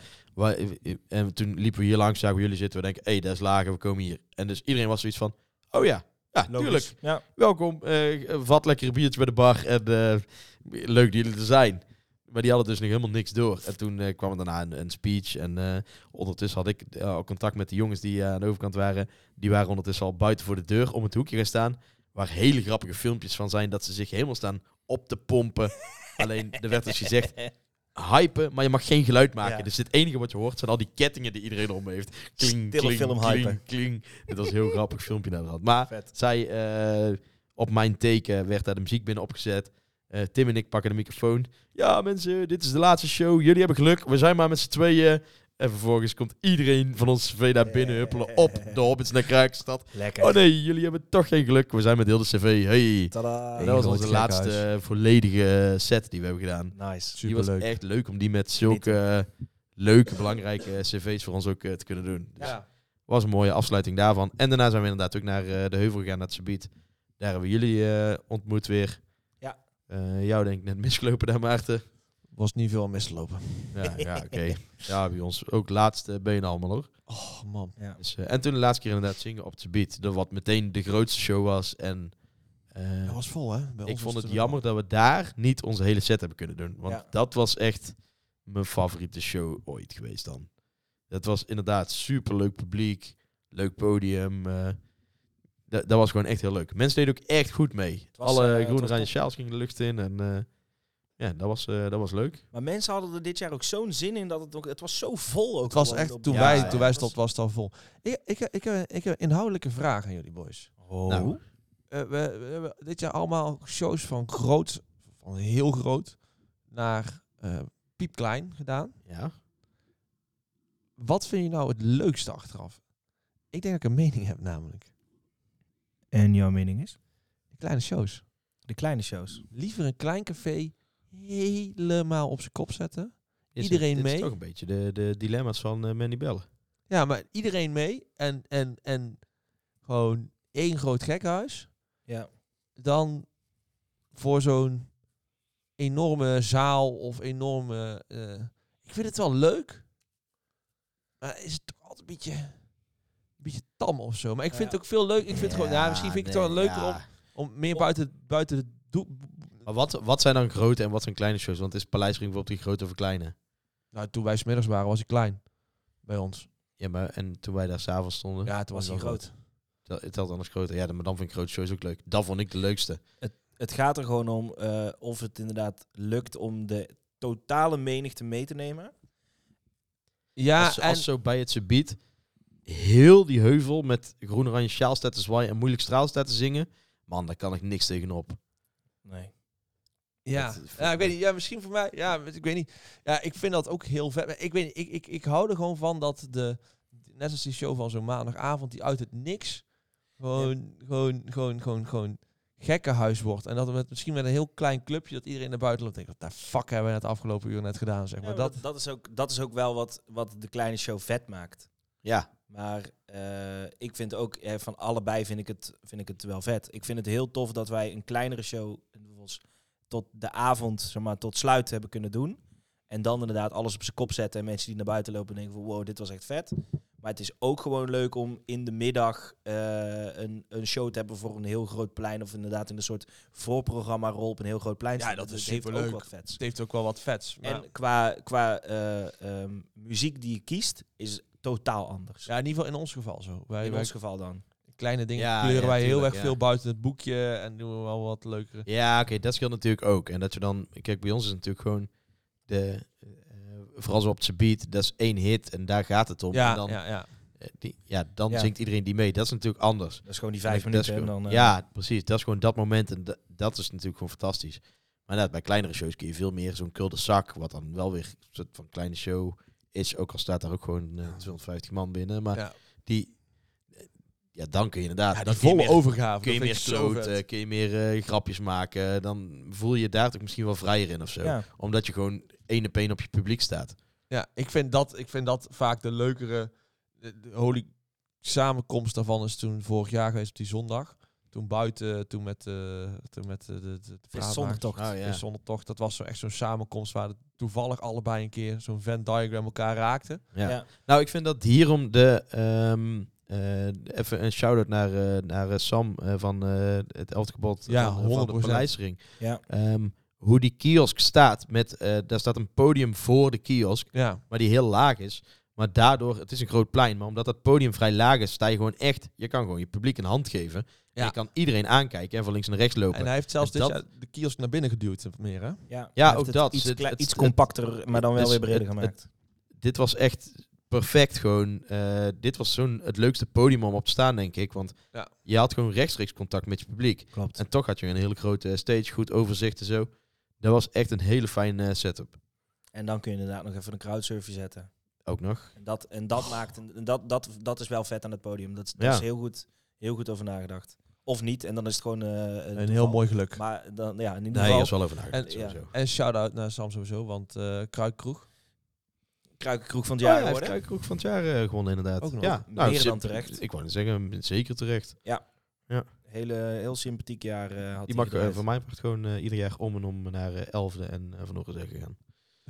En toen liepen we hier langs, zagen we jullie zitten. We denken, hé, dat is lager, we komen hier. En dus iedereen was zoiets van, oh ja, tuurlijk. Ja. Welkom, vat lekker een biertje bij de bar. En leuk dat jullie er zijn. Maar die hadden dus nog helemaal niks door. En toen kwam er daarna een speech. En ondertussen had ik al contact met de jongens die aan de overkant waren. Die waren ondertussen al buiten voor de deur om het hoekje gaan staan. Waar hele grappige filmpjes van zijn dat ze zich helemaal staan op te pompen. Alleen, er werd dus gezegd, hypen, maar je mag geen geluid maken. Ja. Dus het enige wat je hoort zijn al die kettingen die iedereen om heeft. Kling, Stille kling, film kling, hypen. kling. Het was een heel grappig filmpje naderhand. Maar Vet. zij, op mijn teken werd daar de muziek binnen opgezet. Tim en ik pakken de microfoon. Ja mensen, dit is de laatste show. Jullie hebben geluk. We zijn maar met z'n tweeën. En vervolgens komt iedereen van ons cv naar binnen huppelen op de Hobbits naar Kruikstad. Lekker. Oh nee, jullie hebben toch geen geluk. We zijn met heel de cv. Hey. Tadaa. En dat was groot onze laatste gekhuis. volledige set die we hebben gedaan. Nice. Die was Superleuk. echt leuk om die met zulke leuke, belangrijke cv's voor ons ook te kunnen doen. Dus Ja. was een mooie afsluiting daarvan. En daarna zijn we inderdaad ook naar de heuvel gegaan, naar het Subiet. Daar hebben we jullie ontmoet weer. Ja. Jou denk ik net misgelopen daar, Maarten. Was niet veel aan mislopen. Ja, oké. Ja, bij ons ook laatste benen allemaal hoor. Oh man. Ja. Dus, en toen de laatste keer inderdaad zingen op het Subiet. Dat wat meteen de grootste show was. En Dat was vol hè? Bij ik ons vond was het er jammer dat we daar niet onze hele set hebben kunnen doen. Want Ja. dat was echt mijn favoriete show ooit geweest dan. Dat was inderdaad superleuk publiek. Leuk podium. Dat was gewoon echt heel leuk. Mensen deden ook echt goed mee. was, Alle het groene was oranje top. sjaals gingen de lucht in. En ja, dat was leuk. Maar mensen hadden er dit jaar ook zo'n zin in dat het was zo vol ook. Het was gewoon echt, op- toen Ja, wij, ja, toen wij het stopten was het al vol. Ik heb een inhoudelijke vraag aan jullie boys. Oh. Nou. We hebben dit jaar allemaal shows van groot, van heel groot, naar piepklein gedaan. Ja. Wat vind je nou het leukste achteraf? Ik denk dat ik een mening heb namelijk. En jouw mening is? De kleine shows. De kleine shows. Liever een klein café helemaal op zijn kop zetten. Is Iedereen dit mee? is toch een beetje de dilemma's van Mandy Bellen. Ja, maar iedereen mee. En gewoon één groot gekhuis. Ja. Dan voor zo'n enorme zaal of enorme... ik vind het wel leuk. Maar is het toch altijd een beetje tam of zo. Maar ik vind het ook veel leuk. Ik vind het gewoon... Ja, misschien vind ik het wel leuker om meer buiten de doel... Maar wat zijn dan grote en wat zijn kleine shows? Want is Paleisring bijvoorbeeld die grote of kleine? Nou, toen wij 's middags waren, was ik klein. Bij ons. Ja, maar en toen wij daar s'avonds stonden, Ja, toen was hij hij groot. het telt anders groter. Ja, maar dan vind ik grote shows ook leuk. Dat vond ik de leukste. Het gaat er gewoon om of het inderdaad lukt om de totale menigte mee te nemen. Ja, Als zo bij het Subiet heel die heuvel met groen oranje sjaal staat te zwaaien en moeilijk straal staat te zingen. Man, daar kan ik niks tegenop. Nee. Ja. Ja, ik weet niet. Ja, misschien voor mij. Ja, ik weet niet. Ja, ik vind dat ook heel vet. Maar ik weet niet. Ik hou er gewoon van dat net als die show van zo'n maandagavond, die uit het niks gewoon gekkenhuis wordt. En dat we misschien met een heel klein clubje dat iedereen naar buiten loopt. Denkt, wat de fuck hebben we net de afgelopen uur net gedaan, zeg maar. Ja, dat is ook wel wat de kleine show vet maakt. Ja, Maar ik vind ook, van allebei vind ik het wel vet. Ik vind het heel tof dat wij een kleinere show tot de avond, zeg maar, tot sluit hebben kunnen doen. En dan inderdaad alles op zijn kop zetten. En mensen die naar buiten lopen denken van wow, dit was echt vet. Maar het is ook gewoon leuk om in de middag een show te hebben voor een heel groot plein. Of inderdaad in een soort voorprogramma rol op een heel groot plein. Ja, dat is heeft superleuk. ook wat vets. Het heeft ook wel wat vets. Maar En qua muziek die je kiest, is totaal anders. ja, in ieder geval in ons geval zo. in Wij ons geval dan. kleine dingen Ja, kleuren ja, wij heel tuurlijk, erg ja. veel buiten het boekje. En doen we wel wat leukere. ja oké, dat scheelt natuurlijk ook. En dat je dan, kijk, bij ons is het natuurlijk gewoon vooral zo op het Subiet, dat is 1 hit en daar gaat het om. Ja, en dan, ja. Dan Ja. zingt iedereen die mee. Dat is natuurlijk anders. Dat is gewoon die En 5 dat is minuten en gewoon- dan... ja, precies. Dat is gewoon dat moment en dat is natuurlijk gewoon fantastisch. Maar inderdaad, bij kleinere shows kun je veel meer zo'n cul-de-sac, wat dan wel weer een soort van kleine show is, ook al staat daar ook gewoon 250 man binnen. Maar Ja. dan kun je inderdaad... Ja, dan die kun je volle meer- overgave. kun je dat meer vind ik zo vet. kloten, kun je meer grapjes maken. Dan voel je je daar toch misschien wel vrijer in of zo. Ja. Omdat je gewoon 1 op 1 op je publiek staat. Ja, ik vind dat vaak de leukere... De holy samenkomst daarvan is toen vorig jaar geweest op die zondag. Toen buiten, toen met de Viszondertocht. Oh, ja. Viszondertocht. Dat was zo echt zo'n samenkomst waar toevallig allebei een keer zo'n Venn diagram elkaar raakten. Ja. Ja. Nou, ik vind dat hierom even een shout-out naar Sam van het 11e gebod Ja, van de 100%. Paleisring. Ja. Hoe die kiosk staat. Daar staat een podium voor de kiosk, Ja, maar die heel laag is. Maar daardoor, het is een groot plein, maar omdat dat podium vrij laag is, sta je gewoon echt, je kan gewoon je publiek een hand geven. En Ja. je kan iedereen aankijken en van links naar rechts lopen. en hij heeft zelfs Dus dit dat- jaar de kiosk naar binnen geduwd meer, hè? Ja, Ja, hij heeft ook het dat. Iets, Het- iets compacter, maar dan wel dus weer breder het- gemaakt. Dit was echt perfect gewoon. Dit was het leukste podium om op te staan, denk ik. Want Ja. je had gewoon rechtstreeks contact met je publiek. Klopt. En toch had je een hele grote stage, goed overzicht en zo. Dat was echt een hele fijne setup. En dan kun je inderdaad nog even een crowdsurfer zetten. Ook nog. En dat maakt dat is wel vet aan het podium. Dat Ja. is heel goed over nagedacht. Of niet, en dan is het gewoon Een heel mooi geluk. Maar dan, ja, in ieder Nee, geval, er is wel over nagedacht. En- sowieso. En shout-out naar Sam sowieso, want Kruikkroeg. Kruikenkroeg van het Ja, jaar hij heeft geworden. Kruikenkroeg van het jaar gewonnen, inderdaad. Ook nog. Ja, Meer dan sim- terecht. Ik wou niet zeggen, zeker terecht. Heel sympathiek jaar had Die hij mag gedraaid. voor mij part gewoon ieder jaar om en om naar 11e en Van Oren gegaan.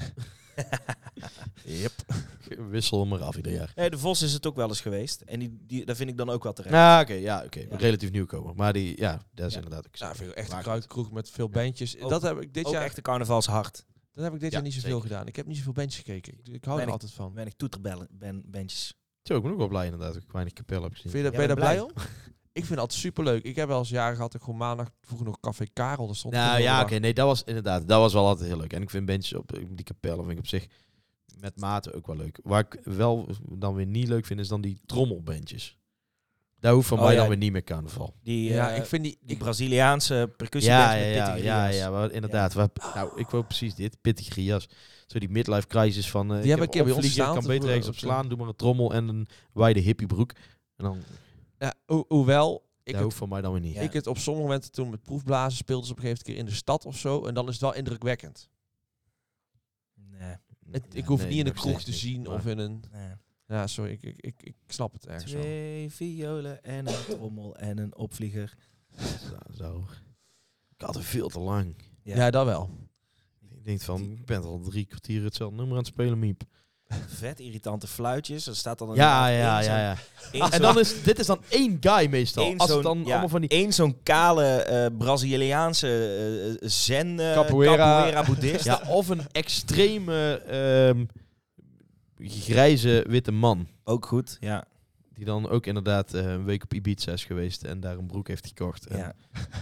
Yep. Wissel hem maar af ieder jaar. Nee, de Vos is het ook wel eens geweest. En daar vind ik dan ook wel terecht. Nou, oké. Ja. Relatief nieuwkomer. Maar die, dat is Ja. inderdaad ook zo. Ja, vind ik echt Maar een goed. kruikkroeg met veel bandjes. Ook- Dat heb ik dit ook jaar, echt een carnavalshart. dat heb ik dit Ja, jaar niet zoveel zeker. gedaan. Ik heb niet zoveel bandjes gekeken. Ik hou er Weinig- altijd van. Weinig toeterbandjes. Zo, ik ben ook wel blij inderdaad dat ik weinig kapel heb gezien. Vind je, Ja, ben je daar ben blij om? Ik vind het altijd superleuk. Ik heb wel eens jaren gehad, ik gewoon maandag vroeger nog Café Karel. Daar stond Nou ik ja, gewoon oké, nee, dat was inderdaad, dat was wel altijd heel leuk. En ik vind bandjes op die kapellen vind ik op zich met mate ook wel leuk. Waar ik wel dan weer niet leuk vind, is dan die trommelbandjes. Daar hoeft van Oh mij ja. dan weer niet meer carnaval. Die, Ja, ik vind die die... Braziliaanse percussiebands met Ja, pittige rias. maar inderdaad. Nou, ik wou precies dit, pittige rias. Zo die midlife crisis van... hebben een keer bij ons opvliegen, staan kan te beter ergens op vroeger, slaan, doe maar een trommel en een wijde hippiebroek. En dan, Ja, hoewel, ik dat het, hoeft van mij dan weer niet. Ja. ik het op sommige momenten toen met proefblazen speelde ze op een gegeven moment een keer in de stad of zo. En dan is het wel indrukwekkend. Nee, Ik hoef het Nee, niet in een nog kroeg steeds te niet. zien Maar- of in een... nee. Ja, sorry, ik snap het ergens wel. 2 violen en een trommel en een opvlieger. Zo. Ik had er veel te lang. Ja, dat wel. Ik denk van, ik ben al 3 kwartier hetzelfde nummer aan het spelen, Miep. Vet irritante fluitjes. Er staat dan Ja. En dan dit is dan één guy meestal. Als het dan allemaal van die... Eén zo'n kale Braziliaanse zen Capoeira. boeddhist. Ja, of een extreme grijze witte man. Ook goed, ja. Die dan ook inderdaad een week op Ibiza is geweest en daar een broek heeft gekocht. En- ja.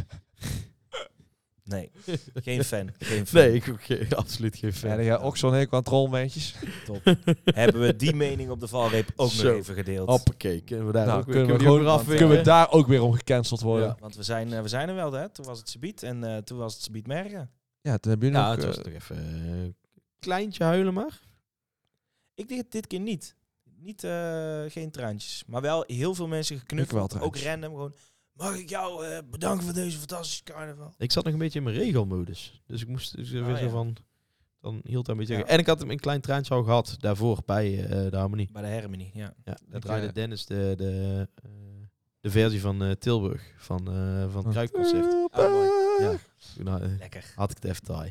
Nee, geen fan. Geen fan. Nee, ik ook absoluut geen fan. Ja, die ook zo'n hekel aan trollmentjes. Top. Hebben we die mening op de valreep ook Zo. nog even gedeeld. Hoppakee, kunnen we daar Nou, ook kunnen we die gewoon ook weer afvinken? kunnen we daar ook weer om gecanceld worden. Ja. Want we zijn er wel, hè. Toen was het Subiet en toen was het Subiet Mergen. Ja, toen hebben jullie Ja, nog... het was toch even kleintje huilen maar. Ik denk het dit keer niet. Geen traantjes. Maar wel heel veel mensen Ik wel geknuffeld. Ook traantjes. random gewoon. Mag ik jou bedanken voor deze fantastische carnaval? Ik zat nog een beetje in mijn regelmodus. Dus ik moest dus weer ja. zo van... Dan hield dat een beetje... Ja. En ik had hem een klein traantje al gehad daarvoor bij de Harmonie. Bij de Harmonie, ja. Ja, daar Ik, draaide Dennis de versie van Tilburg van het Kruikconcert. Oh, mooi. Ja, toen Lekker. had ik het even taai.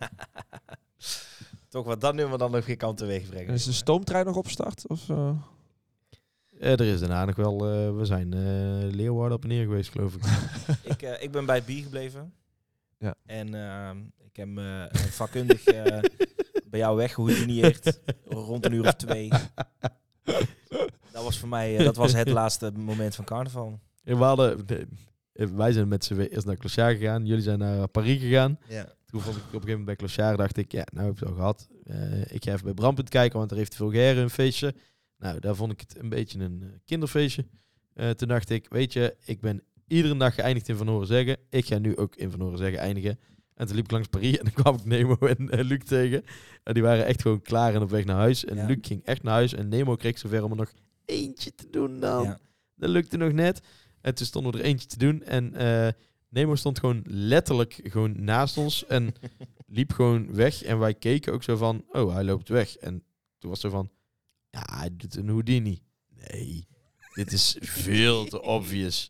Toch wat dat nummer dan nog geen kant teweeg brengen. En is de stoomtrein nog op start? Of, Er is daarna nog wel... we zijn Leeuwarden op en neer geweest, geloof ik. Ik ben bij het bier gebleven. Ja. En ik heb me vakkundig bij jou weggehoedineerd. Rond een uur of 2. Dat was voor mij dat was het laatste moment van carnaval. Wij zijn met z'n eerst naar Clochard gegaan. Jullie zijn naar Paris gegaan. Ja. Toen vond ik op een gegeven moment bij Clochard, dacht ik, ja, nou heb ik het al gehad. Ik ga even bij Brandpunt kijken, want er heeft Vulgaire een feestje. Nou, daar vond ik het een beetje een kinderfeestje. Toen dacht ik, weet je, ik ben iedere dag geëindigd in Van Horen Zeggen. Ik ga nu ook in Van Horen Zeggen eindigen. En toen liep ik langs Paris en dan kwam ik Nemo en Luc tegen. En die waren echt gewoon klaar en op weg naar huis. En Ja. Luc ging echt naar huis en Nemo kreeg zover om er nog eentje te doen dan. Ja. Dat lukte nog net. En toen stonden we er eentje te doen. En Nemo stond gewoon letterlijk gewoon naast ons. En liep gewoon weg. En wij keken ook zo van, oh, hij loopt weg. En toen was het zo van, ja, hij doet een Houdini. Nee, dit is veel te obvious.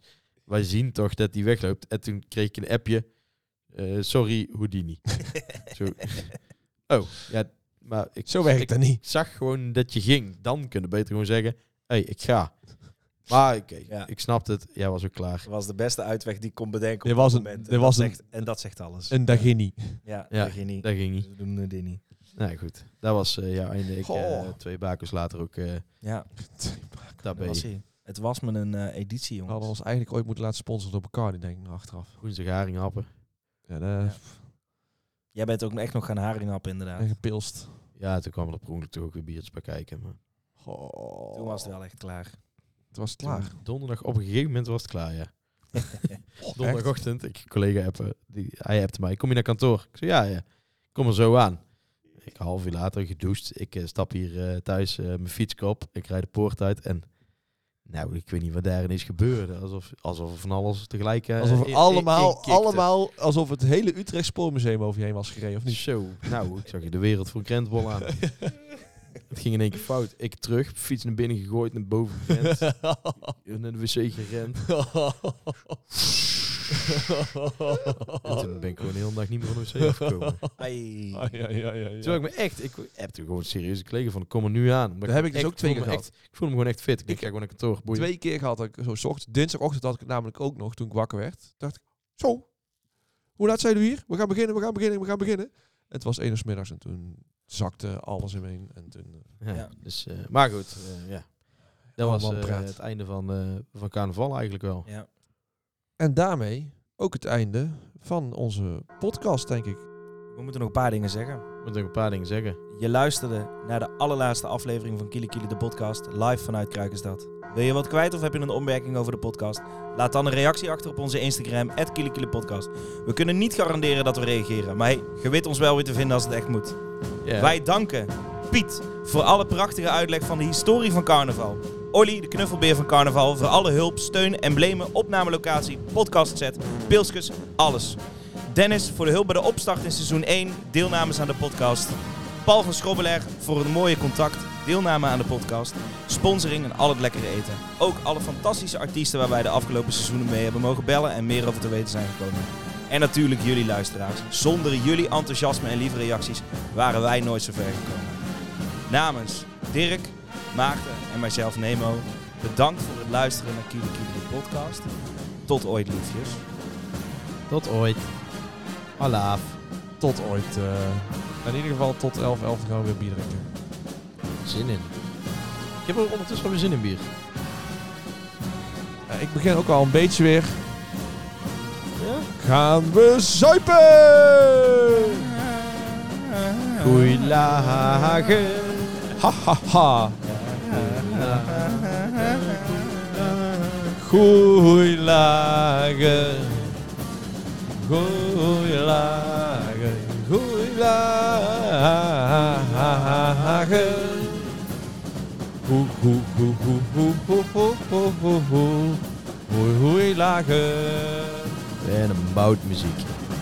wij zien toch dat die wegloopt. En toen kreeg ik een appje. Sorry, Houdini. Zo. Oh, ja, maar Zo werkt dat niet. ik zag gewoon dat je ging. Dan kunnen beter gewoon zeggen, hey, ik ga. Maar oké, Ja. ik snapte het. Jij was ook klaar. Dat was de beste uitweg die ik kon bedenken Dit op was dat een- moment. dit was En dat zegt alles. Een Dagini. Ja, Ja, dat ging niet. Dat ging niet. We doen dit niet. Nee, goed. Dat was jouw einde. Ik Goh. 2 bakens later ook Ja, daarbij. dat was hij. Het was me een editie, We jongens. hadden ons eigenlijk ooit moeten laten sponsoren door Bacardi, denk ik, nog achteraf. Woensdag haringhappen. Ja, Ja. Jij bent ook echt nog gaan haringhappen, inderdaad. en gepilst. Ja, toen kwam er per ongeluk toch ook weer biertjes bij kijken. Maar Goh. Toen was het wel echt klaar. Het was klaar. toen, donderdag, op een gegeven moment was het klaar, ja. Donderdagochtend, ik collega appen, hij appte mij, kom je naar kantoor? Ik zei, ja, kom er zo aan. Ik half uur later gedoucht, ik stap hier thuis mijn fiets op, ik rijd de poort uit en nou, ik weet niet wat daar ineens gebeurde. Alsof er van alles tegelijk Alsof in- er inkikte. alsof het hele Utrecht Spoormuseum over je heen was gereden, of niet? Zo, nou, ik zag je de wereld voor een krentenbol aan. Het ging in één keer fout. Ik terug, fiets naar binnen gegooid, naar boven gerend, naar de wc gerend. En toen ben ik gewoon de hele dag niet meer van de wc afgekomen. Ai. Ja. Terwijl ik me echt, ik heb toen gewoon serieus een collega van, kom er nu aan. Dat heb ik dus ook 2 keer gehad. Ik voel me gewoon echt fit. Ik ga gewoon naar kantoor. Boeien. 2 keer gehad. Dat ik zo 's ochtends, dinsdagochtend had ik het namelijk ook nog toen ik wakker werd. Dacht ik, zo, hoe laat zijn we hier? We gaan beginnen. Het was 1 uur 's middags en toen zakte alles in me heen. En toen, Ja, Ja. Dus, maar goed, ja. Dat was Allemaal praat. het einde van carnaval eigenlijk wel. Ja. En daarmee ook het einde van onze podcast, denk ik. We moeten nog een paar dingen zeggen. Ik moet nog een paar dingen zeggen. Je luisterde naar de allerlaatste aflevering van Kili Kili de podcast, live vanuit Kruikensstad. Wil je wat kwijt of heb je een opmerking over de podcast? Laat dan een reactie achter op onze Instagram, @KiliKiliPodcast. We kunnen niet garanderen dat we reageren, maar hey, je weet ons wel weer te vinden als het echt moet. Ja. Wij danken Piet voor alle prachtige uitleg van de historie van carnaval. Olly, de knuffelbeer van carnaval, voor alle hulp, steun, emblemen, opnamelocatie, podcastset, pilskus, alles. Dennis voor de hulp bij de opstart in seizoen 1, deelnames aan de podcast. Paul van Schrobbeler voor een mooie contact, deelname aan de podcast, sponsoring en al het lekkere eten. Ook alle fantastische artiesten waar wij de afgelopen seizoenen mee hebben mogen bellen en meer over te weten zijn gekomen. En natuurlijk jullie luisteraars. Zonder jullie enthousiasme en lieve reacties waren wij nooit zo ver gekomen. Namens Dirk, Maarten en mijzelf Nemo, bedankt voor het luisteren naar Kili Kili de podcast. Tot ooit, liefjes. Tot ooit. Alaaf. Tot ooit. In ieder geval tot 11:11 gaan we weer bier drinken. Zin in. Ik heb er ondertussen wel weer zin in bier. Ik begin ook al een beetje weer. Ja? Gaan we zuipen! Goeilagen. Ha ha ha. Goeilagen. Goeilagen. Goeilagen. Hoe, hoe, hoe, hoe, hoe, hoe, hoe, hoe, hoe, hoe. Hoi, hoi, lagen. En een moutmuziek.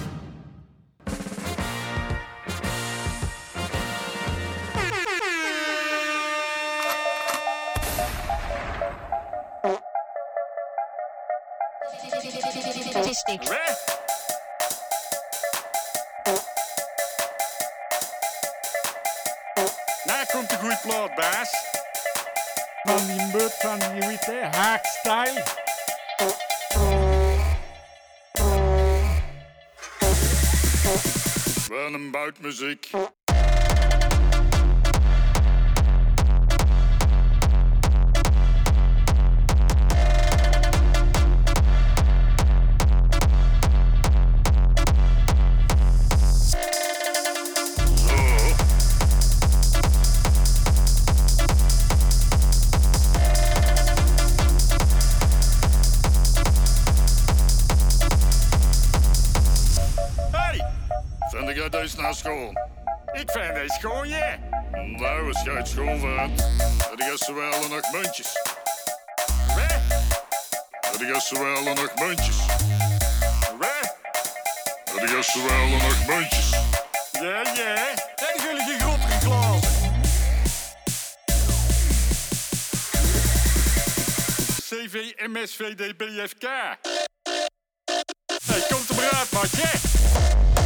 Nou komt de goede plaat, baas. Van die mut van die witte haakstijl. Wel een buitmuziek. Hey, vind jij deze nou schoon? Ik vind deze schoon, ja. Nou, als jij het schoon vindt, heb ik zowel nog muntjes. Waar? Heb ik zowel nog muntjes. Waar? Heb ik zowel nog muntjes. Ja, ja. En jullie geen grotere glazen. 7 VVV MSVD BFK. Hey, komt er maar uit, maatje.